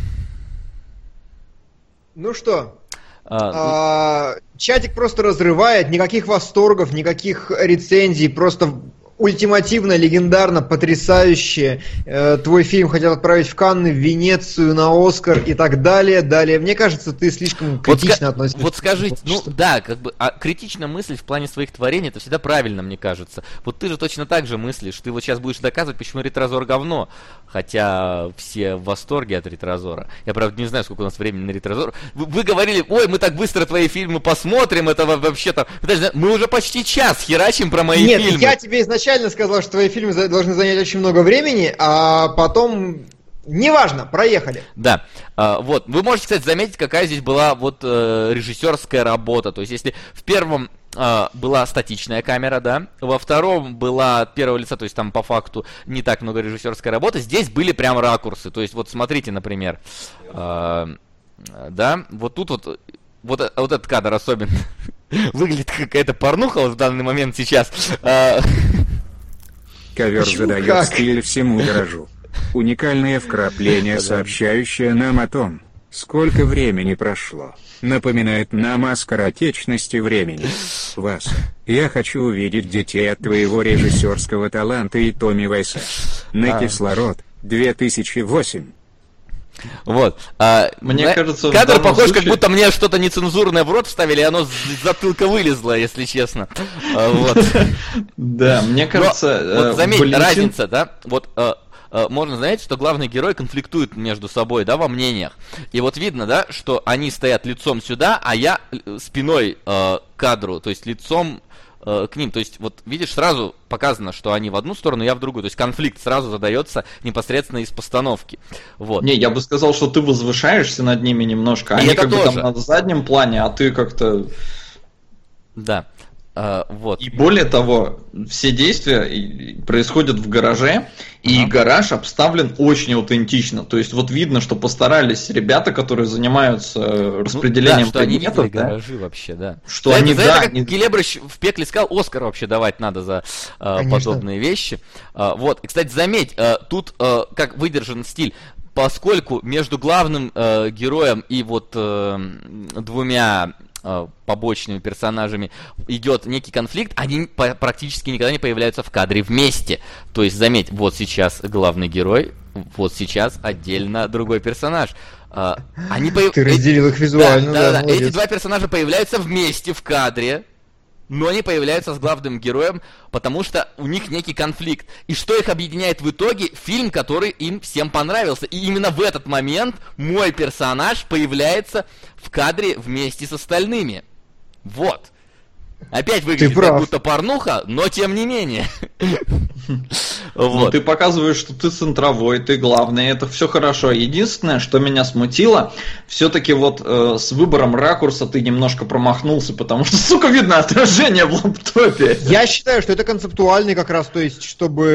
Ну что, а, а, чатик просто разрывает, никаких восторгов, никаких рецензий, просто... Ультимативно, легендарно, потрясающе. Э, твой фильм хотят отправить в Канны, в Венецию, на Оскар и так далее. Далее. Мне кажется, ты слишком критично вот относишься. Вот скажите, ну да, как бы, а критично мыслить в плане своих творений, это всегда правильно, мне кажется. Вот ты же точно так же мыслишь. Ты вот сейчас будешь доказывать, почему Ретрозор говно. Хотя все в восторге от Ретрозора. Я, правда, не знаю, сколько у нас времени на Ретрозор. Вы, вы говорили, ой, мы так быстро твои фильмы посмотрим, это вообще-то... Мы уже почти час херачим про мои Нет, фильмы. Нет, я тебе изначально сказал, что твои фильмы должны занять очень много времени, а потом... Неважно, проехали. Да, а, вот, вы можете, кстати, заметить, какая здесь была вот э, режиссерская работа. То есть, если в первом э, была статичная камера, да, во втором была от первого лица, то есть там по факту не так много режиссерской работы, здесь были прям ракурсы. То есть, вот смотрите, например, э, да, вот тут вот, вот, вот этот кадр особенно выглядит какая-то порнуха вот в данный момент сейчас. Ковер задает как? стиль всему гаражу. Уникальное вкрапление, сообщающее нам о том, Сколько времени прошло? Напоминает нам о скоротечности времени. Васа, я хочу увидеть детей от твоего режиссерского таланта и Томми Вайса. На А. кислород, две тысячи восемь. Вот. А, Мне зна- кажется, в кадр данном похож, как случае- будто мне что-то нецензурное в рот вставили, и оно с затылка вылезло, если честно. А, Вот. Да, мне Но кажется, вот э, заметь, Валентин- разница, да, вот э, э, можно заметить, что главный герой конфликтует между собой, да, во мнениях. И вот видно, да, что они стоят лицом сюда, а я э, спиной э, к кадру, то есть лицом э, к ним. То есть, вот видишь, сразу показано, что они в одну сторону, я в другую. То есть конфликт сразу задается непосредственно из постановки. Вот. Не, я бы сказал, что ты возвышаешься над ними немножко. И Они это как бы там тоже. на заднем плане, а ты как-то... Да. Э, вот. И более того, все действия и- происходят в гараже, и Ага. гараж обставлен очень аутентично. То есть вот видно, что постарались ребята, которые занимаются э, Ну, распределением да, что они предметов, видели да, гаражи вообще, да. что За они, это, за да, это, как они- Гелебрыч в пекле сказал, Оскар вообще давать надо за э, Конечно. подобные вещи. А, вот, и, кстати, заметь, э, тут э, как выдержан стиль, поскольку между главным э, героем и вот э, двумя э, побочными персонажами идет некий конфликт, они по- практически никогда не появляются в кадре вместе. То есть, заметь, вот сейчас главный герой, вот сейчас отдельно другой персонаж. А, они появ- Ты разделил их визуально, да, да, молодец. Эти два персонажа появляются вместе в кадре, но они появляются с главным героем, потому что у них некий конфликт. И что их объединяет в итоге? Фильм, который им всем понравился. И именно в этот момент мой персонаж появляется в кадре вместе с остальными. Вот. Опять выглядит как прав. будто порнуха, но тем не менее. Ну, Вот. ты показываешь, что ты центровой, ты главный, это все хорошо. Единственное, что меня смутило, все-таки вот э, с выбором ракурса ты немножко промахнулся, потому что, сука, видно отражение в лаптопе. Я считаю, что это концептуальный как раз, то есть, чтобы...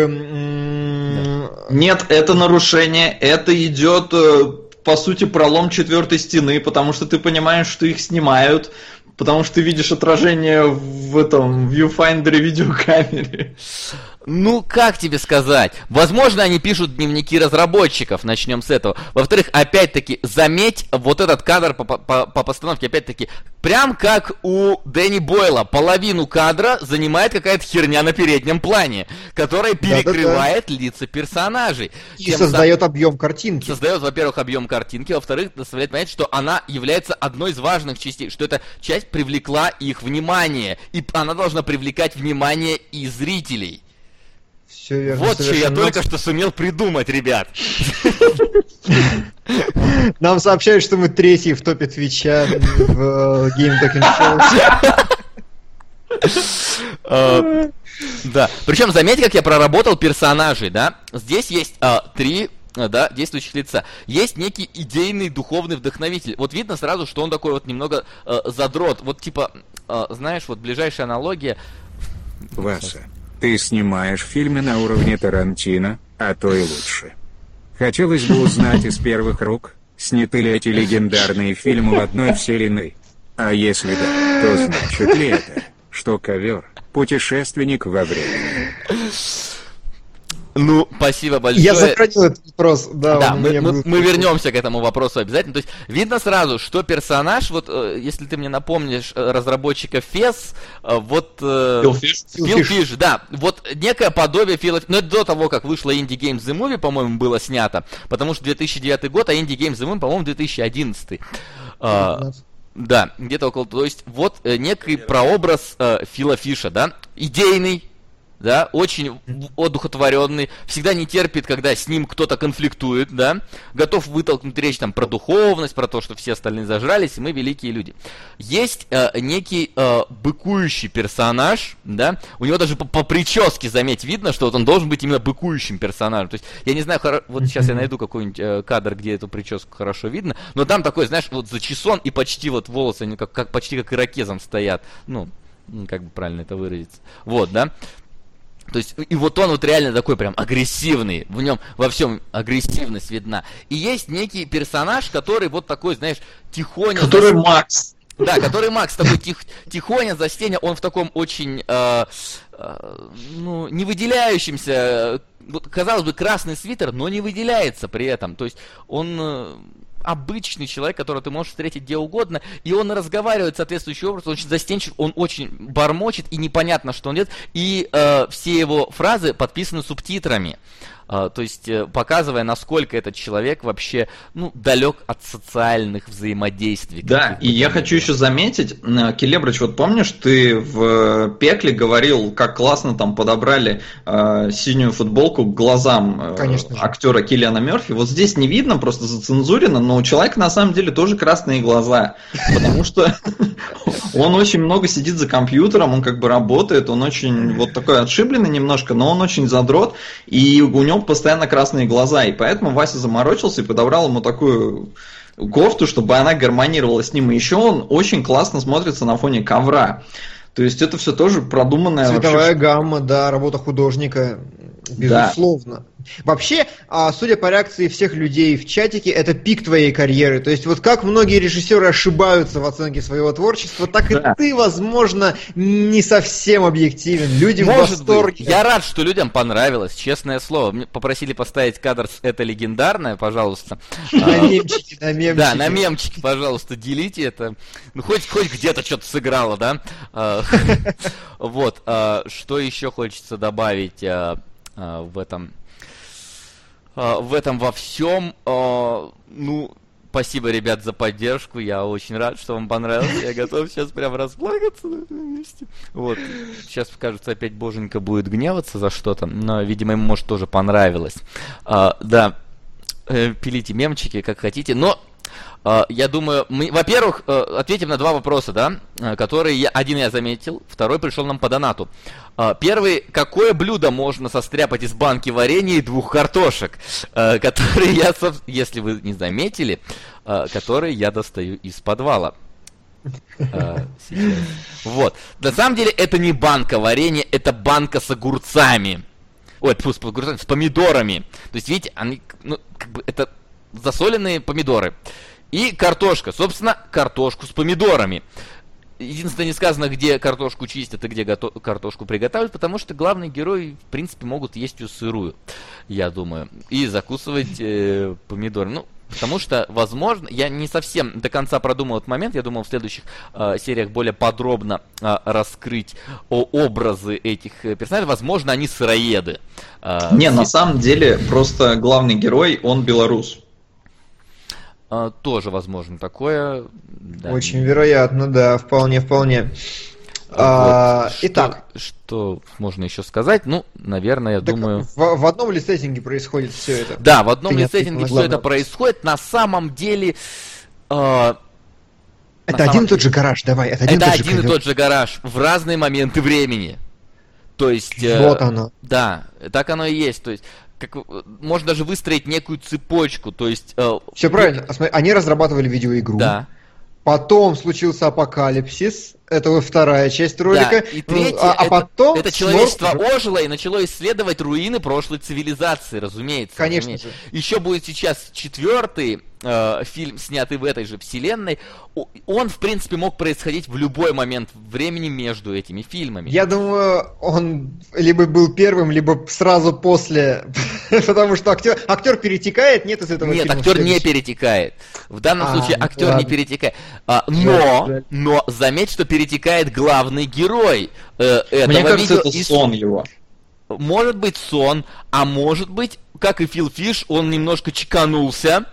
м, Нет, это нарушение, это идет, э, по сути, пролом четвертой стены, потому что ты понимаешь, что их снимают, потому что ты видишь отражение в этом viewfinder видеокамере. Ну, как тебе сказать? Возможно, они пишут дневники разработчиков, начнем с этого. Во-вторых, опять-таки, заметь вот этот кадр по, по, по постановке, опять-таки, прям как у Дэнни Бойла, половину кадра занимает какая-то херня на переднем плане, которая Да-да-да. перекрывает лица персонажей. И Тем создает объем картинки. Создает, во-первых, объем картинки, во-вторых, заставляет понять, что она является одной из важных частей, что эта часть привлекла их внимание, и она должна привлекать внимание и зрителей. Все верно, Вот что я совершенно. только что сумел придумать, ребят. Нам сообщают, что мы третий в топе Твича в э, Game Talking Show. Э, Да. Причем заметь, как я проработал персонажей, да? Здесь есть а, три э, да, действующих лица. Есть некий идейный духовный вдохновитель. Вот видно сразу, что он такой вот немного э, задрот. Вот типа, э, знаешь, вот ближайшая аналогия. Васа, ты снимаешь фильмы на уровне Тарантино, а то и лучше. Хотелось бы узнать из первых рук, сняты ли эти легендарные фильмы в одной вселенной. А если да, то значит ли это, что ковер – путешественник во времени? Ну, спасибо большое. Я сохранил этот вопрос. Да, Да, он у мы, меня мы- был. мы вернемся к этому вопросу обязательно. То есть видно сразу, что персонаж, вот э, если ты мне напомнишь э, разработчика фес, э, вот э, Phil Fish? Phil Phil Fish, да, вот некое подобие Фила, но это до того, как вышло Indie Games The Movie, по-моему, было снято, потому что две тысячи девятый год, а Indie Games The Movie, по-моему, две тысячи одиннадцатый. А, да, где-то около, то есть вот э, некий прообраз э, Фила Фиша, да, идейный, да, очень одухотворенный, всегда не терпит, когда с ним кто-то конфликтует, да, готов вытолкнуть речь там про духовность, про то, что все остальные зажрались, и мы великие люди. Есть э, некий э, быкующий персонаж, да, у него даже по, по прическе, заметь, видно, что вот он должен быть именно быкующим персонажем. То есть, я не знаю, хоро... вот сейчас я найду какой-нибудь э, кадр, где эту прическу хорошо видно, но там такой, знаешь, вот зачесон и почти вот волосы, они как, как, почти как ирокезом стоят, ну, как бы правильно это выразиться. Вот, да. То есть, и вот он вот реально такой прям агрессивный, в нем во всем агрессивность видна. И есть некий персонаж, который вот такой, знаешь, тихоня... Который Макс. Да, который Макс такой тих, тихоня, застенчив, он в таком очень, э, э, ну, не выделяющемся, э, вот, казалось бы, красный свитер, но не выделяется при этом. То есть он... Э, обычный человек, которого ты можешь встретить где угодно, и он разговаривает соответствующим образом, он очень застенчив, он очень бормочет, и непонятно, что он делает, и э, все его фразы подписаны субтитрами. Uh, то есть, uh, показывая, насколько этот человек вообще, ну, далек от социальных взаимодействий. Да, и я хочу еще заметить, Келебрыч, вот помнишь, ты в «Пекле» говорил, как классно там подобрали э, синюю футболку к глазам э, актера Киллиана Мерфи. Вот здесь не видно, просто зацензурено, но у человека на самом деле тоже красные глаза, потому что он очень много сидит за компьютером, он как бы работает, он очень вот такой отшибленный немножко, но он очень задрот, и у него постоянно красные глаза, и поэтому Вася заморочился и подобрал ему такую кофту, чтобы она гармонировала с ним, и еще он очень классно смотрится на фоне ковра. То есть это все тоже продуманная цветовая вообще... гамма, да, работа художника, безусловно. Да. Вообще, судя по реакции всех людей в чатике, это пик твоей карьеры. То есть вот как многие режиссеры ошибаются в оценке своего творчества, так да. и ты, возможно, не совсем объективен. Люди Может в восторге. Быть. Я рад, что людям понравилось, честное слово. Мне попросили поставить кадр с «Это легендарное», пожалуйста. На мемчики, на мемчики. Да, на мемчики, пожалуйста, делите это. Ну, хоть, хоть где-то что-то сыграло, да? Вот. Что еще хочется добавить в этом... В этом во всем, ну, спасибо, ребят, за поддержку, я очень рад, что вам понравилось, я готов сейчас прям расплакаться на этом месте. Вот, сейчас, кажется, опять Боженька будет гневаться за что-то, но, видимо, ему, может, тоже понравилось. А, да, пилите мемчики, как хотите, но... Я думаю, мы, во-первых, ответим на два вопроса, да, которые я, один я заметил, второй пришел нам по донату. Первый, какое блюдо можно состряпать из банки варенья и двух картошек, которые я, если вы не заметили, которые я достаю из подвала. Вот. На самом деле это не банка варенья, это банка с огурцами. Ой, с огурцами, с помидорами. То есть, видите, они, ну, как бы это засоленные помидоры. И картошка. Собственно, картошку с помидорами. Единственное, не сказано, где картошку чистят и где гото- картошку приготавливают, потому что главные герои, в принципе, могут есть ее сырую, я думаю, и закусывать э, помидоры. Ну, потому что, возможно, я не совсем до конца продумал этот момент, я думал в следующих э, сериях более подробно э, раскрыть о, образы этих персонажей. Возможно, они сыроеды. Э, не, все... на самом деле, просто главный герой, он белорус. Uh, тоже возможно такое. Да. Очень вероятно, да, вполне, вполне. Вот. А, что, итак. Что можно еще сказать? Ну, наверное, я так думаю... В, в одном ли сеттинге происходит все это? Да, в одном ли сеттинге все это происходит. На самом деле... Uh, это один и тот же гараж, давай. Это один, это тот, один же и тот же гараж в разные моменты времени. То есть... Вот uh, оно. Да, так оно и есть. То есть... Как, можно даже выстроить некую цепочку, то есть... Э, Все правильно, они разрабатывали видеоигру. Да. Потом случился апокалипсис, это вот вторая часть ролика. Да, и третья, а, а это, потом это человечество снова... ожило и начало исследовать руины прошлой цивилизации, разумеется. Конечно разумеется. же. Еще будет сейчас четвертый э, фильм, снятый в этой же вселенной. Он, в принципе, мог происходить в любой момент времени между этими фильмами. Я думаю, он либо был первым, либо сразу после, потому что актер, актер перетекает, нет из этого нет, фильма. Нет, актер не перетекает. В данном а, случае актер ладно. не перетекает. А, но, но, заметь, что перетекает главный герой э, этого Мне кажется, видео. это сон его. Может быть сон, а может быть, как и Фил Фиш, он немножко чеканулся.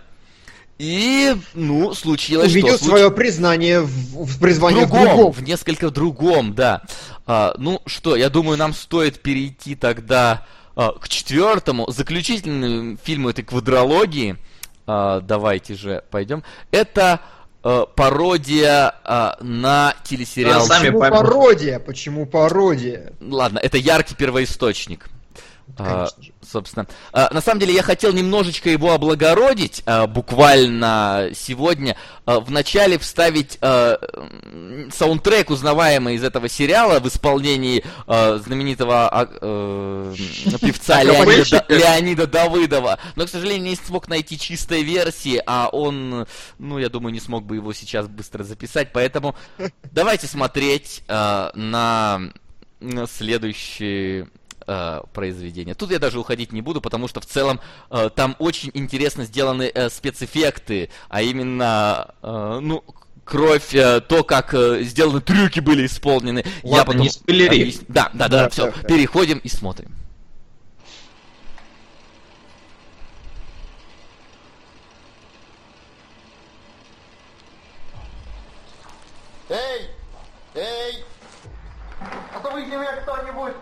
И, ну, случилось Увидел что? свое признание в, в призвании в другом, в другом. В несколько другом, да. А, ну что, я думаю, нам стоит перейти тогда а, к четвертому, заключительному фильму этой квадрологии. А, давайте же пойдем. Это а, пародия а, на телесериал. Да, почему пародия? Почему пародия? Ладно, это яркий первоисточник. А, собственно. А, на самом деле я хотел немножечко его облагородить, а, буквально сегодня. А, вначале вставить а, саундтрек, узнаваемый из этого сериала, в исполнении а, знаменитого а, а, певца Леонида, Леонида Давыдова. Но, к сожалению, не смог найти чистой версии, а он, ну, я думаю, не смог бы его сейчас быстро записать. Поэтому давайте смотреть а, на следующий... э, произведение. Тут я даже уходить не буду, потому что в целом э, там очень интересно сделаны э, спецэффекты, а именно, э, ну, кровь, э, то, как э, сделаны трюки были исполнены. Ладно, я потом не спойлери. объяс... Да, да, да, да, все, да, переходим и смотрим. Эй! Эй! Остановите меня кто-нибудь!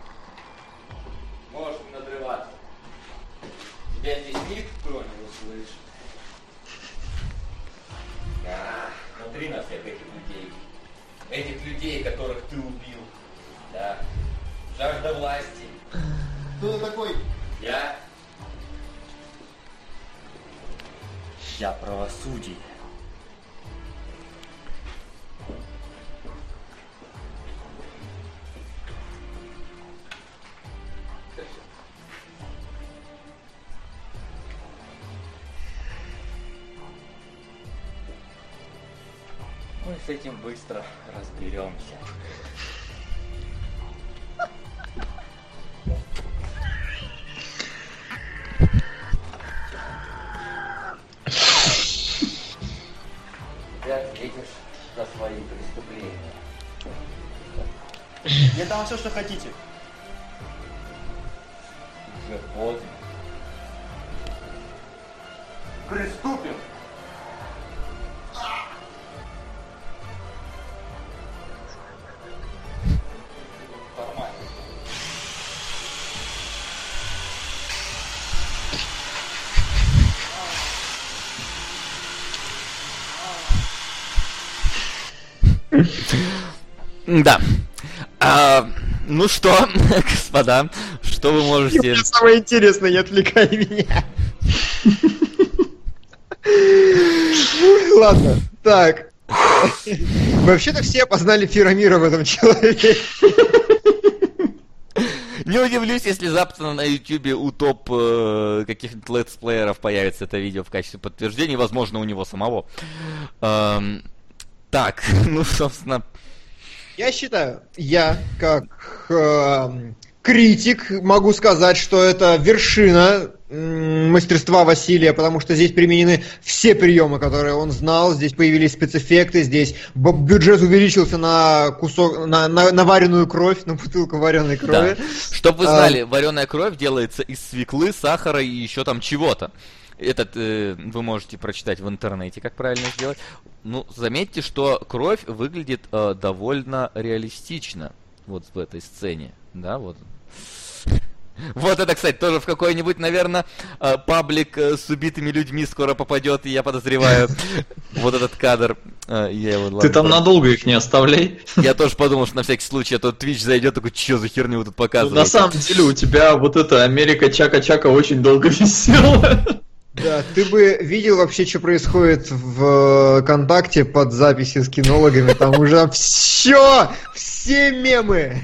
Можешь не надрываться. Тебя здесь никто не услышит. А, смотри на всех этих людей. Этих людей, которых ты убил. Да. Жажда власти. Кто ты такой? Я? Я правосудие. Мы с этим быстро разберемся. Ты ответишь за свои преступления. Я дам все, что хотите. Уже поздно. Приступим. Да. А, ну что, господа, что вы можете... Самое интересное, не отвлекай меня. Ладно, так. Вообще-то все опознали Фирамира в этом человеке. Не удивлюсь, если завтра на ютубе у топ э, каких-нибудь летсплееров появится это видео в качестве подтверждения, возможно, у него самого. Эм, так, ну, собственно... Я считаю, я как э, критик могу сказать, что это вершина э, мастерства Василия, потому что здесь применены все приемы, которые он знал, здесь появились спецэффекты, здесь бюджет увеличился на кусок, на, на, на вареную кровь, на бутылку вареной крови. Да. Чтоб вы знали, а... вареная кровь делается из свеклы, сахара и еще там чего-то. Этот э, вы можете прочитать в интернете, как правильно сделать. Ну, заметьте, что кровь выглядит э, довольно реалистично вот в этой сцене. Да, вот. Вот это, кстати, тоже в какой-нибудь, наверное, э, паблик э, с убитыми людьми скоро попадет, и я подозреваю, вот этот кадр. Э, я его, ладно, Ты там надолго их не оставляй. Я тоже подумал, что на всякий случай, а то Twitch зайдет, такой, что за херню вы тут показываете? На самом деле у тебя вот эта Америка Чака-Чака очень долго висела. Да, ты бы видел вообще, что происходит в ВКонтакте под записью с кинологами, там уже все, все мемы.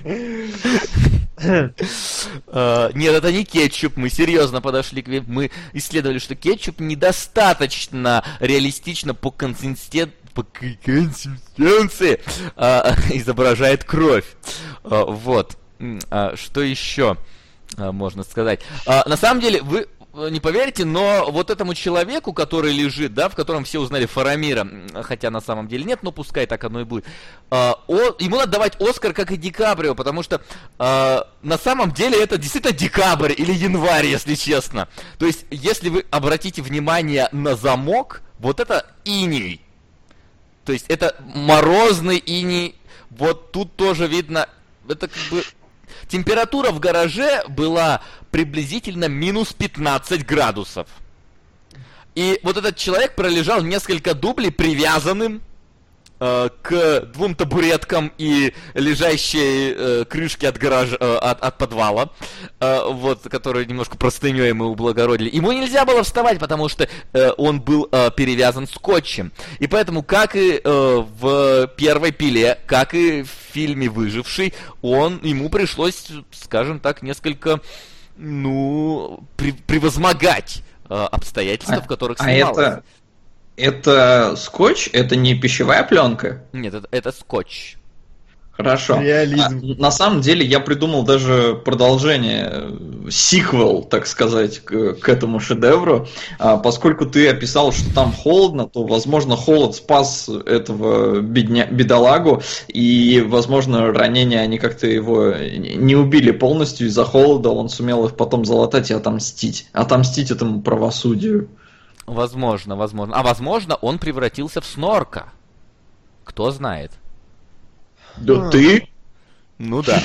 Нет, это не кетчуп, мы серьезно подошли к... Мы исследовали, что кетчуп недостаточно реалистично по консистенции по консистенции изображает кровь. Вот. Что еще можно сказать? На самом деле, вы... Не поверите, но вот этому человеку, который лежит, да, в котором все узнали Фарамира, хотя на самом деле нет, но пускай так оно и будет, э, о, ему надо давать Оскар, как и Ди Каприо, потому что э, на самом деле это действительно декабрь или январь, если честно. То есть, если вы обратите внимание на замок, вот это иней. То есть, это морозный иней. Вот тут тоже видно, это как бы... Температура в гараже была приблизительно минус пятнадцать градусов. И вот этот человек пролежал несколько дублей привязанным э, к двум табуреткам и лежащей э, крышке от гаража, э, от, от подвала, э, вот, которую немножко простыней мы ублагородили. Ему нельзя было вставать, потому что э, он был э, перевязан скотчем. И поэтому, как и э, в первой пиле, как и в фильме «Выживший», он, ему пришлось, скажем так, несколько, ну, при, превозмогать э, обстоятельства, а, в которых а снималось. Это, это скотч? Это не пищевая пленка? Нет, это, это скотч. Хорошо. Реализм. А, на самом деле я придумал даже продолжение, сиквел, так сказать, к, к этому шедевру. А, поскольку ты описал, что там холодно, то, возможно, холод спас этого бедня, бедолагу, и, возможно, ранения, они как-то его не убили полностью из-за холода, он сумел их потом залатать и отомстить. Отомстить этому правосудию. Возможно, возможно. А возможно, он превратился в Снорка. Кто знает. Да ты? Ну да.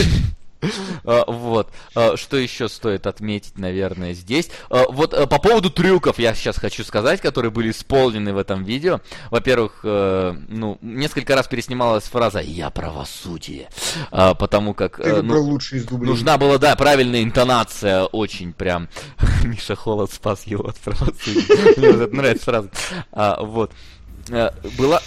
Вот. Что еще стоит отметить, наверное, здесь? Вот по поводу трюков я сейчас хочу сказать, которые были исполнены в этом видео. Во-первых, ну, несколько раз переснималась фраза «Я правосудие», потому как ну, лучший из дублей. Нужна была, да, правильная интонация, очень прям. Миша Холод спас его от правосудия. Мне вот это нравится фраза. Вот. Была...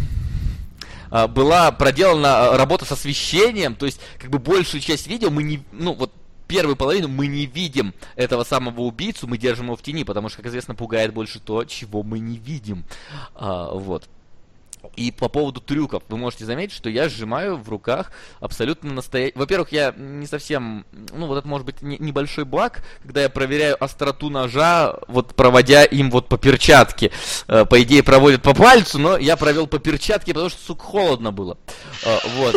была проделана работа с освещением, то есть как бы большую часть видео мы не, ну вот первую половину мы не видим этого самого убийцу, мы держим его в тени, потому что, как известно, пугает больше то, чего мы не видим, а, вот. И по поводу трюков, вы можете заметить, что я сжимаю в руках абсолютно настоящий... Во-первых, я не совсем... Ну, вот это может быть не, небольшой баг, когда я проверяю остроту ножа, вот проводя им вот по перчатке. Э, по идее, проводят по пальцу, но я провел по перчатке, потому что, сука, холодно было. Э, вот.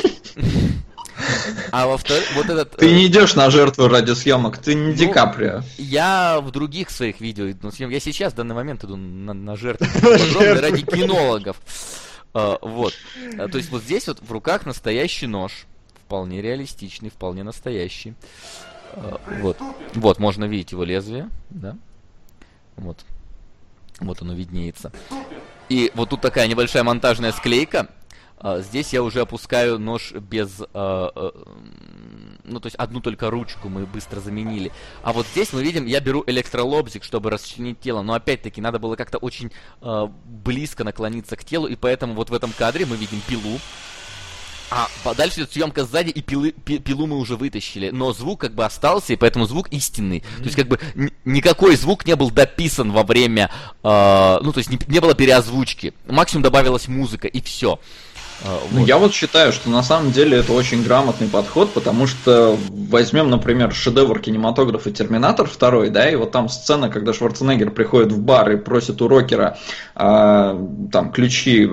А во-вторых, вот этот... Ты не идешь на жертву ради съемок, ты не ну, Ди Каприо. Я в других своих видео иду на съемки. Я сейчас в данный момент иду на, на жертву ради кинологов. Uh, вот. Uh, то есть вот здесь вот в руках настоящий нож. Вполне реалистичный, вполне настоящий. Uh, вот. Вот, можно видеть его лезвие. Да? Вот. Вот оно виднеется. И вот тут такая небольшая монтажная склейка. Uh, здесь я уже опускаю нож без... Uh, uh, ну, то есть одну только ручку мы быстро заменили. А вот здесь мы видим, я беру электролобзик, чтобы расчленить тело. Но опять-таки надо было как-то очень uh, близко наклониться к телу. И поэтому вот в этом кадре мы видим пилу. А дальше идет съемка сзади, и пилы, пи, пилу мы уже вытащили. Но звук как бы остался, и поэтому звук истинный. Mm-hmm. То есть как бы н- никакой звук не был дописан во время... Uh, ну, то есть не, не было переозвучки. Максимум добавилась музыка, и все. Ну, вот. Я вот считаю, что на самом деле это очень грамотный подход, потому что возьмем, например, шедевр кинематографа «Терминатор два», да, и вот там сцена, когда Шварценеггер приходит в бар и просит у рокера а, там ключи,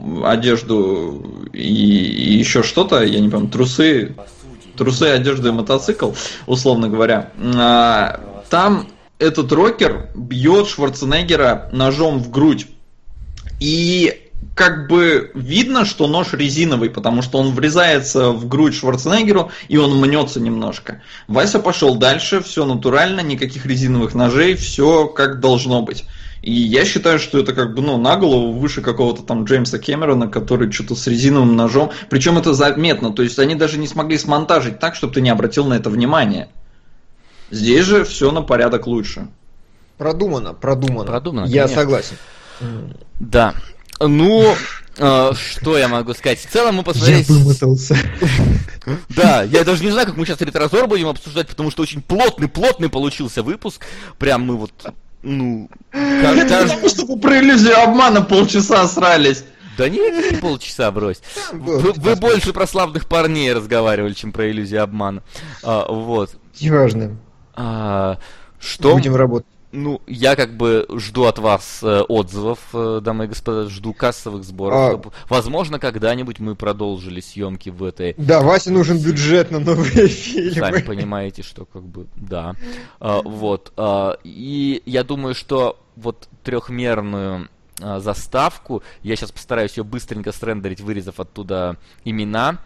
одежду и, и еще что-то, я не помню, трусы, трусы, одежду и мотоцикл, условно говоря. А, там этот рокер бьет Шварценеггера ножом в грудь. И как бы видно, что нож резиновый, потому что он врезается в грудь Шварценеггеру, и он мнется немножко. Вася пошел дальше, все натурально, никаких резиновых ножей, все как должно быть. И я считаю, что это как бы, ну, на голову выше какого-то там Джеймса Кэмерона, который что-то с резиновым ножом. Причем это заметно, то есть они даже не смогли смонтажить так, чтобы ты не обратил на это внимание. Здесь же все на порядок лучше. Продумано, продумано. Продумано, я конечно. согласен. Да. Ну, э, что я могу сказать? В целом мы посмотрели... Я вымотался. Да, я даже не знаю, как мы сейчас ретрозор будем обсуждать, потому что очень плотный-плотный получился выпуск. Прям мы вот, ну... Как это даже... потому что вы про иллюзию обмана полчаса срались. Да нет, не полчаса, брось. Вы, вы больше про славных парней разговаривали, чем про иллюзию обмана. А, вот. Неважно. А, что... Будем работать. Ну, я как бы жду от вас э, отзывов, э, дамы и господа, жду кассовых сборов. А... Возможно, когда-нибудь мы продолжили съемки в этой... Да, Васе нужен бюджет на новые фильмы. Сами понимаете, что как бы, да. А, вот. А, и я думаю, что вот трехмерную а, заставку, я сейчас постараюсь ее быстренько срендерить, вырезав оттуда имена,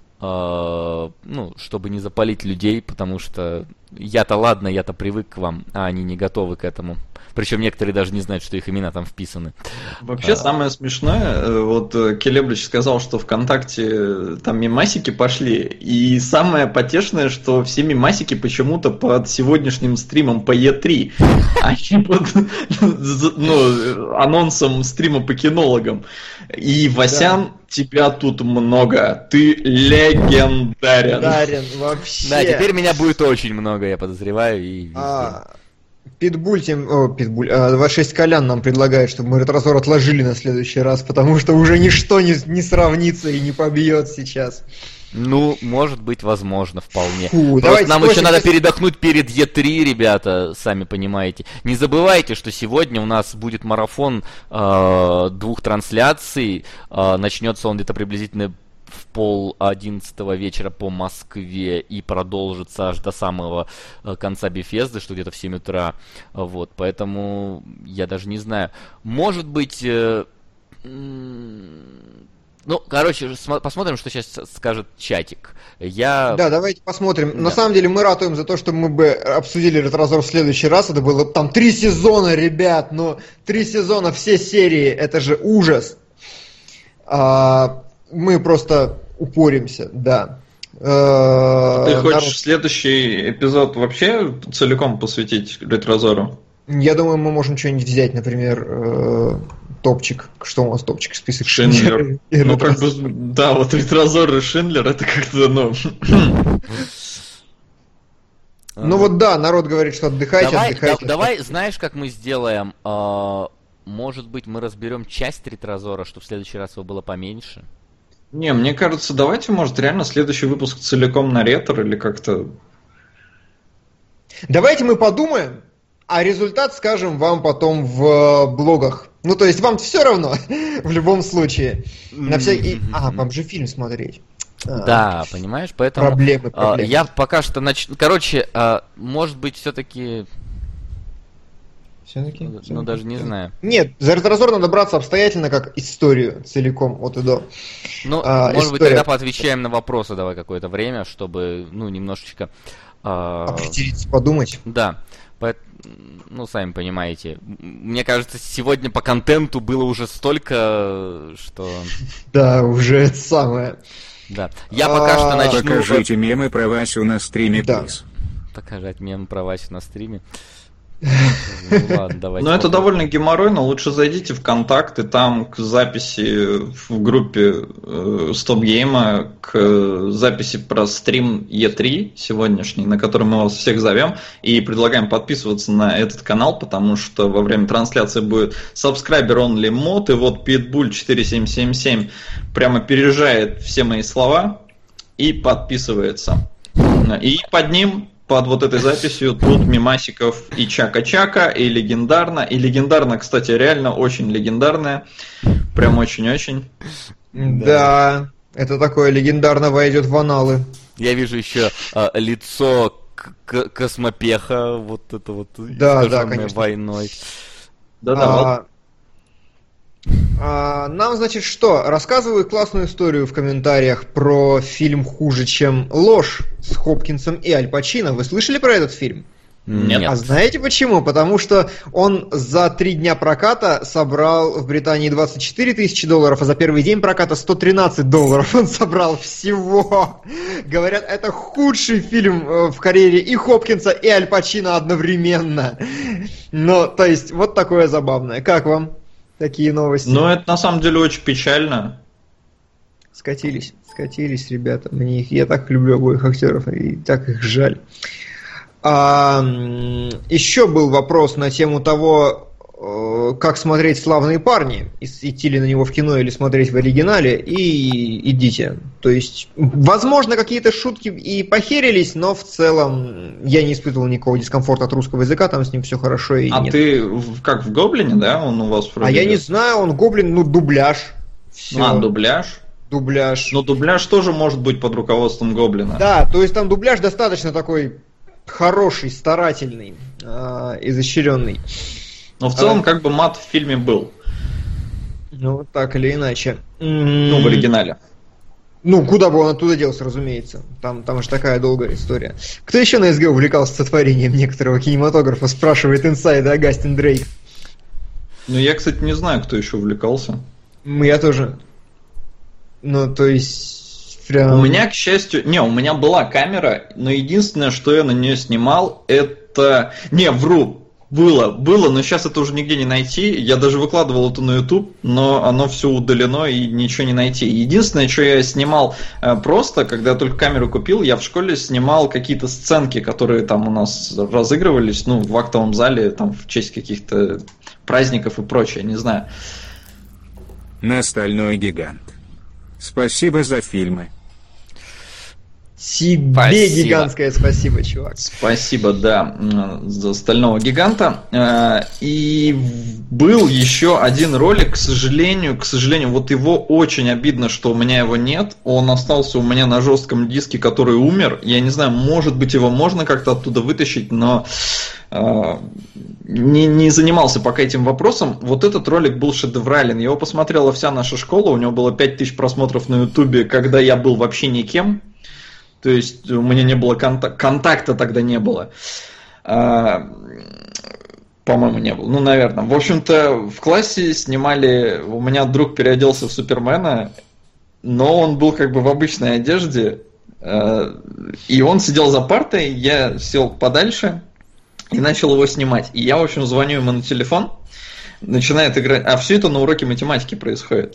Uh, ну, чтобы не запалить людей, потому что я-то ладно, я-то привык к вам, а они не готовы к этому. Причем некоторые даже не знают, что их имена там вписаны. Вообще, а... самое смешное, вот Келеблич сказал, что ВКонтакте там мемасики пошли, и самое потешное, что все мемасики почему-то под сегодняшним стримом по и три, а не под ну, анонсом стрима по кинологам. И, Васян, да. Тебя тут много, ты легендарен. Дарен, вообще. Да, теперь меня будет очень много, я подозреваю. И а, Питбуль, тем, о, Питбуль, а, двадцать шесть Колян нам предлагает, чтобы мы Ретрозор отложили на следующий раз, потому что уже ничто не, не сравнится и не побьет сейчас. Ну, может быть, возможно, вполне. Фу, Просто давайте нам спросим, еще надо если- передохнуть перед Е три, ребята, сами понимаете. Не забывайте, что сегодня у нас будет марафон э, двух трансляций. Э, начнется он где-то приблизительно в пол одиннадцатого вечера по Москве и продолжится аж до самого э, конца Бефезды, что где-то в семь утра. Вот, поэтому я даже не знаю. Может быть... э, Ну, короче, смо- посмотрим, что сейчас скажет чатик. Я... Да, давайте посмотрим. Да. На самом деле мы ратуем за то, чтобы мы бы обсудили Ретрозор в следующий раз. Это было там три сезона, ребят, но три сезона, все серии, это же ужас. А, мы просто упоримся, да. А, Ты народ- хочешь следующий эпизод вообще целиком посвятить Ретрозору? Я думаю, мы можем что-нибудь взять, например, э, топчик. Что у нас топчик? Список Шиндлер. И Ну, как бы, Ретрозор. да, вот Ретрозор и Шиндлер, это как-то, ну... Ну вот да, народ говорит, что отдыхайте, Давай, отдыхайте. да- давай, знаешь, как мы сделаем? А, может быть, мы разберем часть Ретрозора, чтобы в следующий раз его было поменьше? Не, мне кажется, давайте, может, реально следующий выпуск целиком на ретро или как-то... Давайте мы подумаем, а результат скажем вам потом в блогах. Ну, то есть вам все равно, в любом случае. На всякий... А, вам же фильм смотреть. А, Да, понимаешь, поэтому Проблемы, а, проблемы. я пока что начну. Короче, а, может быть, все-таки, Всё-таки, ну всё-таки. даже не знаю. Нет, за Ретрозор надо браться обстоятельно, как историю целиком от и до. Ну, А, может быть, история. тогда поотвечаем на вопросы, давай какое-то время, чтобы, ну, немножечко. а, Определиться, подумать. Да, поэт- ну, сами понимаете. М- Мне кажется, сегодня по контенту было уже столько, что... Да, уже это самое. Да. Я пока что А, начну... Покажите мемы про Васю на стриме, Да. плиз. Показать мем про Васю на стриме. Ну, ладно, давайте. Ну, это попробуем. довольно геморройно. Лучше зайдите в контакты, там к записи в группе э, Стоп Гейма, к записи про стрим Е три сегодняшний, на который мы вас всех зовем, и предлагаем подписываться на этот канал, потому что во время трансляции будет subscriber only мод, и вот Pitbull четыре семь семь семь прямо переезжает все мои слова и подписывается. И под ним, под вот этой записью, тут мемасиков и Чака-Чака, и легендарно. И легендарно, кстати, реально очень легендарная. Прям очень-очень. Да, это такое легендарно войдет в аналы. Я вижу еще а, лицо к- к- космопеха, вот это вот Да, да, искаженное конечно. войной. Да-да, вот. А, а, нам, значит, что? Рассказывают классную историю в комментариях про фильм «Хуже, чем ложь» с Хопкинсом и Аль Пачино. Вы слышали про этот фильм? Нет. А знаете почему? Потому что он за три дня проката собрал в Британии двадцать четыре тысячи долларов, а за первый день проката сто тринадцать долларов он собрал всего. Говорят, это худший фильм э, в карьере и Хопкинса, и Аль Пачино одновременно. Ну, то есть, вот такое забавное. Как вам такие новости? Ну, это на самом деле очень печально. Скатились, скатились, ребята. Мне их, я так люблю обоих актеров, и так их жаль. А, м, еще был вопрос на тему того, э, как смотреть «Славные парни», ис- идти ли на него в кино или смотреть в оригинале, и идите. То есть, возможно, какие-то шутки и похерились, но в целом я не испытывал никакого дискомфорта от русского языка, там с ним все хорошо и А нет. ты в- как в Гоблине, да? Он у вас А я не знаю, он гоблин, ну, дубляж. Всё. А, дубляж? Дубляж. Но дубляж тоже может быть под руководством Гоблина. Да, то есть там дубляж достаточно такой хороший, старательный, э, изощренный. Но в целом, А. как бы мат в фильме был. Ну, так или иначе. Ну, в оригинале. Ну, куда бы он оттуда делся, разумеется. Там, там же такая долгая история. Кто еще на СГ увлекался сотворением некоторого кинематографа, спрашивает инсайда Агастин Дрейк. Ну, я, кстати, не знаю, кто еще увлекался. Ну, я тоже. Ну, то есть... Прям... У меня, к счастью... Не, у меня была камера, но единственное, что я на нее снимал, это... Не, вру. Было, было, но сейчас это уже нигде не найти. Я даже выкладывал это на YouTube, но оно все удалено и ничего не найти. Единственное, что я снимал э, просто, когда я только камеру купил, я в школе снимал какие-то сценки, которые там у нас разыгрывались, ну, в актовом зале, там, в честь каких-то праздников и прочее, не знаю. На Стальной гигант. Спасибо за фильмы. Тебе Спасибо. гигантское спасибо, чувак. Спасибо, да, за Стального гиганта. И был еще один ролик, к сожалению, к сожалению, вот его очень обидно, что у меня его нет. Он остался у меня на жестком диске, который умер. Я не знаю, может быть, его можно как-то оттуда вытащить, но не, не занимался пока этим вопросом. Вот этот ролик был шедеврален. Его посмотрела вся наша школа. У него было пять тысяч просмотров на Ютубе, когда я был вообще никем. То есть у меня не было контакта, контакта тогда не было. А, по-моему, не было. Ну, наверное. В общем-то, в классе снимали... У меня друг переоделся в Супермена, но он был как бы в обычной одежде. И он сидел за партой, я сел подальше и начал его снимать. И я, в общем, звоню ему на телефон, начинает играть... А все это на уроке математики происходит.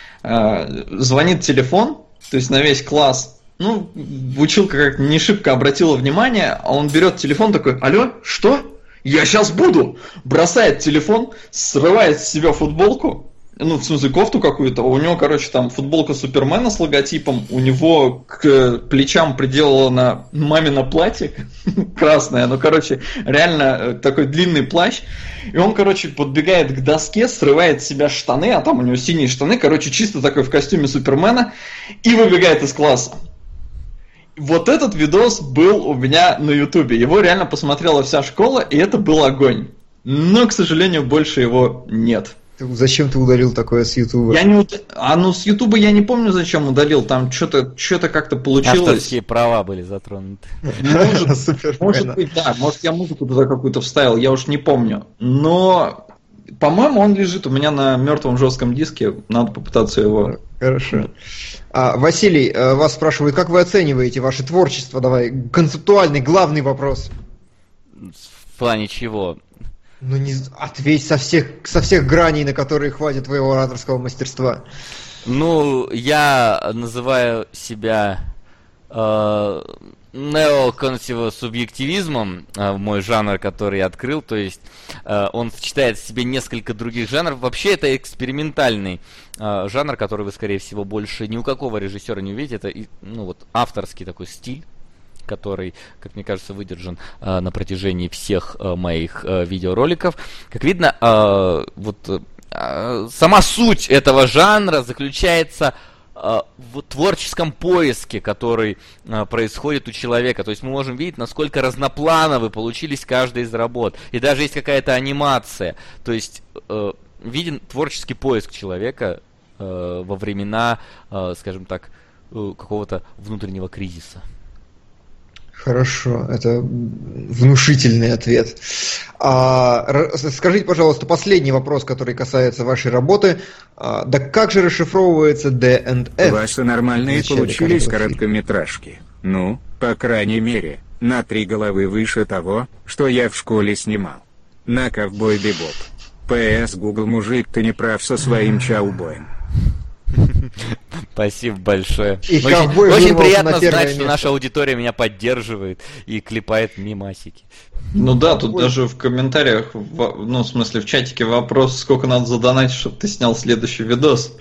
Звонит телефон, то есть на весь класс... Ну, училка как-то не шибко обратила внимание, а он берет телефон такой: алло, что? Я сейчас буду! Бросает телефон, срывает с себя футболку, ну, в смысле, кофту какую-то. У него, короче, там футболка Супермена с логотипом, у него к плечам приделано мамино платье красное, ну, короче, реально такой длинный плащ. И он, короче, подбегает к доске, срывает с себя штаны, а там у него синие штаны, короче, чисто такой в костюме Супермена, и выбегает из класса. Вот этот видос был у меня на Ютубе. Его реально посмотрела вся школа, и это был огонь. Но, к сожалению, больше его нет. Ты, зачем ты удалил такое с Ютуба? Я не уд... А ну с Ютуба я не помню, зачем удалил. Там что-то что-то как-то получилось. Авторские права были затронуты. Может, может быть, да. Может, я музыку туда какую-то вставил, я уж не помню. Но, по-моему, он лежит у меня на мертвом жестком диске. Надо попытаться его. Хорошо. А, Василий, вас спрашивают, как вы оцениваете ваше творчество? Давай, концептуальный, главный вопрос. В плане чего? Ну, не ответь со всех, со всех граней, на которые хватит твоего ораторского мастерства. Ну, я называю себя э, неоконсервативизмом, э, мой жанр, который я открыл, то есть э, он сочетает в себе несколько других жанров. Вообще это экспериментальный э, жанр, который вы, скорее всего, больше ни у какого режиссера не увидите. Это, ну, вот, авторский такой стиль, который, как мне кажется, выдержан э, на протяжении всех э, моих э, видеороликов. Как видно, э, вот э, сама суть этого жанра заключается э, в творческом поиске, который э, происходит у человека. То есть мы можем видеть, насколько разноплановы получились каждая из работ. И даже есть какая-то анимация. То есть э, виден творческий поиск человека э, во времена, э, скажем так, э, какого-то внутреннего кризиса. Хорошо, это внушительный ответ. А, скажите, пожалуйста, последний вопрос, который касается вашей работы. А, да как же расшифровывается ди энд эф? Ваши нормальные получились короткометражки. Ну, по крайней мере, на три головы выше того, что я в школе снимал. На Ковбой Бибоп. ПС, Google, мужик, ты не прав со своим чаубоем. Спасибо большое. И очень очень приятно знать, что наша аудитория меня поддерживает и клепает мимасики. Ну да, тут Ой. даже в комментариях, в, ну в смысле в чатике вопрос, сколько надо задонатить, чтобы ты снял следующий видос.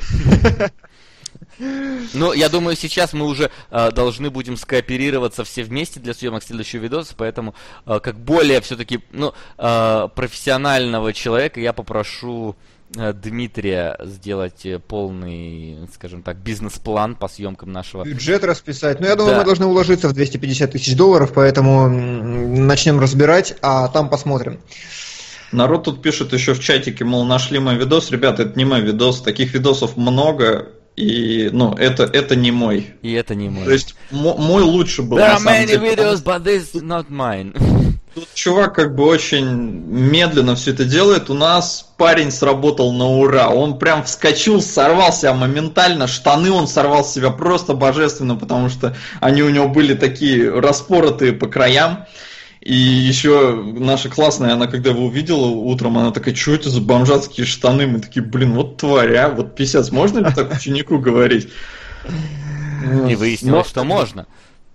Ну, я думаю, сейчас мы уже э, должны будем скооперироваться все вместе для съемок следующего видоса, поэтому э, как более все-таки ну, э, профессионального человека я попрошу Дмитрия сделать полный, скажем так, бизнес-план по съемкам нашего... Бюджет расписать. Ну, я думаю, да. мы должны уложиться в двести пятьдесят тысяч долларов, поэтому начнем разбирать, а там посмотрим. Народ тут пишет еще в чатике, мол, нашли мой видос. Ребята, это не мой видос, таких видосов много, и, ну, это, это не мой. И это не мой. То есть, м- мой лучше был, There на are самом many деле. videos, but this is not mine. Тут чувак как бы очень медленно все это делает. У нас парень сработал на ура. Он прям вскочил, сорвал себя моментально. Штаны он сорвал с себя просто божественно, потому что они у него были такие распоротые по краям. И еще наша классная, она когда его увидела утром, она такая, что это за бомжатские штаны? Мы такие, блин, вот тварь, а? Вот писец, можно ли так ученику говорить? И выяснилось, что можно.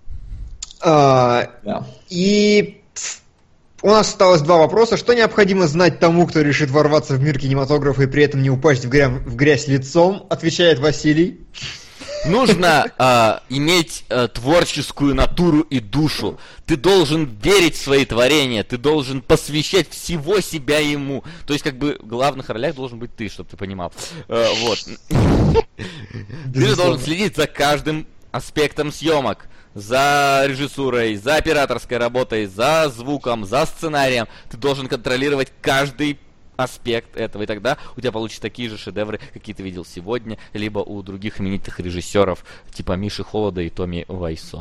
И у нас осталось два вопроса. Что необходимо знать тому, кто решит ворваться в мир кинематографа и при этом не упасть в грязь, в грязь лицом? Отвечает Василий. Нужно э, иметь э, творческую натуру и душу. Ты должен верить в свои творения, ты должен посвящать всего себя ему. То есть, как бы, в главных ролях должен быть ты, чтобы ты понимал. Э, вот. Ты должен следить за каждым аспектом съемок. За режиссурой, за операторской работой, за звуком, за сценарием. Ты должен контролировать каждый аспект этого, и тогда у тебя получатся такие же шедевры, какие ты видел сегодня, либо у других именитых режиссеров, типа Миши Холода и Томми Вайсо.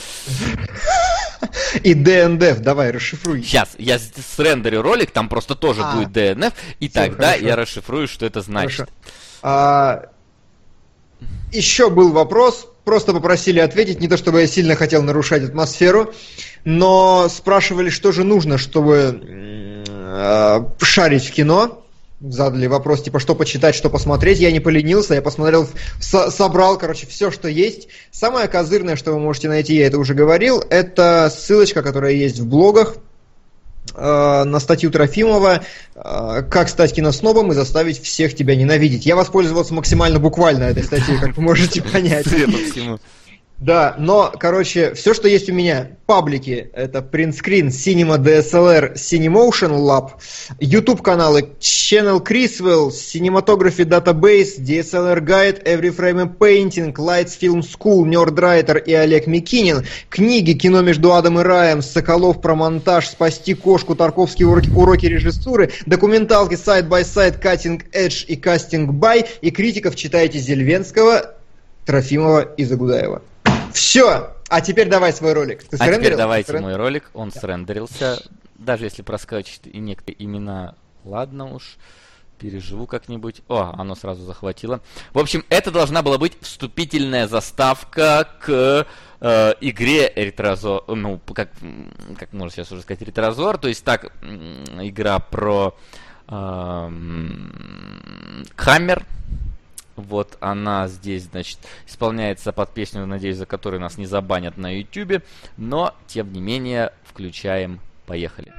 И ди эн эф, давай, расшифруй. Сейчас, я срендерю ролик, там просто тоже а, будет ди эн эф, и все, тогда хорошо. Я расшифрую, что это значит. А, еще был вопрос, просто попросили ответить, не то чтобы я сильно хотел нарушать атмосферу, но спрашивали, что же нужно, чтобы э, шарить в кино. Задали вопрос, типа, что почитать, что посмотреть. Я не поленился, я посмотрел, со- собрал, короче, все, что есть. Самое козырное, что вы можете найти, я это уже говорил, это ссылочка, которая есть в блогах, э, на статью Трофимова э, «Как стать киноснобом и заставить всех тебя ненавидеть». Я воспользовался максимально буквально этой статьей, как вы можете понять. Да, но, короче, все, что есть у меня, паблики, это Printscreen, Cinema ди эс эл ар, Cinemotion Lab, YouTube-каналы Channel Criswell, Cinematography Database, ди эс эл ар Guide, Every Frame a Painting, Lights Film School, Nerdwriter и Олег Микинин, книги «Кино между адом и раем», Соколов про монтаж, «Спасти кошку», Тарковские уроки, уроки режиссуры, документалки Side by Side, Cutting Edge и Casting By, и критиков читайте Зельвенского, Трофимова и Загудаева. Все! А теперь давай свой ролик. Ты а теперь давайте мой ролик. Он да. срендерился. Даже если проскочит и некоторые имена, ладно уж, переживу как-нибудь. О, оно сразу захватило. В общем, это должна была быть вступительная заставка к э, игре Эритрозор. Ну, как, как можно сейчас уже сказать, Эритрозор. То есть так, игра про э, Хаммер. Вот она здесь, значит, исполняется под песню, надеюсь, за которую нас не забанят на ютубе. Но, тем не менее, включаем. Поехали.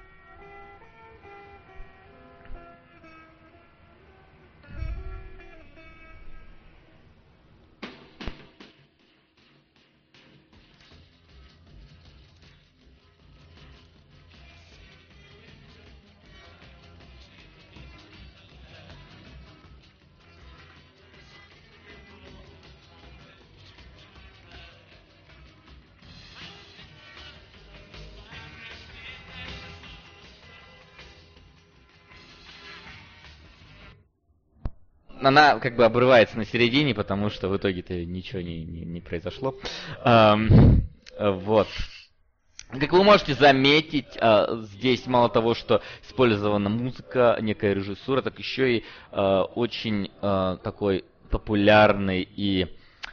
Она как бы обрывается на середине, потому что в итоге-то ничего не, не, не произошло. Эм, вот. Как вы можете заметить, здесь мало того, что использована музыка, некая режиссура, так еще и очень такой популярный и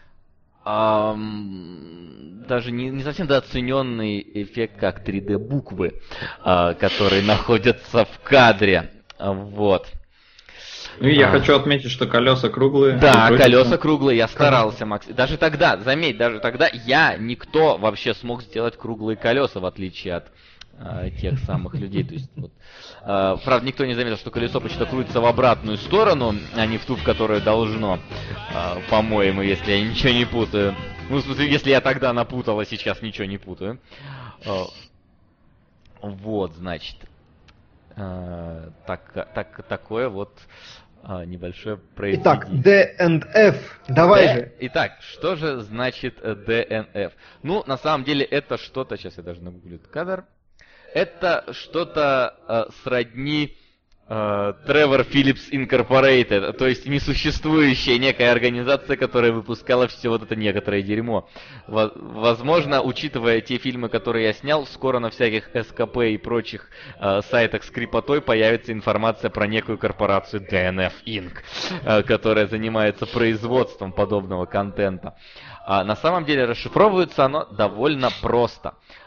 эм, даже не, не совсем дооцененный эффект, как три дэ-буквы, которые находятся в кадре. Вот. Ну и я а. хочу отметить, что колеса круглые. Да, колеса круглые, я старался, Макс. Даже тогда, заметь, даже тогда я, никто вообще смог сделать круглые колеса, в отличие от э, тех самых людей. То есть, вот, э, правда, никто не заметил, что колесо почти крутится в обратную сторону, а не в ту, в которую должно, э, по-моему, если я ничего не путаю. Ну, в смысле, если я тогда напутал, а сейчас ничего не путаю. Э, вот, значит, э, так, так, такое вот... А, небольшое произведение. Итак, ди эн эф, давай D... же. Итак, что же значит ди эн эф? Ну, на самом деле, это что-то, сейчас я даже нагуглю этот кадр, это что-то э, сродни э, Trevor Phillips Incorporated, то есть несуществующая некая организация, которая выпускала все вот это некоторое дерьмо. Возможно, учитывая те фильмы, которые я снял, скоро на всяких эс ка пэ и прочих э, сайтах с крипотой появится информация про некую корпорацию ди эн эф инк, э, которая занимается производством подобного контента. А на самом деле расшифровывается оно довольно просто.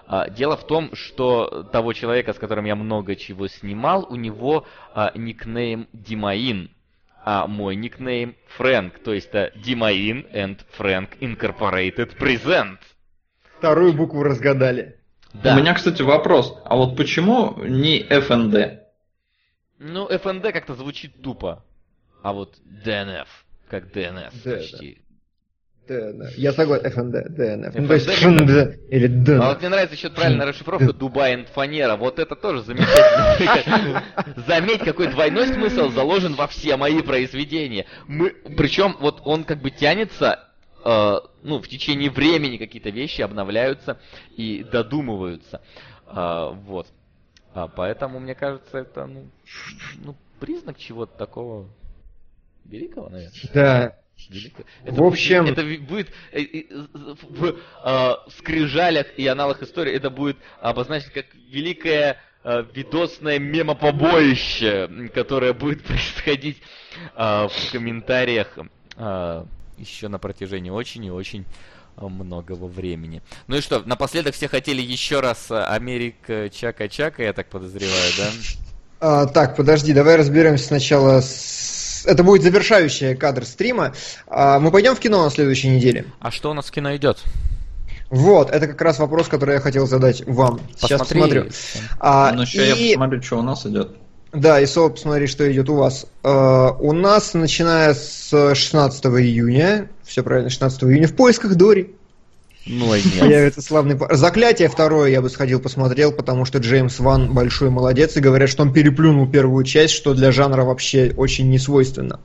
А, дело в том, что того человека, с которым я много чего снимал, у него а, никнейм Димаин, а мой никнейм Фрэнк, то есть это Димаин and Frank Incorporated Present. Вторую букву разгадали. Да. У меня, кстати, вопрос. А вот почему не эф эн дэ? Ну, эф эн дэ как-то звучит тупо, а вот ди эн эф, как ди эн эф Да, почти. ди эн эф. Я согласен, эф эн дэ, ди эн эф. Ну, эф эн дэ то есть эф эн дэ или ди эн эф. А вот мне нравится еще правильная расшифровка Дубай энд Фанера. Вот это тоже замечательно. Заметь, какой двойной смысл заложен во все мои произведения. Мы, причем вот он как бы тянется, э, ну, в течение времени какие-то вещи обновляются и додумываются. Э, вот. А поэтому, мне кажется, это, ну, ну признак чего-то такого великого, наверное. Да. Это в общем... Будет, это будет э, э, в э, скрижалях и аналах истории это будет обозначено как великое э, видосное мемопобоище, которое будет происходить э, в комментариях э, еще на протяжении очень и очень многого времени. Ну и что, напоследок все хотели еще раз Америка Чака-Чака, я так подозреваю, да? А, так, подожди, давай разберемся сначала с... Это будет завершающий кадр стрима. А, мы пойдем в кино на следующей неделе. А что у нас в кино идет? Вот, это как раз вопрос, который я хотел задать вам. Сейчас Посмотри. посмотрю. А, Ну, сейчас и... я посмотрю, что у нас идет. Да, и, Сол, посмотри, что идет у вас. Uh, у нас, начиная с шестнадцатого июня, все правильно, шестнадцатого июня, в поисках Дори. Ну, и нет. Появится славный... Заклятие второе я бы сходил посмотрел, потому что Джеймс Ван большой молодец, и говорят, что он переплюнул первую часть, что для жанра вообще очень несвойственно.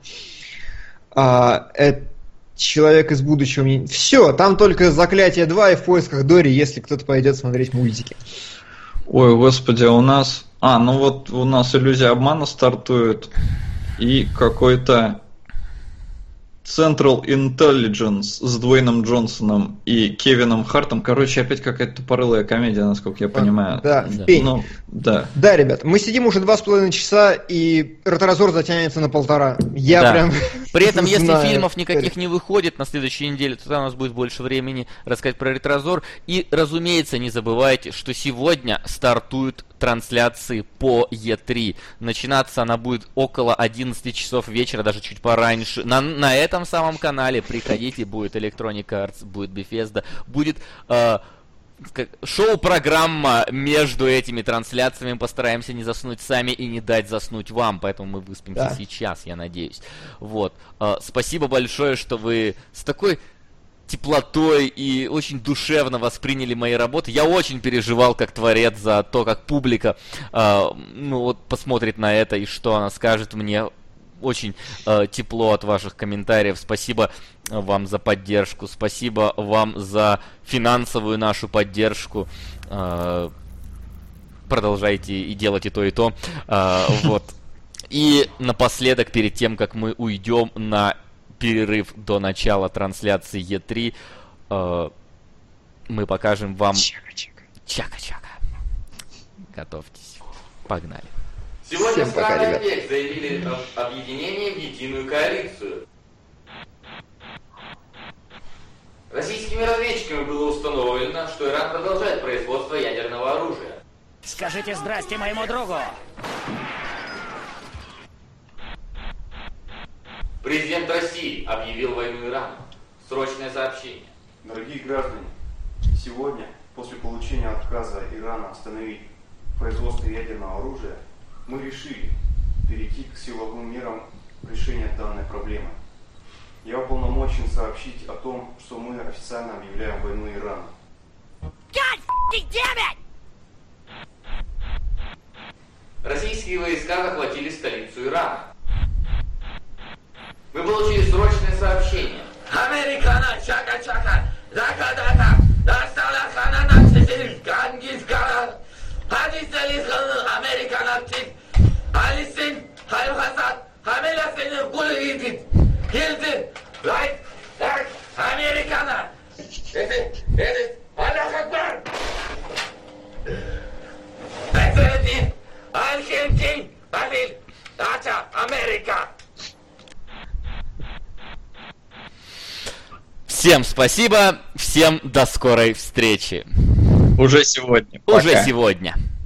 Uh, это Человек из будущего. Мне... Все, там только Заклятие два и в поисках Дори, если кто-то пойдет смотреть мультики. Ой, господи, у нас... А, ну вот у нас иллюзия обмана стартует. И какой-то Central Intelligence с Дуэйном Джонсоном и Кевином Хартом. Короче, опять какая-то тупорылая комедия, насколько я понимаю. Да, в пень. Ну, да. Да, ребят, мы сидим уже два с половиной часа, и Роторазор затянется на полтора. Я Да. прям При этом, если знаю. фильмов никаких не выходит на следующей неделе, то тогда у нас будет больше времени рассказать про Ретрозор. И, разумеется, не забывайте, что сегодня стартуют трансляции по и три. Начинаться она будет около одиннадцати часов вечера, даже чуть пораньше. На, на этом самом канале приходите, будет Electronic Arts, будет Bethesda, будет... Э, шоу-программа между этими трансляциями. Мы постараемся не заснуть сами и не дать заснуть вам, поэтому мы выспимся Да. сейчас, я надеюсь. Вот. Э, спасибо большое, что вы с такой теплотой и очень душевно восприняли мои работы. Я очень переживал как творец за то, как публика э, ну вот посмотрит на это и что она скажет мне. Очень э, тепло от ваших комментариев. Спасибо вам за поддержку. Спасибо вам за финансовую нашу поддержку. Э, продолжайте и делать и то, и то. Э, вот. И напоследок, перед тем, как мы уйдем на перерыв до начала трансляции и три, э, мы покажем вам Чака-чака. Чака-чака. Готовьтесь. Погнали. Сегодня Всем пока, страны ребят. ОПЕК заявили об объединении в единую коалицию. Российскими разведчиками было установлено, что Иран продолжает производство ядерного оружия. Скажите здрасте моему другу. Президент России объявил войну Ирану. Срочное сообщение. Дорогие граждане, сегодня, после получения отказа Ирана остановить производство ядерного оружия, мы решили перейти к силовым мерам решения данной проблемы. Я уполномочен сообщить о том, что мы официально объявляем войну Ирану. Российские войска захватили столицу Ирана. Мы получили срочное сообщение. Американа, чака-чака, дака-дака, дастала-хана, наксисиль, гангискара, хадисалисхана, американатик, алисин, хайвхасад, хамелясин, гулгидит, хилдин, лайк, так, американа. Это, это, Аллах Акбар. Это один, Аль-Химтин, Алиль, Ача, Америка. Всем спасибо, всем до скорой встречи. Уже сегодня. Уже Пока. сегодня.